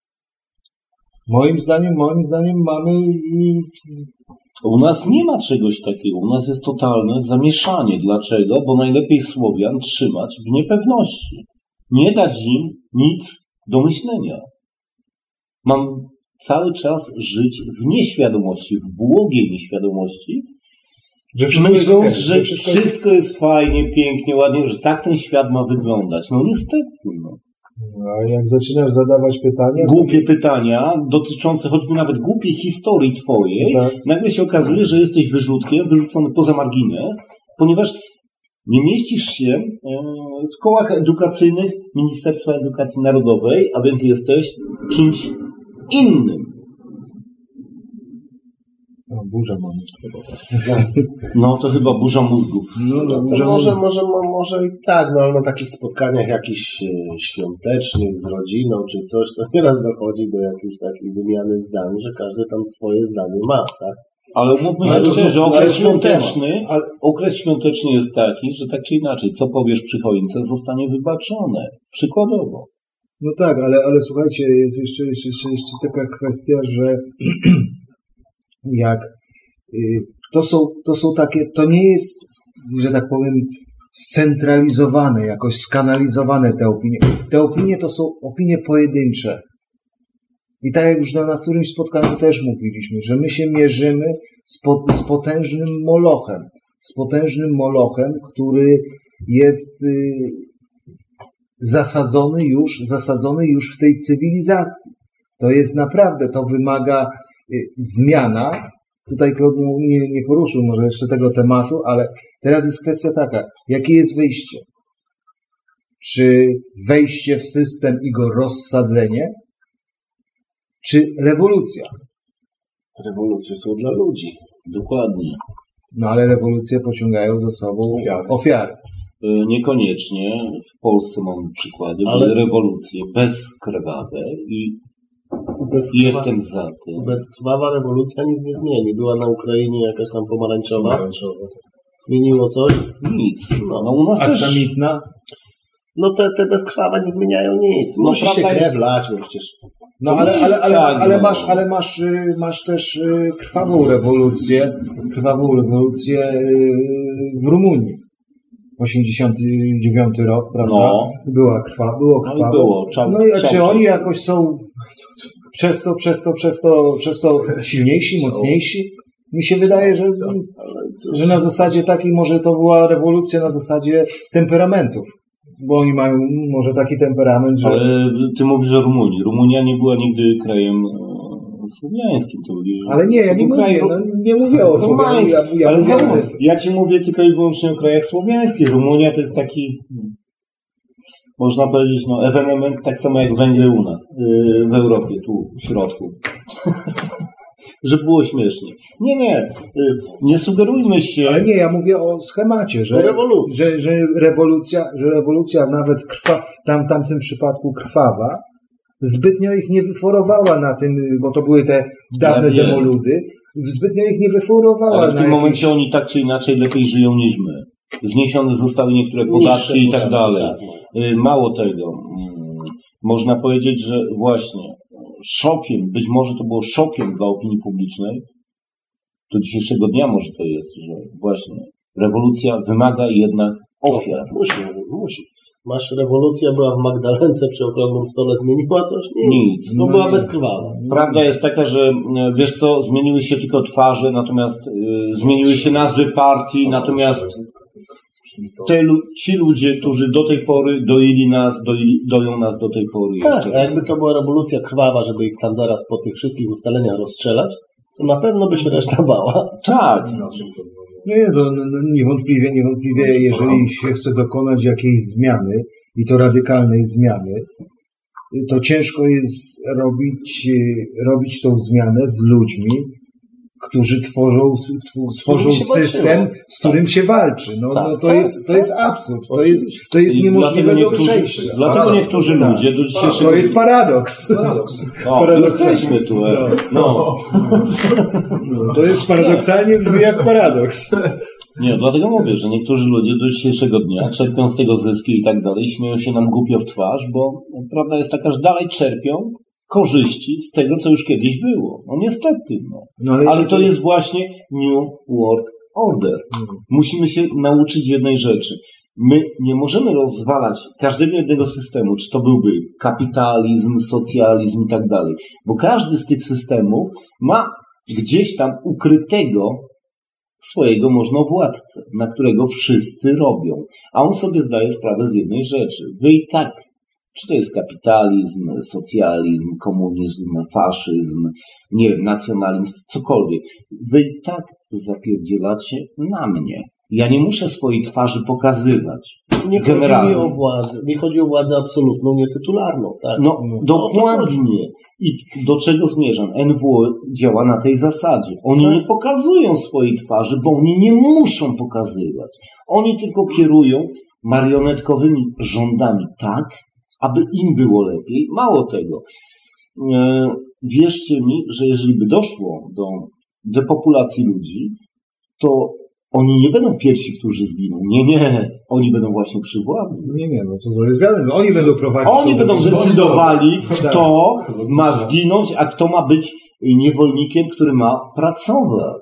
Moim zdaniem, moim zdaniem mamy i... U nas nie ma czegoś takiego. U nas jest totalne zamieszanie. Dlaczego? Bo najlepiej Słowian trzymać w niepewności. Nie dać im nic do myślenia. Mam cały czas żyć w nieświadomości, w błogiej nieświadomości, Że myśląc, jest, że wszystko, wszystko jest fajnie, pięknie, ładnie, że tak ten świat ma wyglądać. No niestety. No. A jak zaczynasz zadawać pytania... Głupie pytania, dotyczące choćby nawet głupiej historii twojej, tak. Nagle się okazuje, że jesteś wyrzutkiem, wyrzucony poza margines, ponieważ nie mieścisz się w kołach edukacyjnych Ministerstwa Edukacji Narodowej, a więc jesteś kimś innym. No, burza mamy. No to chyba burza mózgów. No, no, może, może, może, może i tak, no ale na takich spotkaniach jakichś świątecznych z rodziną czy coś, to nieraz dochodzi do jakiejś takiej wymiany zdań, że każdy tam swoje zdanie ma, tak? Ale mówmy się szczerze, okres świąteczny, okres świąteczny jest taki, że tak czy inaczej, co powiesz przy choince, zostanie wybaczone. Przykładowo. No tak, ale, ale słuchajcie, jest jeszcze, jeszcze, jeszcze, jeszcze taka kwestia, że jak to są, to są takie, to nie jest, że tak powiem, scentralizowane, jakoś skanalizowane te opinie. Te opinie to są opinie pojedyncze. I tak jak już na, na którymś spotkaniu też mówiliśmy, że my się mierzymy z, po, z potężnym molochem. Z potężnym molochem, który jest y, zasadzony już, zasadzony już w tej cywilizacji. To jest naprawdę, to wymaga y, zmiana. Tutaj Claude nie, nie poruszył może jeszcze tego tematu, ale teraz jest kwestia taka, jakie jest wyjście? Czy wejście w system i go rozsadzenie? Czy rewolucja? Rewolucje są dla ludzi. Dokładnie. No ale rewolucje pociągają za sobą ofiary. ofiary. Niekoniecznie. W Polsce mamy przykłady, ale były rewolucje bezkrwawe i bezkrwa... jestem za tym. Bezkrwawa rewolucja nic nie zmieni. Była na Ukrainie jakaś tam pomarańczowa. pomarańczowa. Zmieniło coś? Nic. No, no u nas Aksamitna? też... No te, te bezkrwawe nie zmieniają nic. No, musi się krew jest... lać, bo przecież... No ale, ale, ale, ale, masz, ale masz, masz też krwawą rewolucję, krwawą rewolucję w Rumunii. osiemdziesiąty dziewiąty rok, prawda? No. Była krwa, było krwawo. No i było. Czał, no i a czał, czy czał. oni jakoś są przez to, przez to, przez to, przez to silniejsi, mocniejsi? Mi się wydaje, że, że na zasadzie takiej może to była rewolucja na zasadzie temperamentów. Bo oni mają może taki temperament, że... Ale ty mówisz o Rumunii. Rumunia nie była nigdy krajem e, słowiańskim. To byli, ale nie, ja nie mówię, kraj... no, nie mówię o Słowiańskim. Ja, ja ale mówię, zobacz, ja ci mówię tylko i wyłącznie o krajach słowiańskich. Rumunia to jest taki, można powiedzieć, no ewenement tak samo jak Węgry u nas, yy, w Europie, tu w środku. Że było śmiesznie. Nie, nie. Nie sugerujmy się... Ale nie, ja mówię o schemacie, że, że, że, rewolucja, że rewolucja nawet krwa, tam, tam w tym przypadku krwawa, zbytnio ich nie wyforowała na tym, bo to były te dawne ja demoludy, zbytnio ich nie wyforowała. Ale w tym jakieś... momencie oni tak czy inaczej lepiej żyją niż my. Zniesione zostały niektóre podatki Niższe i tak dalej. Tak. Mało tego. Można powiedzieć, że właśnie szokiem, być może to było szokiem dla opinii publicznej, do dzisiejszego dnia może to jest, że właśnie rewolucja wymaga jednak ofiar. Musi, musi. Masz rewolucja, była w Magdalence przy okrągłym stole, zmieniła coś? Nic. Nic. No, no była bezkrwawa. Prawda jest taka, że wiesz co, zmieniły się tylko twarze, natomiast y, zmieniły się nazwy partii, natomiast te, ci ludzie, którzy do tej pory doili nas, doili, doją nas do tej pory tak, jeszcze. A jakby to była rewolucja krwawa, żeby ich tam zaraz po tych wszystkich ustaleniach rozstrzelać, to na pewno by się reszta bała. Tak. No nie, to niewątpliwie, niewątpliwie, jeżeli się chce dokonać jakiejś zmiany, i to radykalnej zmiany, to ciężko jest robić, robić tą zmianę z ludźmi, którzy tworzą, tworzą system, z którym się walczy. No, tak, no to, tak, jest, to jest absurd. To jest, to jest niemożliwe do przejścia. Dlatego niektórzy tak, ludzie do dzisiejszego... To jest paradoks. Paradoks. O, jesteśmy tu. No. No. To jest paradoksalnie brzmi jak paradoks. Nie, dlatego mówię, że niektórzy ludzie do dzisiejszego dnia czerpią z tego zyski i tak dalej, śmieją się nam głupio w twarz, bo prawda jest taka, że dalej czerpią korzyści z tego, co już kiedyś było. No niestety, no. no ale, ale to jest... jest właśnie New World Order. Mhm. Musimy się nauczyć jednej rzeczy. My nie możemy rozwalać każdego jednego systemu, czy to byłby kapitalizm, socjalizm i tak dalej, bo każdy z tych systemów ma gdzieś tam ukrytego swojego możnowładcę, na którego wszyscy robią. A on sobie zdaje sprawę z jednej rzeczy. Wy i tak, czy to jest kapitalizm, socjalizm, komunizm, faszyzm, nie wiem, nacjonalizm, cokolwiek. Wy i tak zapierdzielacie na mnie. Ja nie muszę swojej twarzy pokazywać. Nie chodzi mi o władzę. Nie chodzi o władzę absolutną, nietytularną. Tak? No, no dokładnie. I do czego zmierzam? N W O działa na tej zasadzie. Oni tak. nie pokazują swojej twarzy, bo oni nie muszą pokazywać. Oni tylko kierują marionetkowymi rządami tak, aby im było lepiej. Mało tego. E, wierzcie mi, że jeżeli by doszło do depopulacji ludzi, to oni nie będą pierwsi, którzy zginą. Nie, nie. Oni będą właśnie przy władzy. Nie, nie, no to, to jest wiadomo. Oni będą prowadzić. Oni będą decydowali, kto ma zginąć, a kto ma być niewolnikiem, który ma pracować.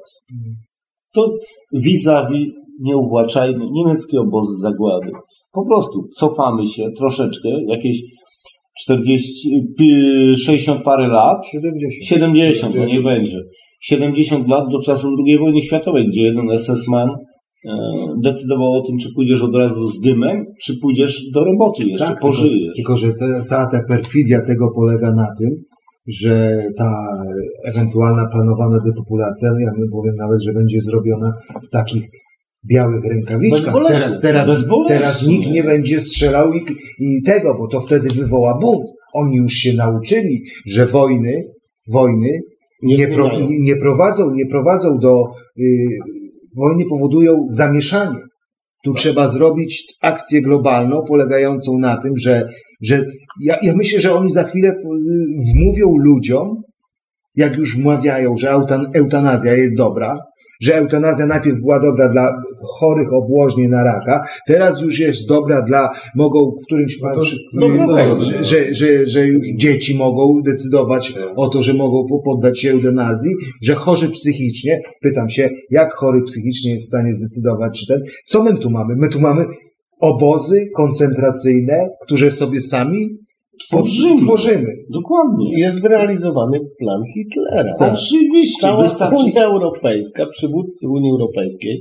To vis-a-vis, nie uwłaczajmy, niemieckie obozy zagłady. Po prostu cofamy się troszeczkę, jakieś czterdzieści, sześćdziesiąt parę lat. siedemdziesiąt. siedemdziesiąt, no nie będzie. siedemdziesiąt lat do czasu drugiej wojny światowej, gdzie jeden es es man e, decydował o tym, czy pójdziesz od razu z dymem, czy pójdziesz do roboty jeszcze, tak, pożyjesz. Tylko, tylko że ta, cała ta perfidia tego polega na tym, że ta ewentualna planowana depopulacja, ja powiem nawet, że będzie zrobiona w takich białych rękawiczkach. Teraz, teraz, teraz nikt nie będzie strzelał i, i tego, bo to wtedy wywoła bunt. Oni już się nauczyli, że wojny, wojny Nie, pro, nie prowadzą, nie prowadzą do y, wojny, powodują zamieszanie. Tu tak. trzeba zrobić akcję globalną polegającą na tym, że, że ja, ja myślę, że oni za chwilę wmówią ludziom, jak już wmawiają, że eutan, eutanazja jest dobra, że eutanazja najpierw była dobra dla chorych obłożnie na raka, teraz już jest dobra dla, mogą w którymś no przy, no, no, że, że, że, że już dzieci mogą decydować o to, że mogą poddać się eutanazji, że chorzy psychicznie, pytam się, jak chory psychicznie jest w stanie zdecydować, czy ten, co my tu mamy? My tu mamy obozy koncentracyjne, które sobie sami Tworzymy. Tworzymy. Dokładnie. Jest zrealizowany plan Hitlera. Tak. Oczywiście. Cała wystarczy... Unia Europejska, przywódcy Unii Europejskiej,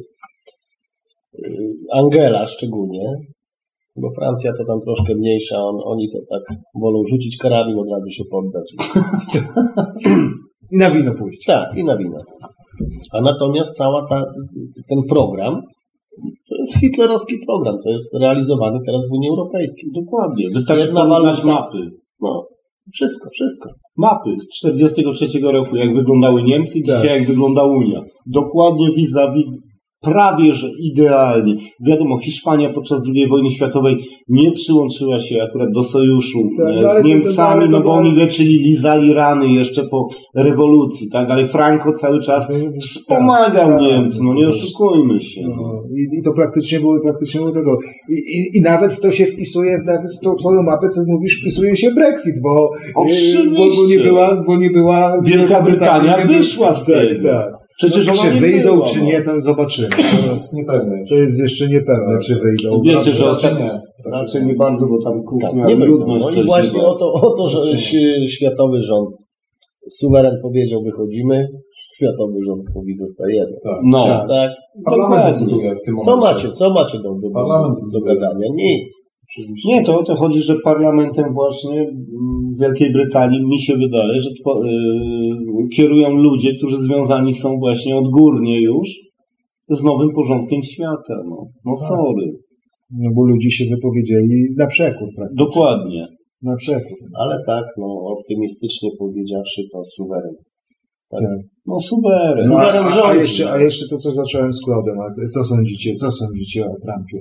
Angela szczególnie, bo Francja to tam troszkę mniejsza, on, oni to tak wolą rzucić karabin, od razu się poddać. I na wino pójść. Tak, i na wino. A natomiast cała ta, ten program to jest hitlerowski program, co jest realizowany teraz w Unii Europejskiej. Dokładnie. Wystarczy porównać mapy. No, wszystko, wszystko. Mapy z czterdziestego trzeciego roku, jak wyglądały Niemcy, tak. Dzisiaj jak wygląda Unia. Dokładnie vis-a-vis, prawie że idealnie. Wiadomo, Hiszpania podczas drugiej wojny światowej nie przyłączyła się akurat do sojuszu tak, z Niemcami, to, to, to, no bo oni leczyli, lizali rany jeszcze po rewolucji, tak? Ale Franco cały czas wspomagał tak, Niemcy, no nie oszukujmy się. No. I, I to praktycznie było, praktycznie było tego. I, i, I nawet w to się wpisuje, nawet w tą twoją mapę, co mówisz, wpisuje się Brexit, bo, Oczywiście. bo, bo nie była, bo nie była Wielka Brytania wyszła z tego. Tak, tak. Przecież no, czy wyjdą, była, czy no. nie, to zobaczymy. To jest niepewne. To jest jeszcze niepewne, tak, czy wyjdą. Wiecie, że ostatnio... Znaczy nie bardzo, bo tam kuchnia tak, ludność. No i właśnie o to, o to, że światowy rząd, suweren powiedział wychodzimy, światowy rząd mówi zostajemy. Tak. No. Tak. tak. Parlament decyduje w tym momencie. Co macie, co macie do, do, do, do gadania? Nic. Oczywiście. Nie, to o to chodzi, że parlamentem właśnie Wielkiej Brytanii, mi się wydaje, że to, yy, kierują ludzie, którzy związani są właśnie odgórnie już z nowym porządkiem świata. No, no sorry. No bo ludzie się wypowiedzieli na przekór praktycznie. Dokładnie. Na przekór. Ale tak, no optymistycznie powiedziawszy, to suweren Tak. No super. No, a, a, a, jeszcze, a jeszcze to, co zacząłem z Claude'em. A co sądzicie? Co sądzicie o Trumpie?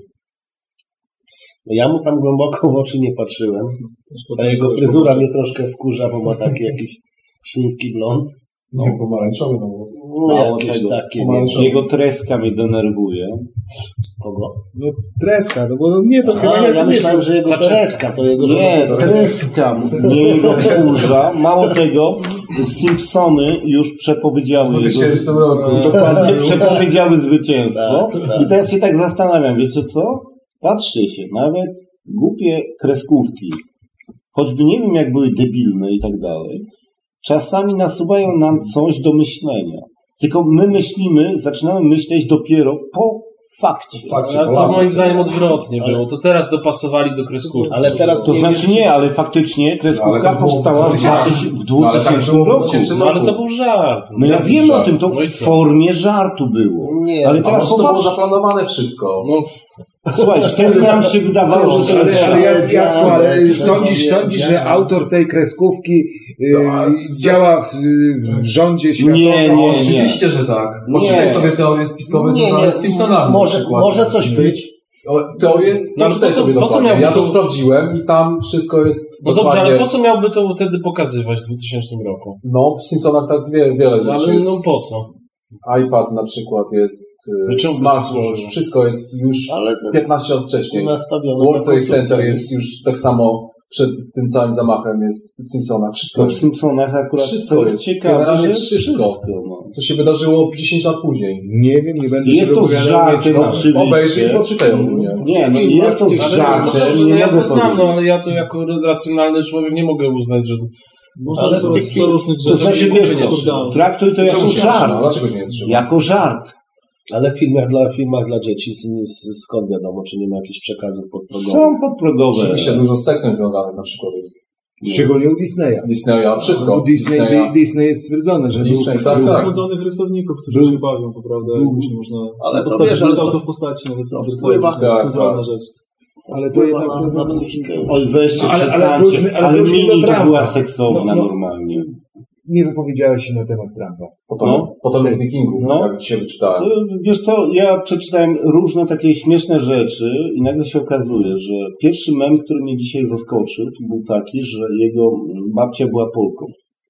No ja mu tam głęboko w oczy nie patrzyłem. Ta jego fryzura mnie troszkę wkurza, bo ma taki jakiś świński blond. No, pomarańczowy no włos. No, jakieś takie. Jego treska mnie denerwuje. Kogo? No treska, no bo no, nie, to Aha, chyba nie ja myślałem, są... że jego treska, to jego Nie, treska mnie jego wkurza. Mało tego, Simpsony już przepowiedziały. W tysięcznym roku. Dokładnie, przepowiedziały zwycięstwo. Tak, tak. I teraz się tak zastanawiam, wiecie co? Patrzcie się, nawet głupie kreskówki, choćby nie wiem jak były debilne i tak dalej, czasami nasuwają nam coś do myślenia. Tylko my myślimy, zaczynamy myśleć dopiero po fakcie. Fakcie, ale to moim zdaniem odwrotnie ale... było. To teraz dopasowali do kreskówki. Ale teraz to nie znaczy nie, ale faktycznie kreskówka no, powstała w dwutysięcznym no, roku. No ale to był żart. No ja wiem o tym, to no w formie żartu było. Nie, ale teraz to było zaplanowane wszystko. No. Słuchaj, wtedy nam się wydawało, że to jest... Ale Jacku, ale sądzisz, sądzisz, że autor tej kreskówki yy, działa w, w rządzie światowym? Nie, nie, nie. Oczywiście, że tak. Poczytaj sobie teorie spiskowe związane z Simpsonami. Może, może coś być. Teorię, no, poczytaj po, sobie po dokładnie. Co ja to to... sprawdziłem i tam wszystko jest No dokładnie... dobrze, ale po co miałby to wtedy pokazywać w dwutysięcznym roku? No, w Simpsonach tak wie, wiele rzeczy ale jest. No po co? iPad na przykład jest, no, smartwatch, wszystko jest już ale piętnaście lat wcześniej. World Trade Center jest już tak samo przed tym całym zamachem jest w Simpsonach. Wszystko no, jest. W Simpsonach akurat wszystko jest ciekawe. Generalnie wszystko. wszystko no. Co się wydarzyło dziesięć lat później. Nie wiem, nie będę jest się to żartem no, oczywiście. Obejrzyj i poczytaj ogólnie. Nie, no jest to żartem. No, nie ja to znam, no ale ja to jako racjonalny człowiek nie mogę uznać, że... Można ale to jest sto różnych rzeczy. To znaczy, wiesz, traktuj to jako żart. Dlaczego nie trzeba? Jako żart. Ale w filmach dla, filmach dla dzieci skąd wiadomo, czy nie ma jakichś przekazów podprogowych? Są podprogowe. Oczywiście dużo z seksem związanych na przykład jest. Szczególnie u Disneya. Disneya, wszystko. U Disney, Disneya. Disney jest stwierdzone, że Disney, był tak, tak. sprawdzonych rysowników, którzy był, się bawią, naprawdę. Był, można ale to wiesz, ale to w postaci nawet to wpływa, to sensualna rzecz. Ale to jednak na, to, na psychikę. Oj, weźcie, no, ale, ale, wróćmy, ale, ale mini to była no, seksowna no, normalnie. Nie wypowiedziałeś się na temat Trumpa. Potem, no. potem Wikingów, no. jak dzisiaj wyczytałem. To, wiesz co, ja przeczytałem różne takie śmieszne rzeczy i nagle się okazuje, że pierwszy mem, który mnie dzisiaj zaskoczył, to był taki, że jego babcia była Polką.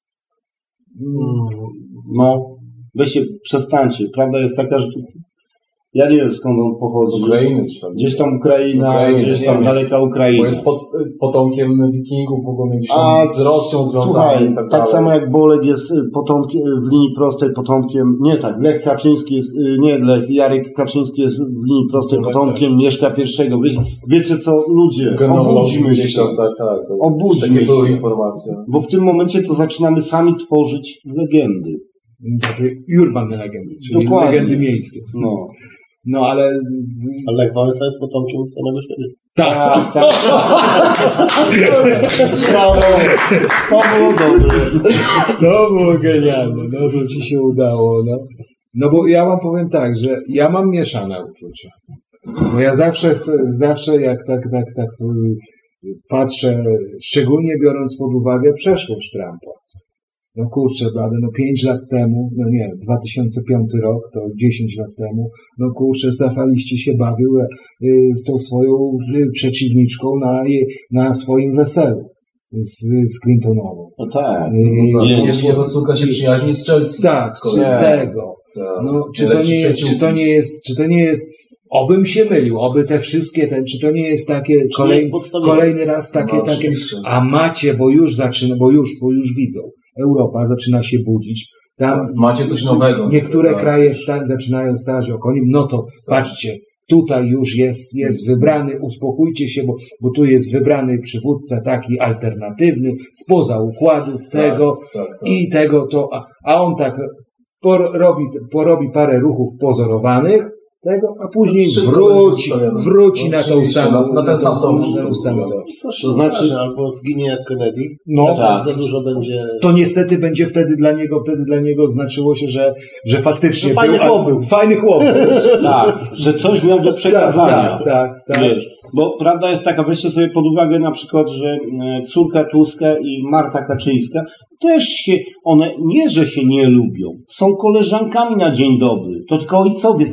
No, weźcie, przestańcie. Prawda jest taka, że ja nie wiem skąd on pochodzi. Z Ukrainy gdzieś tam. Gdzieś tam Ukraina, Ukrainy, gdzieś tam daleka Ukraina. Bo jest pot, potomkiem Wikingów, w ogóle gdzieś tam A, z Rosją związany. Słuchaj, tak, tak samo jak Bolek jest potomkiem, w linii prostej potomkiem, nie tak, Lech Kaczyński jest, nie Lech, Jarek Kaczyński jest w linii prostej no, potomkiem tak. Mieszka pierwszego. Wiecie, wiecie co, ludzie, obudźmy się. Tam, tak, tak, to obudźmy takie się. były informacje. Bo w tym momencie to zaczynamy sami tworzyć legendy. Takie urban legends, czyli Dokładnie. legendy miejskie. No. No, ale... Ale Lech Wałęsa jest potomkiem samego siebie. Tak, tak. Brawo! To było dobre. To było genialne. No, to ci się udało, no. No, bo ja wam powiem tak, że ja mam mieszane uczucia. Bo ja zawsze, zawsze jak tak, tak, tak patrzę, szczególnie biorąc pod uwagę przeszłość Trumpa. No kurczę, blady, no pięć lat temu, no nie, dwa tysiące piąty rok, to dziesięć lat temu, no kurczę, Safaliście się bawił y, z tą swoją y, przeciwniczką na, na swoim weselu z, z Clintonową. No tak. Y, Jego córka się przyjaźni z Chelsea. Tak, z tego. No, czy to nie jest, czy to nie jest, czy to nie jest, obym się mylił, oby te wszystkie, ten, czy to nie jest takie, kolej, kolejny raz takie, no, takie, a macie, bo już zaczyna, bo już, bo już widzą. Europa zaczyna się budzić. Tam macie coś nowego. Niektóre tak. kraje stan, zaczynają stać okoniem. No to tak. Patrzcie, tutaj już jest, jest wybrany, uspokójcie się, bo, bo tu jest wybrany przywódca taki alternatywny, spoza układów tak, tego tak, tak. i tego to, a, a on tak porobi, porobi parę ruchów pozorowanych, tego, a później Wszystko wróci, będzie ustawione. wróci na tą Oczywiście, samą, na- na ten sam samą, tor. tą samą. To znaczy, albo zginie jak Kennedy. No, tak, tak. za dużo będzie... To niestety będzie wtedy dla niego, wtedy dla niego znaczyło się, że, że faktycznie Że fajny był, chłop był. Fajny chłop. tak, że coś miał do przekazania. Tak, tak, tak. Wiesz, bo prawda jest taka, weźcie sobie pod uwagę na przykład, że e, córka Tuska i Marta Kaczyńska też się, one nie, że się nie lubią, są koleżankami na dzień dobry, to tylko ojcowie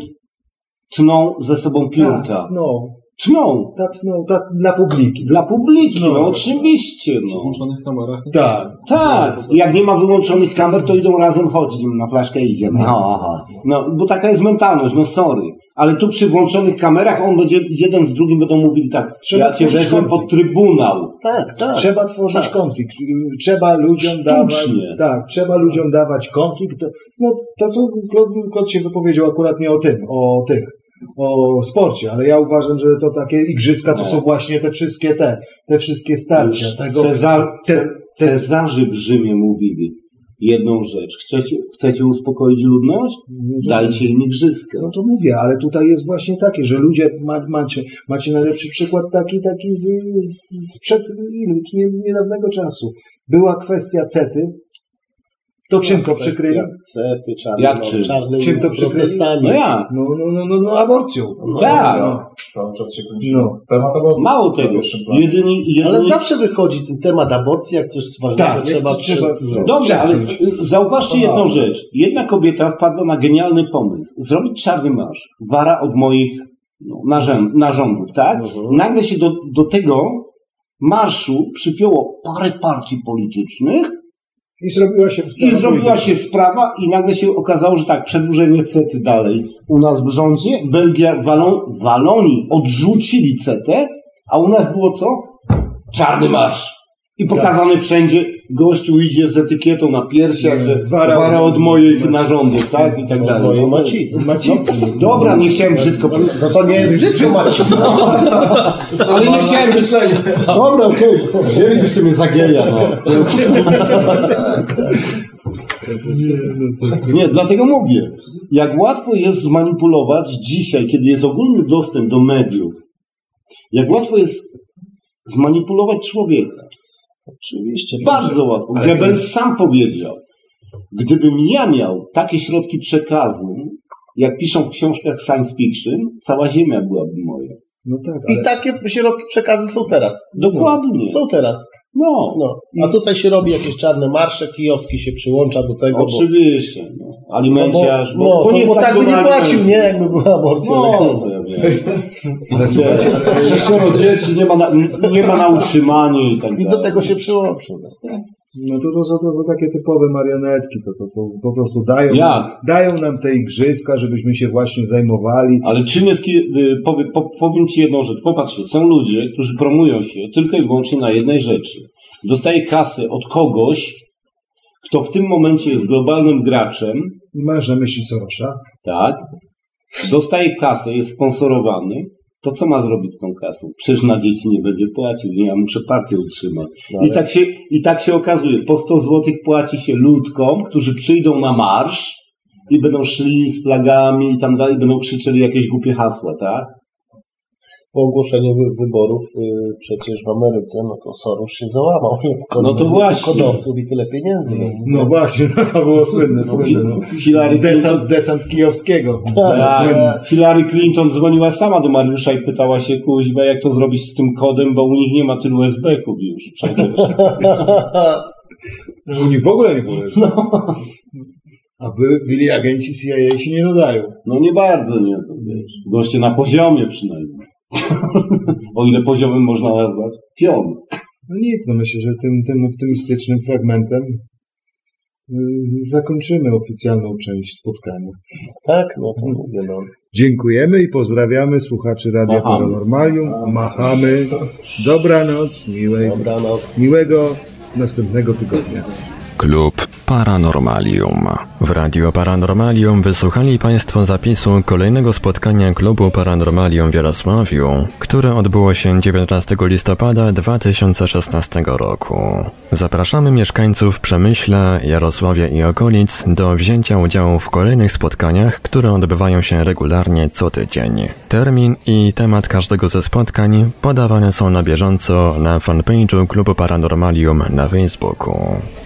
tną ze sobą piórka. Tak, no, Tną. tak, no, tak dla publiki. Dla publiki, no, No. oczywiście, W no. włączonych kamerach. Tak. Tak, jak nie ma wyłączonych kamer, to idą razem chodzić, na flaszkę idziemy. Aha, aha. No, bo taka jest mentalność, no sorry. Ale tu przy włączonych kamerach on będzie, jeden z drugim będą mówili tak, Trzeba ja cię tworzyć wezmę konflikt. pod trybunał. Tak, tak. Trzeba tworzyć Tak. konflikt. Trzeba ludziom Sztucznie. dawać. Tak, trzeba ludziom dawać konflikt. To, no to, co Klot się wypowiedział akurat nie o tym, o tych, o sporcie, ale ja uważam, że to takie igrzyska to są właśnie te wszystkie te, te wszystkie starcia. Tego, Cezar, te, te, Cezarzy w Rzymie mówili jedną rzecz. Chcecie, chcecie uspokoić ludność? Dajcie im igrzyska. No to mówię, ale tutaj jest właśnie takie, że ludzie ma, macie, macie najlepszy przykład taki, taki z, z, sprzed ilu, nie, niedawnego czasu. Była kwestia CETY. To czym to przykryli? Cety, czarny, Jak no, czym? czarnym Czym to przykryli? protestami. No ja. No, no, no, no, no aborcją. No, Tak. No, cały czas się kręci. No. Temat aborcji. Mało Na tego. pierwszym planie. Jedyni, jedyni... Ale zawsze wychodzi ten temat aborcji, jak coś ważnego Tak, trzeba, jak to trzeba przed- zrobić. Dobrze, ale Przekryć. zauważcie jedną rzecz. Jedna kobieta wpadła na genialny pomysł. Zrobić czarny marsz. Wara od moich no, narzę- narządów, tak? Mhm. Nagle się do, do tego marszu przypięło parę partii politycznych I zrobiła się i zrobiła się sprawa i nagle się okazało, że tak, przedłużenie CETY dalej u nas w rządzie. Belgia, Walon, Walonii odrzucili CETę, a u nas było co? Czarny marsz. I pokazany wszędzie, gościu idzie z etykietą na piersiach, Nie, że wara wara, od- od moich narządów, tak? I tak dalej. mojej macicy. Macicy. Dobra, nie chciałem brzydko powiedzieć. No to nie jest brzydko macica. Ale nie chciałem być... Dobra, okej. Wzięlibyście mnie za geja, no. Nie, dlatego mówię. Jak łatwo jest zmanipulować dzisiaj, kiedy jest ogólny dostęp do mediów, jak łatwo jest zmanipulować człowieka. Oczywiście. Bardzo łatwo. Ale Goebbels to jest- sam powiedział, gdybym ja miał takie środki przekazu, jak piszą w książkach science fiction, cała Ziemia byłaby moja. No tak, I ale takie środki przekazu są teraz. Dokładnie. Są teraz. No, No. A tutaj się robi jakieś czarne marsze, Kijowski się przyłącza do tego, bo... oczywiście. No. Alimenciarz, bo, no, bo nie bo, jest bo tak by nie dobrym płacił, alimentem. nie? Jakby była aborcja No, legalna. to ja wiem. Ale słuchajcie, sześcioro dzieci, nie ma na, nie ma na utrzymanie i tak I dalej. do tego się przyłączył. no to, to, są, to są takie typowe marionetki, to, to są po prostu dają, Jak? dają nam te igrzyska, żebyśmy się właśnie zajmowali. Ale czym jest, ki- y, powie, po, powiem Ci jedną rzecz. Popatrzcie, są ludzie, którzy promują się tylko i wyłącznie na jednej rzeczy. Dostaje kasę od kogoś, kto w tym momencie jest globalnym graczem, Masz na myśli Sorosza? tak? Dostaje kasę, jest sponsorowany. To co ma zrobić z tą kasą? Przecież na dzieci nie będzie płacił, nie, ja muszę partię utrzymać. I, tak się, I tak się okazuje, po sto złotych płaci się ludkom, którzy przyjdą na marsz i będą szli z flagami i tam dalej, będą krzyczeli jakieś głupie hasła, tak? Po ogłoszeniu wy- wyborów y, przecież w Ameryce, no to Soros się załamał. Skąd No to będzie właśnie. kodowców i tyle pieniędzy. No. No właśnie, no to było słynne, słynne. No. Hillary Desant, Clinton, desant kijowskiego. tak, Hillary Clinton dzwoniła sama do Mariusza i pytała się, kuźba, jak to zrobić z tym kodem, bo u nich nie ma tylu es be ków już przecież. U nich w ogóle nie było. No. A by, byli agenci C I A się nie dodają. No nie bardzo, nie, to wiesz. Goście na poziomie przynajmniej. O ile poziomem można nazwać? Pion. No nic, no myślę, że tym, tym optymistycznym fragmentem y, zakończymy oficjalną część spotkania. Tak, no to mówię, no. Dziękujemy i pozdrawiamy słuchaczy Radia Machamy. Paranormalium. Machamy. Dobranoc, miłej, Dobranoc. miłego następnego tygodnia. Klub Paranormalium. W Radio Paranormalium wysłuchali Państwo zapisu kolejnego spotkania Klubu Paranormalium w Jarosławiu, które odbyło się dziewiętnastego listopada dwa tysiące szesnastego roku. Zapraszamy mieszkańców Przemyśla, Jarosławia i okolic do wzięcia udziału w kolejnych spotkaniach, które odbywają się regularnie co tydzień. Termin i temat każdego ze spotkań podawane są na bieżąco na fanpage'u Klubu Paranormalium na Facebooku.